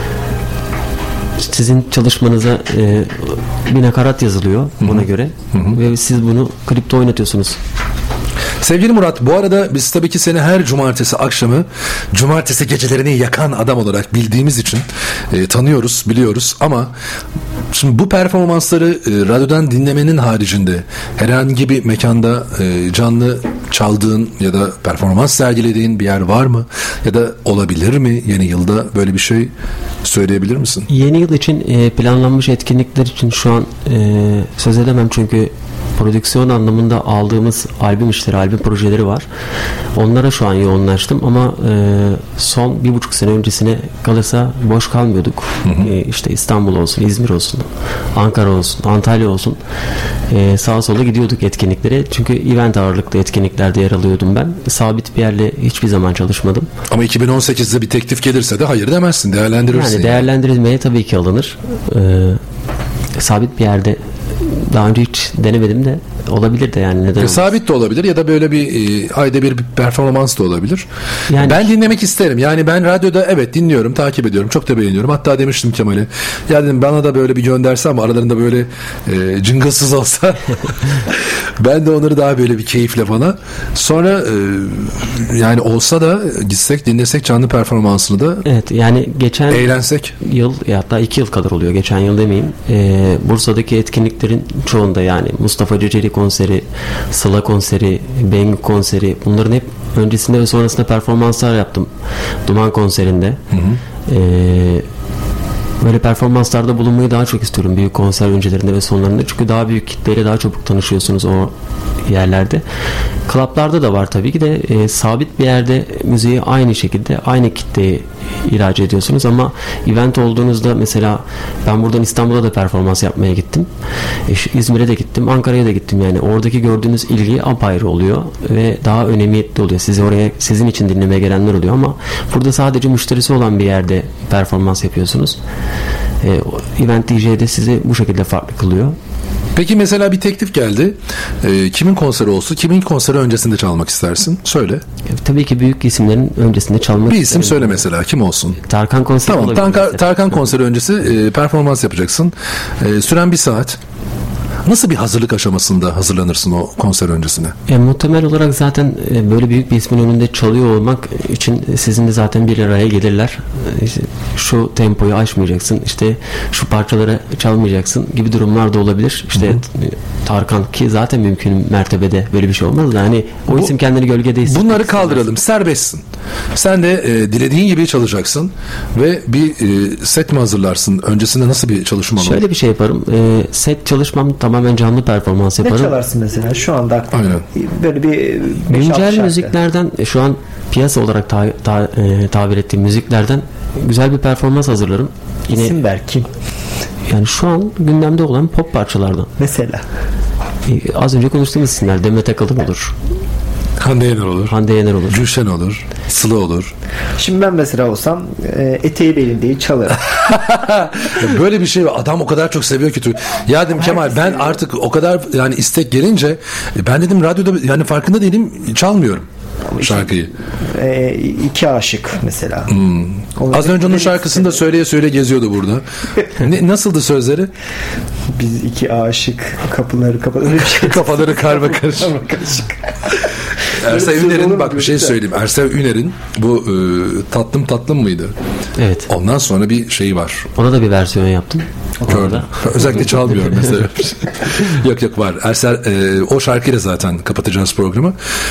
sizin çalışmanıza e, bir nakarat yazılıyor Hı-hı. ona göre. Hı-hı. Ve siz bunu klipte oynatıyorsunuz. Sevgili Murat, bu arada biz tabii ki seni her cumartesi akşamı cumartesi gecelerini yakan adam olarak bildiğimiz için e, tanıyoruz, biliyoruz ama şimdi bu performansları e, radyodan dinlemenin haricinde herhangi bir mekanda e, canlı çaldığın ya da performans sergilediğin bir yer var mı? Ya da olabilir mi yeni yılda böyle bir şey söyleyebilir misin? Yeni yıl için e, planlanmış etkinlikler için şu an e, söz edemem çünkü prodüksiyon anlamında aldığımız albüm işleri, albüm projeleri var. Onlara şu an yoğunlaştım ama e, son bir buçuk sene öncesine kalırsa boş kalmıyorduk. Hı hı. E, işte İstanbul olsun, İzmir olsun, Ankara olsun, Antalya olsun. E, sağa sola gidiyorduk etkinliklere. Çünkü event ağırlıklı etkinliklerde yer alıyordum ben. Sabit bir yerle hiçbir zaman çalışmadım. Ama iki bin on sekizde bir teklif gelirse de hayır demezsin, değerlendirirsin. Yani değerlendirilmeye tabii ki alınır. E, sabit bir yerde daha önce hiç denemedim de olabilir de yani neden? Sabit de olabilir ya da böyle bir e, ayda bir, bir performans da olabilir. Yani ben dinlemek isterim. Yani ben radyoda evet dinliyorum, takip ediyorum. Çok da beğeniyorum. Hatta demiştim Kemal'e. Ya dedim bana da böyle bir gönderse ama aralarında böyle e, cıngılsız olsa ben de onları daha böyle bir keyifle falan. Sonra e, yani olsa da gitsek dinlesek canlı performansını da. Evet yani geçen eğlensek. Yıl ya hatta iki yıl kadar oluyor. Geçen yıl demeyeyim. E, Bursa'daki etkinliklerin çoğunda yani Mustafa Ceceli konseri, Sıla konseri, Bengü konseri bunların hep öncesinde ve sonrasında performanslar yaptım. Duman konserinde. Hı hı. Ee, böyle performanslarda bulunmayı daha çok istiyorum büyük konser öncelerinde ve sonlarında. Çünkü daha büyük kitleyle daha çabuk tanışıyorsunuz o yerlerde. Klaplarda da var tabii ki de e, sabit bir yerde müziği aynı şekilde aynı kitleye ihraç ediyorsunuz ama event olduğunuzda mesela ben buradan İstanbul'a da performans yapmaya gittim. E, İzmir'e de gittim, Ankara'ya da gittim yani oradaki gördüğünüz ilgi apayrı oluyor ve daha önemiyetli oluyor. Sizi oraya sizin için dinlemeye gelenler oluyor ama burada sadece müşterisi olan bir yerde performans yapıyorsunuz. E, event D J'de sizi bu şekilde farklı kılıyor. Peki mesela bir teklif geldi. E, kimin konseri olsun? Kimin konseri öncesinde çalmak istersin? Söyle. E, tabii ki büyük isimlerin öncesinde çalmak Bir isterim. isim söyle mesela. Kim olsun? Tarkan konseri Tamam. olabilir. Tarkan, mesela. Tarkan konseri öncesi e, performans yapacaksın. E, süren bir saat. Nasıl bir hazırlık aşamasında hazırlanırsın o konser öncesine? E, muhtemel olarak zaten e, böyle büyük bir ismin önünde çalıyor olmak için sizinle zaten bir araya gelirler. E, işte şu tempoyu aşmayacaksın, işte şu parçaları çalmayacaksın gibi durumlar da olabilir. İşte e, Tarkan ki zaten mümkün mertebede böyle bir şey olmaz da hani o Bu, isim kendini gölgede hissetmek Bunları istemez. kaldıralım. Serbestsin. Sen de e, dilediğin gibi çalacaksın ve bir e, set mi hazırlarsın? Öncesinde nasıl bir çalışma olur? Şöyle bir şey yaparım. E, set çalışmam tamamen canlı performans yaparım. Ne çalarsın mesela şu anda aklına? Aynen. Böyle bir güncel müziklerden şu an piyasa olarak ta, ta, e, tabir ettiğim müziklerden güzel bir performans hazırlarım. Yine, İsim ver kim? Yani şu an gündemde olan pop parçalardan. Mesela? E, az önce konuştuğumuz isimler Demet Akalın olur. Hande Yener olur. Hande Yener olur. Gülşen olur. Sıla olur. Şimdi ben mesela olsam e, eteği belindeyi çalarım. Böyle bir şey var. Adam o kadar çok seviyor ki. Ya dedim Kemal ben artık o kadar yani istek gelince ben dedim radyoda yani farkında değilim çalmıyorum şarkıyı. E, iki aşık mesela. Hmm. Az önce onun şarkısını da söyleye söyle geziyordu burada. Ne, nasıldı sözleri? Biz iki aşık kapıları kapalı. Öyle bir şey. Kafaları karma karışık. Ersel Üner'in bak bir şey söyleyeyim. Ersel Üner'in bu e, tatlım tatlım mıydı? Evet. Ondan sonra bir şeyi var. Ona da bir versiyon yaptım. Gördüm. Özellikle çalmıyorum mesela. yok yok var. Ersel e, o şarkıyla zaten kapatacağız programı.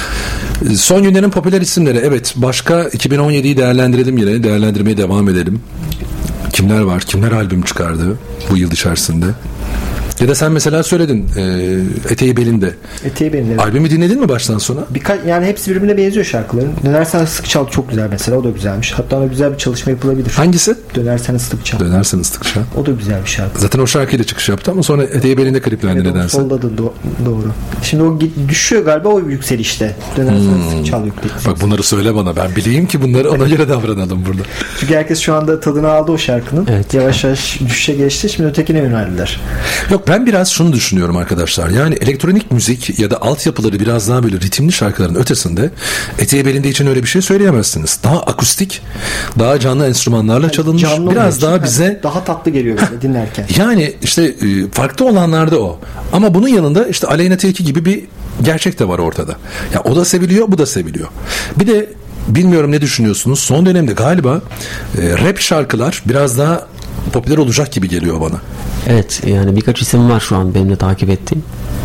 E, son günlerin popüler isimleri. Evet başka iki bin on yediyi değerlendirelim yine. Değerlendirmeye devam edelim. Kimler var? Kimler albüm çıkardı bu yıl içerisinde? Ya da sen mesela söyledin e, Eteği Belinde. Eteği Belinde. Albümü dinledin mi baştan sona? Birkaç yani hepsi birbirine benziyor şarkıların. Dönersen ıslık çal çok güzel mesela. O da güzelmiş. Hatta ona güzel bir çalışma yapılabilir. Hangisi? Dönersen ıslık çal. Dönersen ıslık çal. O da güzel bir şarkı. Zaten o şarkıyla çıkış yaptı ama sonra Eteği Belinde kliplendi evet, nedense. Solda da do- doğru. Şimdi o düşüyor galiba o yükselişte. Dönersen hmm. ıslık çal yükselişte. Bak bunları söyle bana. Ben bileyim ki bunları ona göre davranalım burada. Çünkü herkes şu anda tadını aldı o şarkının. Evet. Yavaş yavaş düşüşe geçti. Şimdi ötekine yöneldiler. Yok ben biraz şunu düşünüyorum arkadaşlar. Yani elektronik müzik ya da altyapıları biraz daha böyle ritimli şarkıların ötesinde Eteği Belinde için öyle bir şey söyleyemezsiniz. Daha akustik, daha canlı enstrümanlarla yani çalınmış. Canlı biraz daha bize daha tatlı geliyor böyle dinlerken. Yani işte farklı olanlar da o. Ama bunun yanında işte Aleyna Tilki gibi bir gerçek de var ortada. Ya o da seviliyor, bu da seviliyor. Bir de bilmiyorum ne düşünüyorsunuz? Son dönemde galiba e, rap şarkılar biraz daha popüler olacak gibi geliyor bana. Evet yani birkaç isim var şu an benim de takip ettiğim.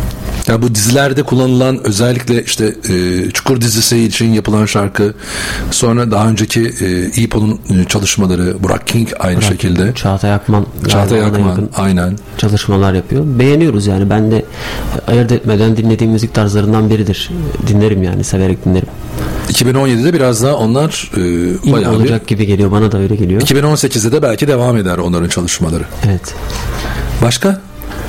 Ya bu dizilerde kullanılan özellikle işte e, Çukur dizisi için yapılan şarkı, sonra daha önceki e, İpo'nun çalışmaları, Burak King aynı Burak şekilde. King, Çağatay Akman. Çağatay Akman aynen. Çalışmalar yapıyor. Beğeniyoruz yani. Ben de ayırt etmeden dinlediğim müzik tarzlarından biridir. Dinlerim yani. Severek dinlerim. iki bin on yedide biraz daha onlar e, bayağı olacak bir, gibi geliyor. Bana da öyle geliyor. iki bin on sekizde de belki devam eder onların çalışmaları. Evet. Başka?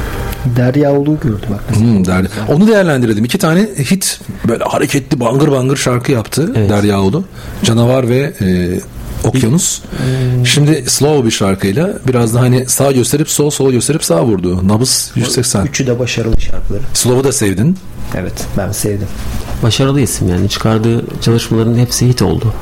Derya Ulu gördüm bak. Hmm, Derya. Onu değerlendirelim. İki tane hit böyle hareketli bangır bangır şarkı yaptı evet. Derya Ulu. Canavar ve e, Okyanus. Hmm. Şimdi slow bir şarkıyla biraz da hani sağ gösterip sol, sol gösterip sağ vurdu. Nabız yüz seksen. Üçü de başarılı şarkıları. Slow'u da sevdin. Evet ben sevdim. Başarılı isim yani. Çıkardığı çalışmaların hepsi hit oldu.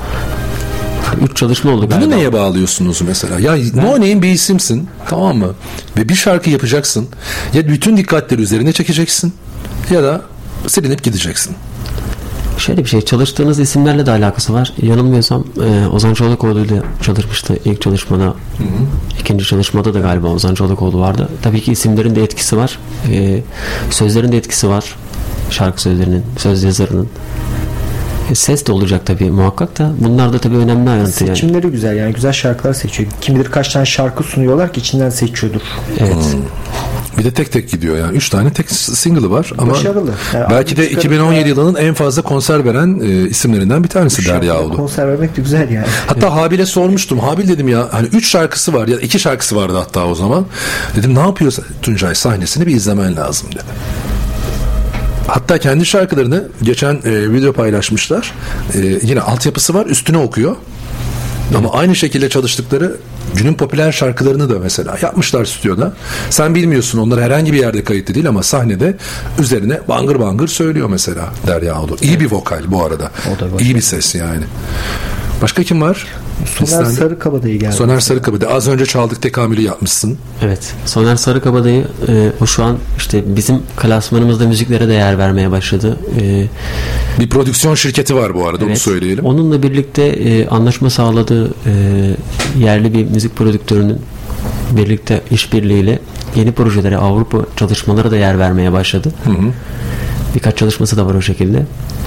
Üç çalışma oldu galiba. Bunu neye bağlıyorsunuz mesela? Ya ben... No Name bir isimsin, tamam mı? Ve bir şarkı yapacaksın. Ya bütün dikkatleri üzerine çekeceksin ya da silinip gideceksin. Şöyle bir şey, çalıştığınız isimlerle de alakası var. Yanılmıyorsam e, Ozan Çolakoğlu ile çalışmıştı ilk çalışmada. Hı hı. İkinci çalışmada da galiba Ozan Çolakoğlu vardı. Tabii ki isimlerin de etkisi var. E, sözlerin de etkisi var. Şarkı sözlerinin, söz yazarının. Ses de olacak tabii muhakkak da. Bunlar da tabii önemli ayrıntı. Seçimleri yani. güzel yani güzel şarkılar seçiyor. Kim bilir kaç tane şarkı sunuyorlar ki içinden seçiyordur. Evet. Hmm. Bir de tek tek gidiyor yani. Üç tane tek single'ı var ama başarılı. Yani belki de iki bin on yedi yılının en fazla konser veren e, isimlerinden bir tanesi Derya Ulu. Konser vermek de güzel yani. Hatta evet. Habil'e sormuştum. Habil dedim ya hani üç şarkısı var ya da iki şarkısı vardı hatta o zaman. Dedim ne yapıyorsa Tuncay sahnesini bir izlemen lazım dedi. Hatta kendi şarkılarını geçen e, video paylaşmışlar. E, yine altyapısı var, üstüne okuyor. Ama aynı şekilde çalıştıkları günün popüler şarkılarını da mesela yapmışlar stüdyoda. Sen bilmiyorsun, onlar herhangi bir yerde kayıtlı değil ama sahnede üzerine bangır bangır söylüyor mesela Derya Ulu. İyi bir vokal bu arada. İyi bir ses yani. Başka kim var? Soner Sarıkabadayı geldi. Soner Sarıkabadayı. Az önce çaldık, tekamülü yapmışsın. Evet. Soner Sarıkabadayı e, o şu an işte bizim klasmanımızda müziklere de yer vermeye başladı. E, bir prodüksiyon şirketi var bu arada, evet, onu söyleyelim. Onunla birlikte e, anlaşma sağladığı e, yerli bir müzik prodüktörünün birlikte işbirliğiyle yeni projelere, Avrupa çalışmalara da yer vermeye başladı. Hı hı. Birkaç çalışması da var o şekilde.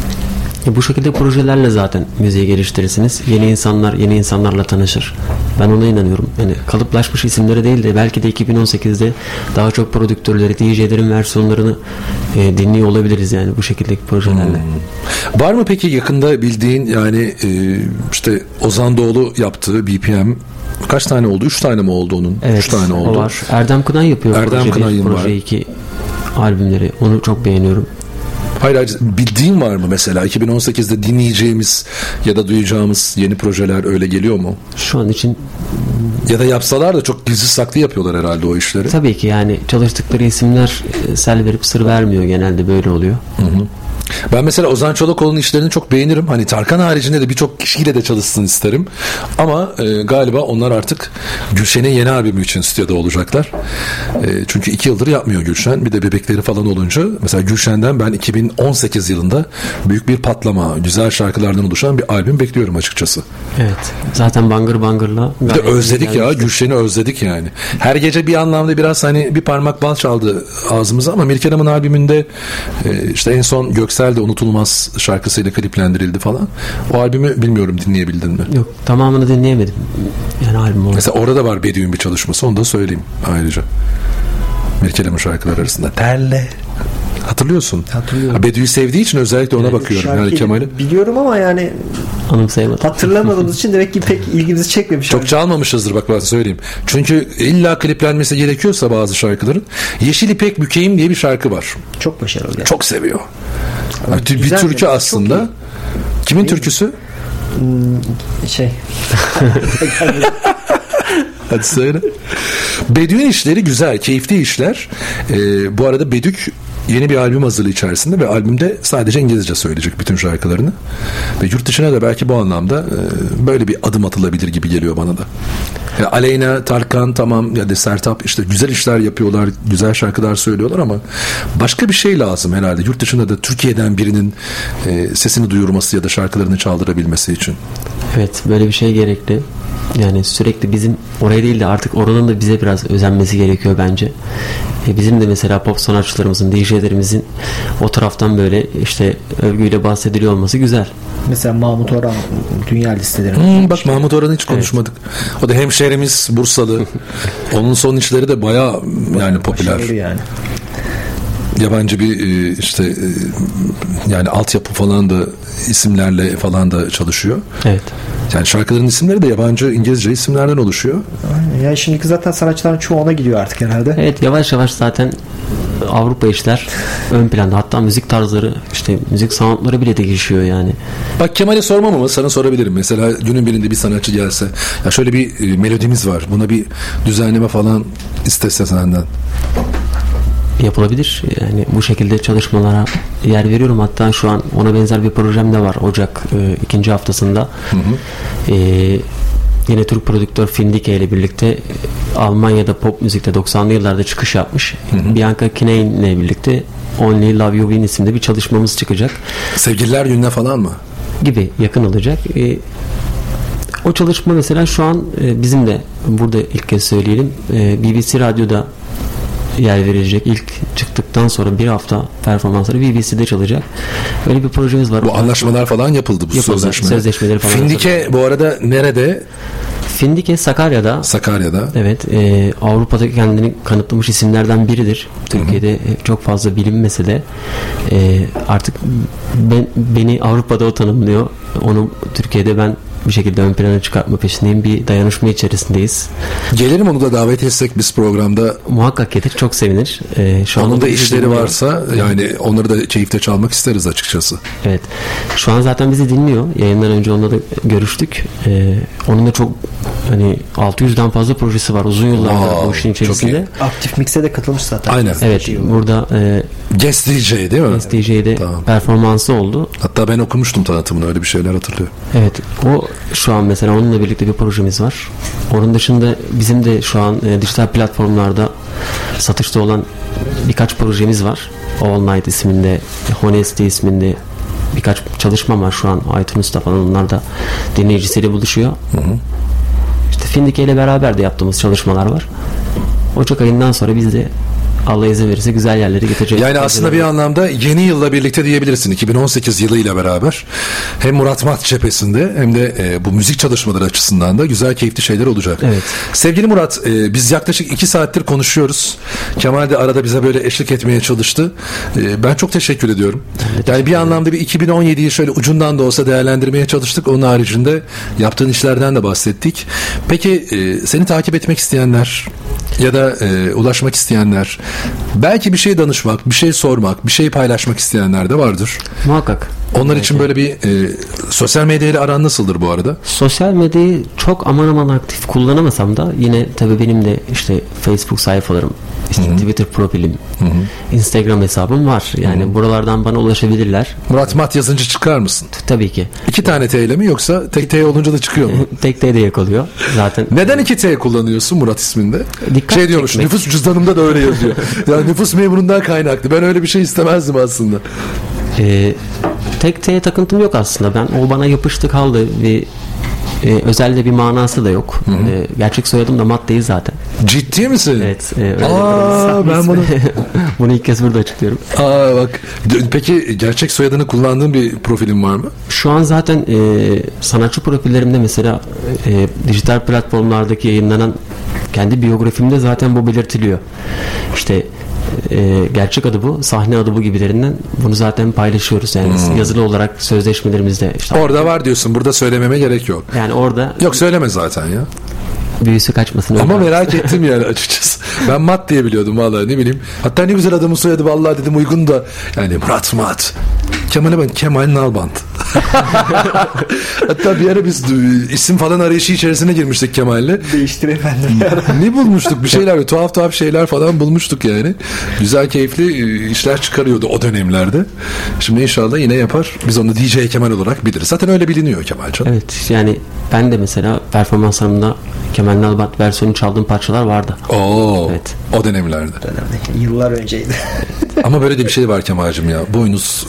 E bu şekilde projelerle zaten müziği geliştirirsiniz. Yeni insanlar yeni insanlarla tanışır. Ben ona inanıyorum. Yani kalıplaşmış isimleri değil de belki de iki bin on sekizde daha çok prodüktörleri, D J'lerin versiyonlarını e, dinliyor olabiliriz yani bu şekildeki projelerle. Hmm. Var mı peki yakında bildiğin, yani e, işte Ozan Doğulu yaptığı B P M kaç tane oldu? Üç tane mi oldu onun? Evet, Üç tane oldu. O var. Erdem Kınay yapıyor. Erdem Kınay'ın var. Proje iki albümleri. Onu çok beğeniyorum. Hayır, hayır, bildiğin var mı mesela iki bin on sekizde dinleyeceğimiz ya da duyacağımız yeni projeler öyle geliyor mu? Şu an için ya da yapsalar da çok gizli saklı yapıyorlar herhalde o işleri. Tabii ki yani çalıştıkları isimler sel verip sır vermiyor, genelde böyle oluyor. Hı hı. Ben mesela Ozan Çolakoğlu'nun işlerini çok beğenirim. Hani Tarkan haricinde de birçok kişiyle de çalışsın isterim. Ama e, galiba onlar artık Gülşen'in yeni albümü için stüdyoda olacaklar. E, çünkü iki yıldır yapmıyor Gülşen. Bir de bebekleri falan olunca. Mesela Gülşen'den ben iki bin on sekiz yılında büyük bir patlama, güzel şarkılardan oluşan bir albüm bekliyorum açıkçası. Evet. Zaten bangır bangırla. Bir de özledik ya. Gülşen'i özledik yani. Her gece bir anlamda biraz hani bir parmak bal çaldı ağzımıza ama Mirkelam'ın albümünde e, işte en son Göksel de Unutulmaz şarkısıyla kliplendirildi falan. O albümü bilmiyorum, dinleyebildin mi? Yok, tamamını dinleyemedim. Yani albüm orada. Mesela orada da var Bediü'nün bir çalışması, onu da söyleyeyim ayrıca. Mirkelam'ın şarkıları arasında. Terle. Hatırlıyorsun. Hatırlıyorum. Bediü'yü sevdiği için özellikle ona evet, bakıyorum. Yani Kemal'i. Biliyorum ama yani anımsayamadım. Hatırlamadığımız için demek ki pek ilgimizi çekmemiş. Çok çalmamışızdır bak ben söyleyeyim. Çünkü illa kliplenmesi gerekiyorsa bazı şarkıların. Yeşil İpek Bükeyim diye bir şarkı var. Çok başarılı. Yani. Çok seviyor. Evet, bir türkü aslında. Kimin Değil türküsü? Hmm, şey. Hadi söyle. Bediü'nün işleri güzel, keyifli işler. Ee, bu arada Bedük yeni bir albüm hazırlığı içerisinde ve albümde sadece İngilizce söyleyecek bütün şarkılarını. Ve yurt dışına da belki bu anlamda e, böyle bir adım atılabilir gibi geliyor bana da. Ya Aleyna, Tarkan tamam ya da Sertab işte güzel işler yapıyorlar, güzel şarkılar söylüyorlar ama başka bir şey lazım herhalde. Yurt dışında da Türkiye'den birinin e, sesini duyurması ya da şarkılarını çaldırabilmesi için. Evet, böyle bir şey gerekli. Yani sürekli bizim oraya değil de artık oranın da bize biraz özenmesi gerekiyor bence. E bizim de mesela pop sanatçılarımızın, D J'lerimizin o taraftan böyle işte övgüyle bahsediliyor olması güzel. Mesela Mahmut Orhan dünya listelerinde. Hmm, bak Mahmut Orhan'ı hiç konuşmadık. Evet. O da hemşehrimiz, Bursalı. Onun son işleri de bayağı yani popüler. Yani. Yabancı bir işte yani altyapı falan da isimlerle falan da çalışıyor. Evet. Yani şarkıların isimleri de yabancı İngilizce isimlerden oluşuyor. Aynen. Yani şimdiki zaten sanatçıların çoğu ona gidiyor artık herhalde. Evet, yavaş yavaş zaten Avrupa işler ön planda. Hatta müzik tarzları, işte müzik sanatları bile değişiyor yani. Bak Kemal'e sormam ama sana sorabilirim. Mesela günün birinde bir sanatçı gelse, ya şöyle bir melodimiz var, buna bir düzenleme falan istese senden. Yapılabilir. Yani bu şekilde çalışmalara yer veriyorum. Hatta şu an ona benzer bir projem de var. Ocak e, ikinci haftasında. Hı hı. E, yine Türk prodüktör Findike ile birlikte e, Almanya'da pop müzikte doksanlı yıllarda çıkış yapmış. Hı hı. Bianca Kinein ile birlikte Only Love You Win isimli bir çalışmamız çıkacak. Sevgililer Günü'ne falan mı? Gibi yakın olacak. E, o çalışma mesela şu an e, bizim de burada ilk kez söyleyelim. E, B B C Radyo'da yer verilecek. İlk çıktıktan sonra bir hafta performansları B B C'de çalacak. Öyle bir projemiz var. Bu anlaşmalar falan yapıldı, bu yapıldı, sözleşme. Sözleşmeleri falan. Findike yapıldı. Bu arada nerede? Findike Sakarya'da. Sakarya'da. Evet. E, Avrupa'da kendini kanıtlamış isimlerden biridir. Türkiye'de hı hı. çok fazla bilinmese de e, artık ben, beni Avrupa'da o tanımlıyor. Onu Türkiye'de ben bir şekilde ön plana çıkartma peşindeyim. Bir dayanışma içerisindeyiz. Gelelim, onu da davet etsek biz programda. Muhakkak gelir, çok sevinir. Ee, şu Onun da bizi işleri dinliyor. varsa yani onları da keyifle çalmak isteriz açıkçası. Evet. Şu an zaten bizi dinliyor. Yayından önce onunla da görüştük. Ee, onun da çok hani altı yüzden fazla projesi var. Uzun yıllardır Wow, bu işin içerisinde. Aktif Mix'e de katılmış zaten. Aynen. Evet. Burada e, Guest D J değil mi? Guest D J'de Tamam. performansı oldu. Hatta ben okumuştum tanıtımını, öyle bir şeyler hatırlıyorum. Evet. O şu an mesela onunla birlikte bir projemiz var. Onun dışında bizim de şu an e, dijital platformlarda satışta olan birkaç projemiz var. All Night isminde, Honesty isminde birkaç çalışma var şu an iTunes'ta falan. Onlar da dinleyicisiyle buluşuyor. Hı hı. İşte Findike ile beraber de yaptığımız çalışmalar var. Ocak ayından sonra biz de Allah izin verirse güzel yerlere getireceğiz. Yani aslında bir anlamda yeni yılla birlikte diyebilirsin. iki bin on sekiz yılıyla beraber hem Murat Mat cephesinde hem de e, bu müzik çalışmaları açısından da güzel, keyifli şeyler olacak. Evet. Sevgili Murat, e, biz yaklaşık iki saattir konuşuyoruz. Kemal de arada bize böyle eşlik etmeye çalıştı. E, ben çok teşekkür ediyorum. Evet, yani bir anlamda bir iki bin on yediyi şöyle ucundan da olsa değerlendirmeye çalıştık. Onun haricinde yaptığın işlerden de bahsettik. Peki e, seni takip etmek isteyenler ya da e, ulaşmak isteyenler, belki bir şey danışmak, bir şey sormak, bir şey paylaşmak isteyenler de vardır. Muhakkak. Onlar için böyle bir e, sosyal medyayla aran nasıldır bu arada? Sosyal medyayı çok aman aman aktif kullanamasam da yine tabii benim de işte Facebook sayfalarım, işte Hı-hı. Twitter profilim, Hı-hı. Instagram hesabım var. Yani Hı-hı. buralardan bana ulaşabilirler. Murat Mat yazınca çıkar mısın? Tabii ki. İki tane T ile mi yoksa tek T olunca da çıkıyor mu? Tek T de yakalıyor zaten. Neden iki T kullanıyorsun Murat isminde? Dikkat şey diyormuş, çekmek. Nüfus cüzdanımda da öyle yazıyor. Yani nüfus memurundan kaynaklı. Ben öyle bir şey istemezdim aslında. Ee, tek T'ye takıntım yok aslında. Ben o bana yapıştı kaldı ve e, özelde bir manası da yok. E, gerçek soyadım da Mat değil zaten. Ciddi misin? Evet. E, öyle Aa, ben bunu bunu ilk kez burada açıklıyorum. Aa bak. Peki gerçek soyadını kullandığın bir profilin var mı? Şu an zaten e, sanatçı profillerimde mesela e, dijital platformlardaki yayınlanan kendi biyografimde zaten bu belirtiliyor. İşte e, gerçek adı bu, sahne adı bu gibilerinden bunu zaten paylaşıyoruz. Yani hmm. yazılı olarak sözleşmelerimizde. Işte orada var diyorsun. Burada söylememe gerek yok. Yani orada. Yok, söyleme zaten ya. Büyüsü kaçmasın. Ama merak ettim yani açıkçası. Ben Mat diye biliyordum vallahi, ne bileyim. Hatta ne güzel adamın soyadı vallahi dedim, uygun da. Yani Murat Mat. Kemal'e ben Kemal Nalbant. Hatta bir ara biz isim falan arayışı içerisine girmiştik Kemal'le. Değiştir efendim. Ne bulmuştuk? Bir şeyler, tuhaf tuhaf şeyler falan bulmuştuk yani. Güzel, keyifli işler çıkarıyordu o dönemlerde. Şimdi inşallah yine yapar. Biz onu D J Kemal olarak biliriz. Zaten öyle biliniyor Kemalcan. Evet, yani ben de mesela performanslarımda Kemal Nalbant versiyonu çaldığım parçalar vardı. Oo. Evet. O dönemlerde. Dönemde. Yıllar önceydi. Ama böyle de bir şey var Kemal'cim ya. Boynuz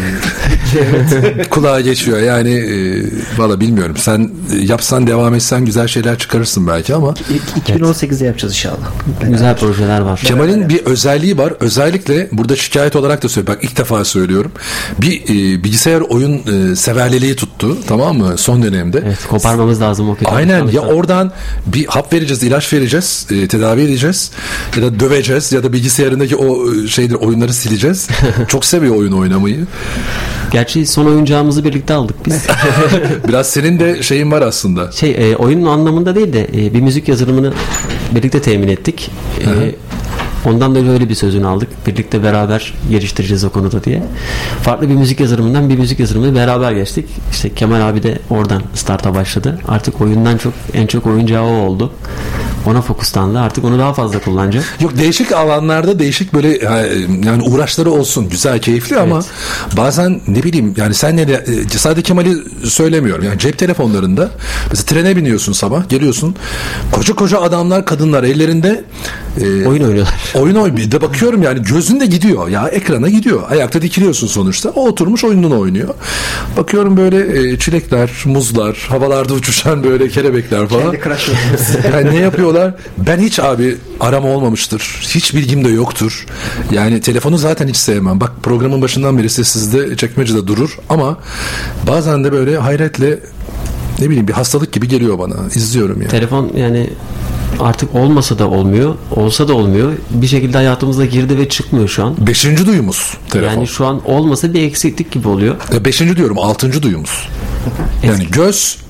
e, kulağa geçiyor. Yani e, valla bilmiyorum. Sen e, yapsan, devam etsen güzel şeyler çıkarırsın belki ama. iki bin on sekizde yapacağız inşallah. Beraber. Güzel projeler var. Kemal'in bir özelliği var. Özellikle burada şikayet olarak da söylüyorum. Bak ilk defa söylüyorum. Bir e, bilgisayar oyun e, severliliği tuttu. Tamam mı? Son dönemde. Evet, koparmamız lazım o kötü. Aynen. Ya oradan bir hap vereceğiz, ilaç vereceğiz, e, tedavi edeceğiz ya da döveceğiz ya da bilgisayarındaki o şeydir, oyunları sileceğiz. Çok seviyor oyun oynamayı. Gerçi son oyuncağımızı birlikte aldık biz. Biraz senin de şeyin var aslında. Şey e, oyunun anlamında değil de e, bir müzik yazılımını birlikte temin ettik. E, ondan da öyle bir sözünü aldık. Birlikte beraber geliştireceğiz o konuda diye. Farklı bir müzik yazılımından bir müzik yazılımını beraber geçtik. İşte Kemal abi de oradan starta başladı. Artık oyundan çok en çok oyuncağı o oldu. Ona fokuslandı. Artık onu daha fazla kullanacak. Yok, değişik alanlarda değişik böyle yani uğraşları olsun. Güzel, keyifli evet. Ama bazen ne bileyim yani senle de sadece Kemal'i söylemiyorum. Yani cep telefonlarında mesela trene biniyorsun sabah, geliyorsun. Koca koca adamlar, kadınlar ellerinde e, oyun oynuyorlar. Oyun oynuyor. Bir de bakıyorum yani gözün de gidiyor. Ya ekrana gidiyor. Ayakta dikiliyorsun sonuçta. O oturmuş oyununu oynuyor. Bakıyorum böyle e, çilekler, muzlar, havalarda uçuşan böyle kelebekler falan. Kendi crush yani ne yapıyorlar? Ben hiç abi aram olmamıştır. Hiç bilgim de yoktur. Yani telefonu zaten hiç sevmem. Bak programın başından beri sessizde, çekmecede durur ama bazen de böyle hayretle ne bileyim bir hastalık gibi geliyor bana. İzliyorum yani. Telefon yani artık olmasa da olmuyor, olsa da olmuyor. Bir şekilde hayatımıza girdi ve çıkmıyor şu an. Beşinci duyumuz telefon. Yani şu an olmasa bir eksiklik gibi oluyor. E beşinci diyorum, altıncı duyumuz. Yani göz,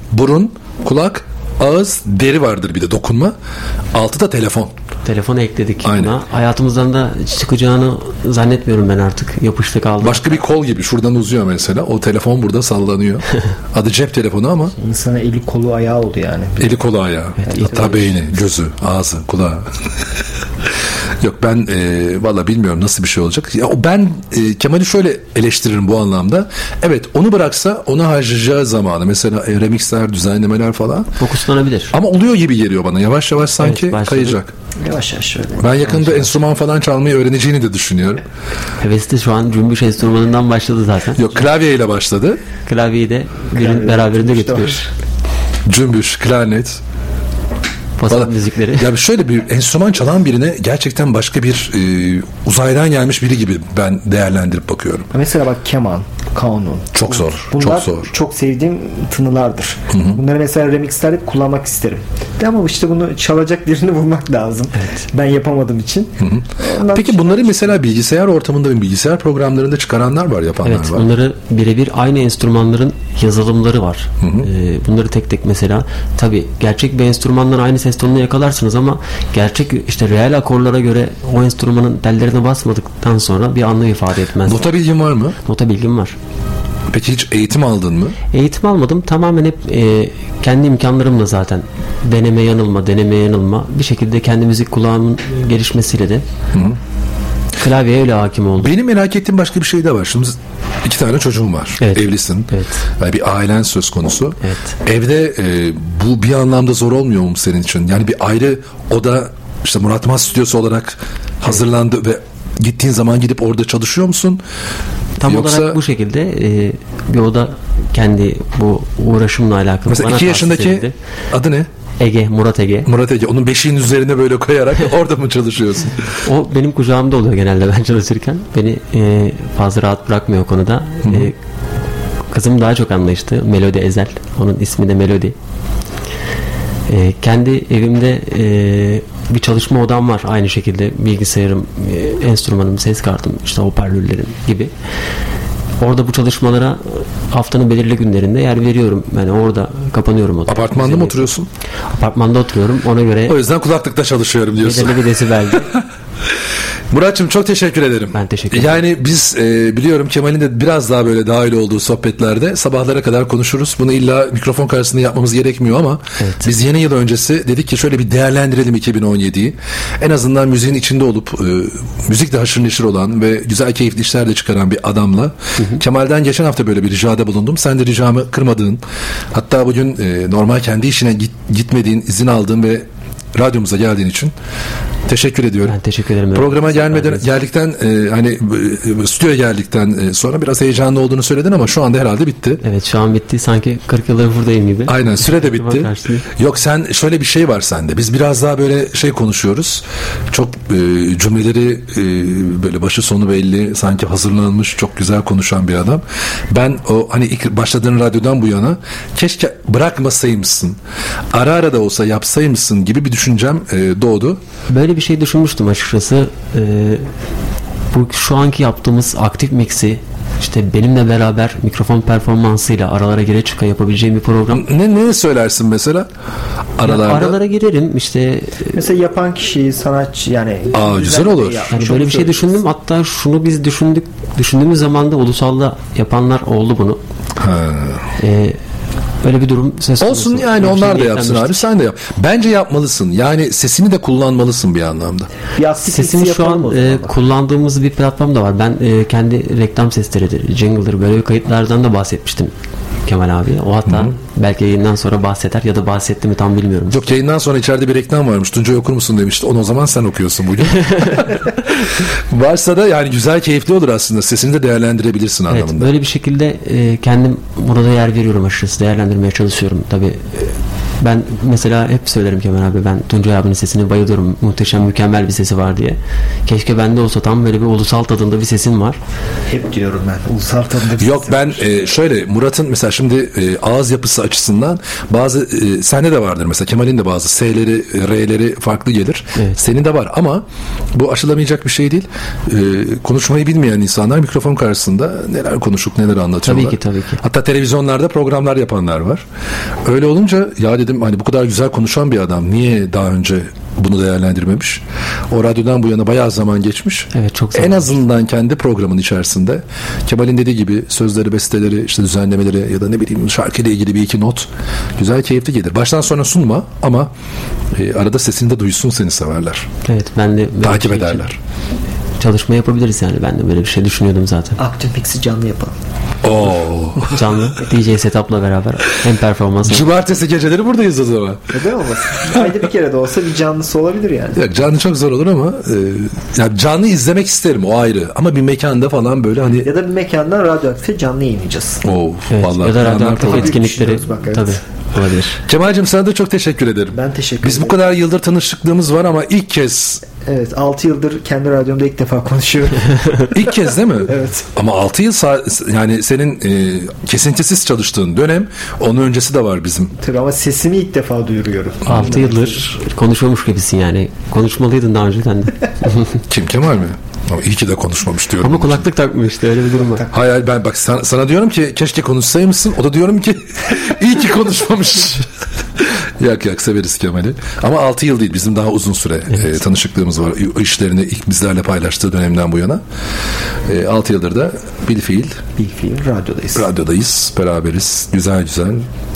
burun, kulak, ağız, deri vardır bir de dokunma. Altı da telefon. Telefonu ekledik buna. Hayatımızdan da çıkacağını zannetmiyorum ben artık. Yapıştık aldık. Başka bir kol gibi şuradan uzuyor mesela. O telefon burada sallanıyor. Adı cep telefonu ama. İnsana eli kolu ayağı oldu yani. Eli kolu ayağı. Evet, hatta beyni, gözü, ağzı, kulağı. Yok ben e, valla bilmiyorum nasıl bir şey olacak. Ya o ben e, Kemal'i şöyle eleştiririm bu anlamda. Evet onu bıraksa ona harcayacağı zamanı mesela e, remixler, düzenlemeler falan. Fokuslanabilir. Ama oluyor gibi geliyor bana. Yavaş yavaş sanki evet, kayacak. Yavaş yavaş şöyle. Ben yakında yavaş enstrüman yavaş. falan çalmayı öğreneceğini de düşünüyorum. Hevesi de şu an cümbüş enstrümanından başladı zaten. Yok klavyeyle başladı. Klavyeyi de Klavye beraberinde götürüyor. Cümbüş, klarnet. Pasat müzikleri. Ya şöyle bir enstrüman çalan birine gerçekten başka bir e, uzaydan gelmiş biri gibi ben değerlendirip bakıyorum. Mesela bak keman, kanun. Çok zor. Bunlar çok zor. Çok sevdiğim tınılardır. Hı-hı. Bunları mesela remixlerde kullanmak isterim. Ama işte bunu çalacak birini bulmak lazım. Evet. Ben yapamadığım için. Peki bunları mesela bilgisayar ortamında ve bilgisayar programlarında çıkaranlar var, yapanlar evet, var. Evet, bunları birebir aynı enstrümanların yazılımları var. Ee, bunları tek tek mesela tabii gerçek bir enstrümandan aynı ses tonunu yakalarsınız ama gerçek işte reel akorlara göre o enstrümanın tellerine basmadıktan sonra bir anlam ifade etmez. Nota bilgin var mı? Nota bilgim var. Peki hiç eğitim aldın mı? Eğitim almadım. Tamamen hep e, kendi imkanlarımla zaten deneme yanılma, deneme yanılma bir şekilde kendi müzik kulağımın gelişmesiyle de hı hı. klavyeye öyle hakim oldum. Benim merak ettiğim başka bir şey de var. Şimdi iki tane çocuğum var. Evet. Evlisin. Evet. Yani bir ailen söz konusu. Evet. Evde e, bu bir anlamda zor olmuyor mu senin için? Yani bir ayrı oda işte Murat Mas stüdyosu olarak hazırlandı evet. ve gittiğin zaman gidip orada çalışıyor musun? Tam Yoksa... olarak bu şekilde e, bir oda kendi bu uğraşımla alakalı. Mesela iki yaşındaki edildi. Adı ne? Ege, Murat Ege. Murat Ege. Onun beşiğin üzerine böyle koyarak orada mı çalışıyorsun? O benim kucağımda oluyor genelde ben çalışırken. Beni e, fazla rahat bırakmıyor o konuda. E, kızım daha çok anlayışlı. Melodi Ezel. Onun ismi de Melodi. E, kendi evimde e, bir çalışma odam var. Aynı şekilde bilgisayarım, e, enstrümanım, ses kartım, işte hoparlörlerim gibi. Orada bu çalışmalara haftanın belirli günlerinde yer veriyorum. Yani orada kapanıyorum odada. Apartmanda mı oturuyorsun? Apartmanda oturuyorum. Ona göre... O yüzden kulaklıkta çalışıyorum diyorsun. Belirli bir desibelde. Murat'cığım çok teşekkür ederim. Ben teşekkür ederim. Yani biz e, biliyorum Kemal'in de biraz daha böyle dahil olduğu sohbetlerde sabahlara kadar konuşuruz. Bunu illa mikrofon karşısında yapmamız gerekmiyor ama evet. biz yeni yıl öncesi dedik ki şöyle bir değerlendirelim iki bin on yediyi. En azından müziğin içinde olup e, müzikle haşır neşir olan ve güzel keyifli işler de çıkaran bir adamla. Hı hı. Kemal'den geçen hafta böyle bir ricada bulundum. Sen de ricamı kırmadığın, hatta bugün e, normal kendi işine git, gitmediğin, izin aldığın ve radyomuza geldiğin için teşekkür ediyorum. Ben teşekkür ederim. Programa gelmeden geldikten e, hani e, stüdyoya geldikten e, sonra biraz heyecanlı olduğunu söyledin ama şu anda herhalde bitti. Evet şu an bitti. Sanki kırk yıldır buradayım gibi. Aynen süre de bitti. Yok sen şöyle bir şey var sende. Biz biraz daha böyle şey konuşuyoruz. Çok e, cümleleri e, böyle başı sonu belli, sanki hazırlanmış, çok güzel konuşan bir adam. Ben o hani ilk başladığın radyodan bu yana keşke bırakmasaymışsın. Ara ara da olsa yapsaymışsın gibi bir düşüncem e, doğdu. Böyle bir şey düşünmüştüm açıkçası. Ee, bu şu anki yaptığımız aktif mixi işte benimle beraber mikrofon performansıyla aralara gire çıka yapabileceğim bir program. Ne ne söylersin mesela? Aralarda. Ya aralara girerim işte. Mesela yapan kişi, sanatçı yani. Aa güzel olur. Yani böyle bir şey düşündüm. Hatta şunu biz düşündük. Düşündüğümüz zaman da ulusalda yapanlar oldu bunu. Ha. Ee, Öyle bir durum söz konusu. Olsun yani bir onlar da yapsın abi, sen de yap. Bence yapmalısın. Yani sesini de kullanmalısın bir anlamda. Sesini şu an e, kullandığımız bir platform da var. Ben e, kendi reklam sesleridir, jingle'dır böyle kayıtlardan da bahsetmiştim Kemal abi. O hatta Hı-hı. belki yayından sonra bahseder ya da bahsetti mi tam bilmiyorum. Yok yayından sonra içeride bir reklam varmış. Tuncay okur musun demişti. Onu o zaman sen okuyorsun bugün. Varsa da yani güzel, keyifli olur aslında. Sesini de değerlendirebilirsin evet, anlamında. Böyle bir şekilde e, kendim burada yer veriyorum açıkçası. Değerlendirmeye çalışıyorum. Tabii Ben mesela hep söylerim Kemal abi, ben Tuncay abinin sesine bayılıyorum. Muhteşem, mükemmel bir sesi var diye. Keşke bende olsa, tam böyle bir ulusal tadında bir sesin var. Hep diyorum ben ulusal tadında bir Yok ben e, şöyle Murat'ın mesela şimdi e, ağız yapısı açısından bazı e, sende de vardır mesela, Kemal'in de bazı S'leri R'leri farklı gelir. Evet. Senin de var ama bu aşılamayacak bir şey değil. E, konuşmayı bilmeyen insanlar mikrofon karşısında neler konuşup neler anlatıyorlar. Tabii ki tabii ki. Hatta televizyonlarda programlar yapanlar var. Öyle olunca ya dedim hani bu kadar güzel konuşan bir adam niye daha önce bunu değerlendirmemiş? O radyodan bu yana bayağı zaman geçmiş. Evet, çok en azından kendi programın içerisinde Kemal'in dediği gibi sözleri, besteleri, işte düzenlemeleri ya da ne bileyim şarkıyla ilgili bir iki not güzel, keyifli gelir. Baştan sona sunma ama e, arada sesini de duysun, seni severler. Evet, ben de takip şey ederler. Çalışma yapabiliriz yani. Ben de böyle bir şey düşünüyordum zaten. Aktif Mix'i canlı yapalım. Oo. Canlı D J setup'la beraber hem performans. Cumartesi geceleri buradayız o zaman. Neden olmasın? Ayda bir kere de olsa bir canlısı olabilir yani. Ya canlı çok zor olur ama e, ya canlı izlemek isterim, o ayrı. Ama bir mekanda falan böyle hani. Ya da bir mekandan radyoaktif canlı yayınlayacağız. Oo, evet, vallahi. Ya da radyoaktif etkinlikleri. Bak, evet. Tabii. Olabilir. Kemal'cim sana da çok teşekkür ederim. Ben teşekkür Biz ederim. bu kadar yıldır tanışıklığımız var ama ilk kez. Evet, altı yıldır kendi radyomda ilk defa konuşuyorum. İlk kez değil mi? Evet. Ama altı yıl sa- yani senin e, kesintisiz çalıştığın dönem, onun öncesi de var bizim. Tabii ama sesimi ilk defa duyuruyorum. altı yıldır konuşmamış gibisin yani. Konuşmalıydın daha önceden de. Kim, Kemal mi? Ama iyi ki de konuşmamış diyorum. Ama kulaklık takmış işte, öyle bir durum var. Hayır, ben bak sana, sana diyorum ki keşke konuşsaymışsın. O da diyorum ki iyi ki konuşmamış. Yak yak severiz Kemal'i. Ama altı yıl değil, bizim daha uzun süre evet. e, tanışıklığımız var. İşlerini ilk bizlerle paylaştığı dönemden bu yana. E, altı yıldır da bilfiil. Bilfiil radyodayız. Radyodayız, beraberiz. Güzel güzel.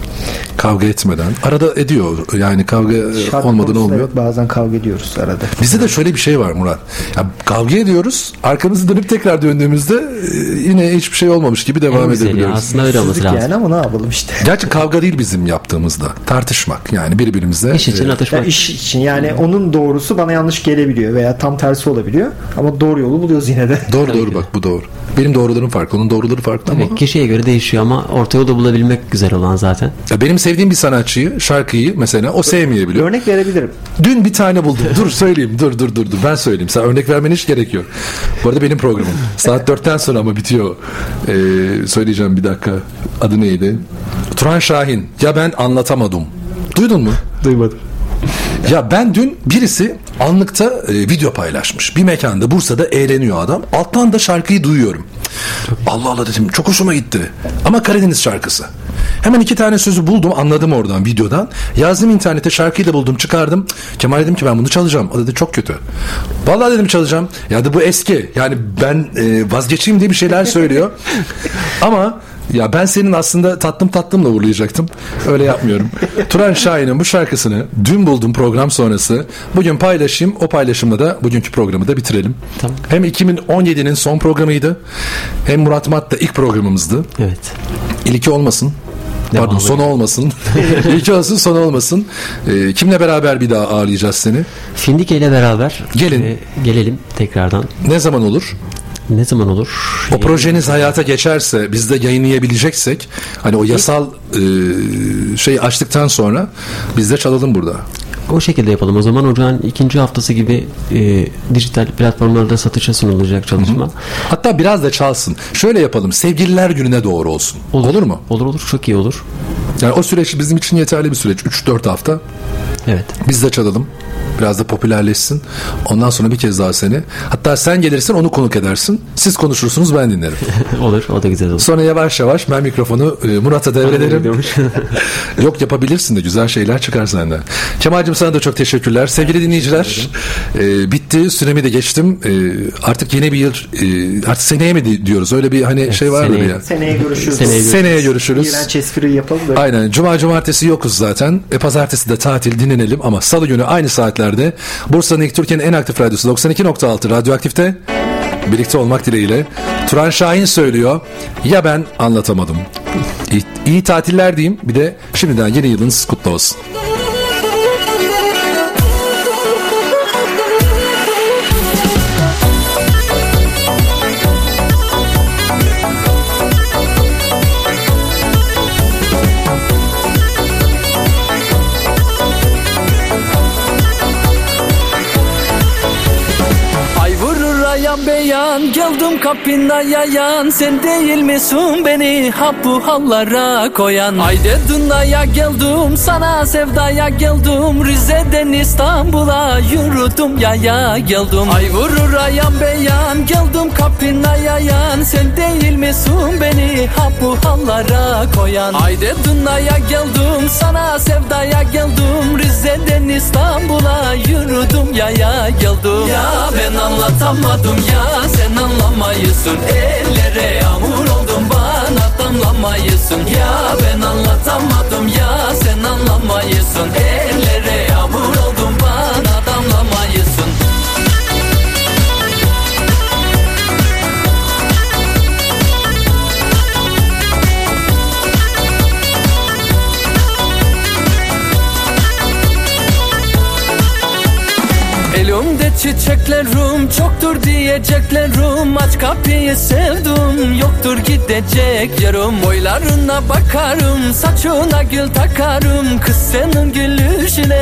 Kavga etmeden. Arada ediyor. Yani kavga Şart olmadan olmuyor. Evet, bazen kavga ediyoruz arada. Bizde de şöyle bir şey var Murat. Ya, kavga ediyoruz. Arkamızı dönüp tekrar döndüğümüzde yine hiçbir şey olmamış gibi devam en edebiliyoruz. Aslında öyle olması lazım. Yani ama ne yapalım işte. Gerçi kavga değil bizim yaptığımızda. Tartışmak. Yani birbirimizle. İş için atışmak. Yani iş için. Yani onun doğrusu bana yanlış gelebiliyor veya tam tersi olabiliyor. Ama doğru yolu buluyoruz yine de. Doğru doğru bak, bu doğru. Benim doğrularım farklı. Onun doğruları farklı ama. Kişiye göre değişiyor ama orta yolu bulabilmek güzel olan zaten. Ya benim sevdiğim bir sanatçıyı, şarkıyı mesela o sevmeyebiliyor. Örnek verebilirim. Dün bir tane buldum. Dur söyleyeyim. Dur dur dur dur. Ben söyleyeyim. Sen örnek vermene hiç gerek yok. Bu arada benim programım. Saat dörtten sonra ama bitiyor. Ee, söyleyeceğim bir dakika. Adı neydi? Turan Şahin. Ya ben anlatamadım. Duydun mu? Duymadım. Ya ben dün birisi anlıkta e, video paylaşmış. Bir mekanda Bursa'da eğleniyor adam. Alttan da şarkıyı duyuyorum. Allah Allah dedim, çok hoşuma gitti. Ama Karadeniz şarkısı. Hemen iki tane sözü buldum, anladım oradan videodan. Yazdım internete, şarkıyı da buldum, çıkardım. Kemal dedim ki ben bunu çalacağım. O dedi çok kötü. Vallahi dedim çalacağım. Ya da bu eski. Yani ben e, vazgeçeyim diye bir şeyler söylüyor. Ama ya ben senin aslında tatlım tatlımla uğurlayacaktım. Öyle yapmıyorum. Turan Şahin'in bu şarkısını dün buldum program sonrası. Bugün paylaşayım. O paylaşımla da bugünkü programı da bitirelim. Tamam. Hem iki bin on yedinin son programıydı. Hem Murat Mat da ilk programımızdı. Evet. İlki olmasın. Devam Pardon, sonu olmasın. İlki olsun, sonu olmasın. Ee, kimle beraber bir daha ağırlayacağız seni? Findike ile beraber. Gelin. E, gelelim tekrardan. Ne zaman olur? Ne zaman olur? O projeniz hayata geçerse, biz de yayınlayabileceksek, hani o yasal e, şeyi açtıktan sonra biz de çalalım burada. O şekilde yapalım. O zaman ocağın ikinci haftası gibi e, dijital platformlarda satışa sunulacak çalışma. Hı hı. Hatta biraz da çalsın. Şöyle yapalım. Sevgililer gününe doğru olsun. Olur, olur mu? Olur olur. Çok iyi olur. Yani o süreç bizim için yeterli bir süreç. üç dört hafta. Evet. Biz de çalalım. Biraz da popülerleşsin. Ondan sonra bir kez daha seni. Hatta sen gelirsin, onu konuk edersin. Siz konuşursunuz, ben dinlerim. Olur, o da güzel olur. Sonra yavaş yavaş ben mikrofonu e, Murat'a devrederim. Yok, yapabilirsin de, güzel şeyler çıkar senden. Kemal'cim sana da çok teşekkürler. Sevgili dinleyiciler, e, bitti. Süremi de geçtim. E, artık yeni bir yıl, e, artık seneye mi diyoruz? Öyle bir hani evet, şey vardı seneye, ya. Seneye görüşürüz. Seneye görüşürüz. Seneye görüşürüz. İğrenç espri yapalım. Böyle. Aynen. Cuma cumartesi yokuz zaten. E, pazartesi de tatil, dinlenelim ama salı günü aynı saatlerde Bursa'nın ilk Türkiye'nin en aktif radyosu doksan iki nokta altı Radyoaktif'te birlikte olmak dileğiyle. Turan Şahin söylüyor. Ya ben anlatamadım. İyi, iyi tatiller diyeyim. Bir de şimdiden yeni yılınız kutlu olsun. ayan beyan, geldim kapına yayan. Sen değil misin beni ha bu hallara koyan? Haydi dünyaya geldim, sana sevdaya geldim. Rize'den İstanbul'a yürüdüm yaya geldim. Ay vurur ayan beyan, geldim kapına yayan. Sen değil misin beni ha bu hallara koyan? Haydi dünyaya geldim, sana sevdaya geldim. Rize'den İstanbul'a yürüdüm yaya geldim. Ya ben anlatamadım ya, sen anlamayısın. Ellere yağmur oldum, bana damlamayısın. Ya ben anlatamadım ya, sen anlamayısın. Ellere yağmur oldum, bana damlamayısın. Elimde çiçeklerim çoktur diyeceklerim. Aç kapıyı sevdim, yoktur gidecek yerim. Boylarına bakarım, saçına gül takarım. Kız senin gülüşüne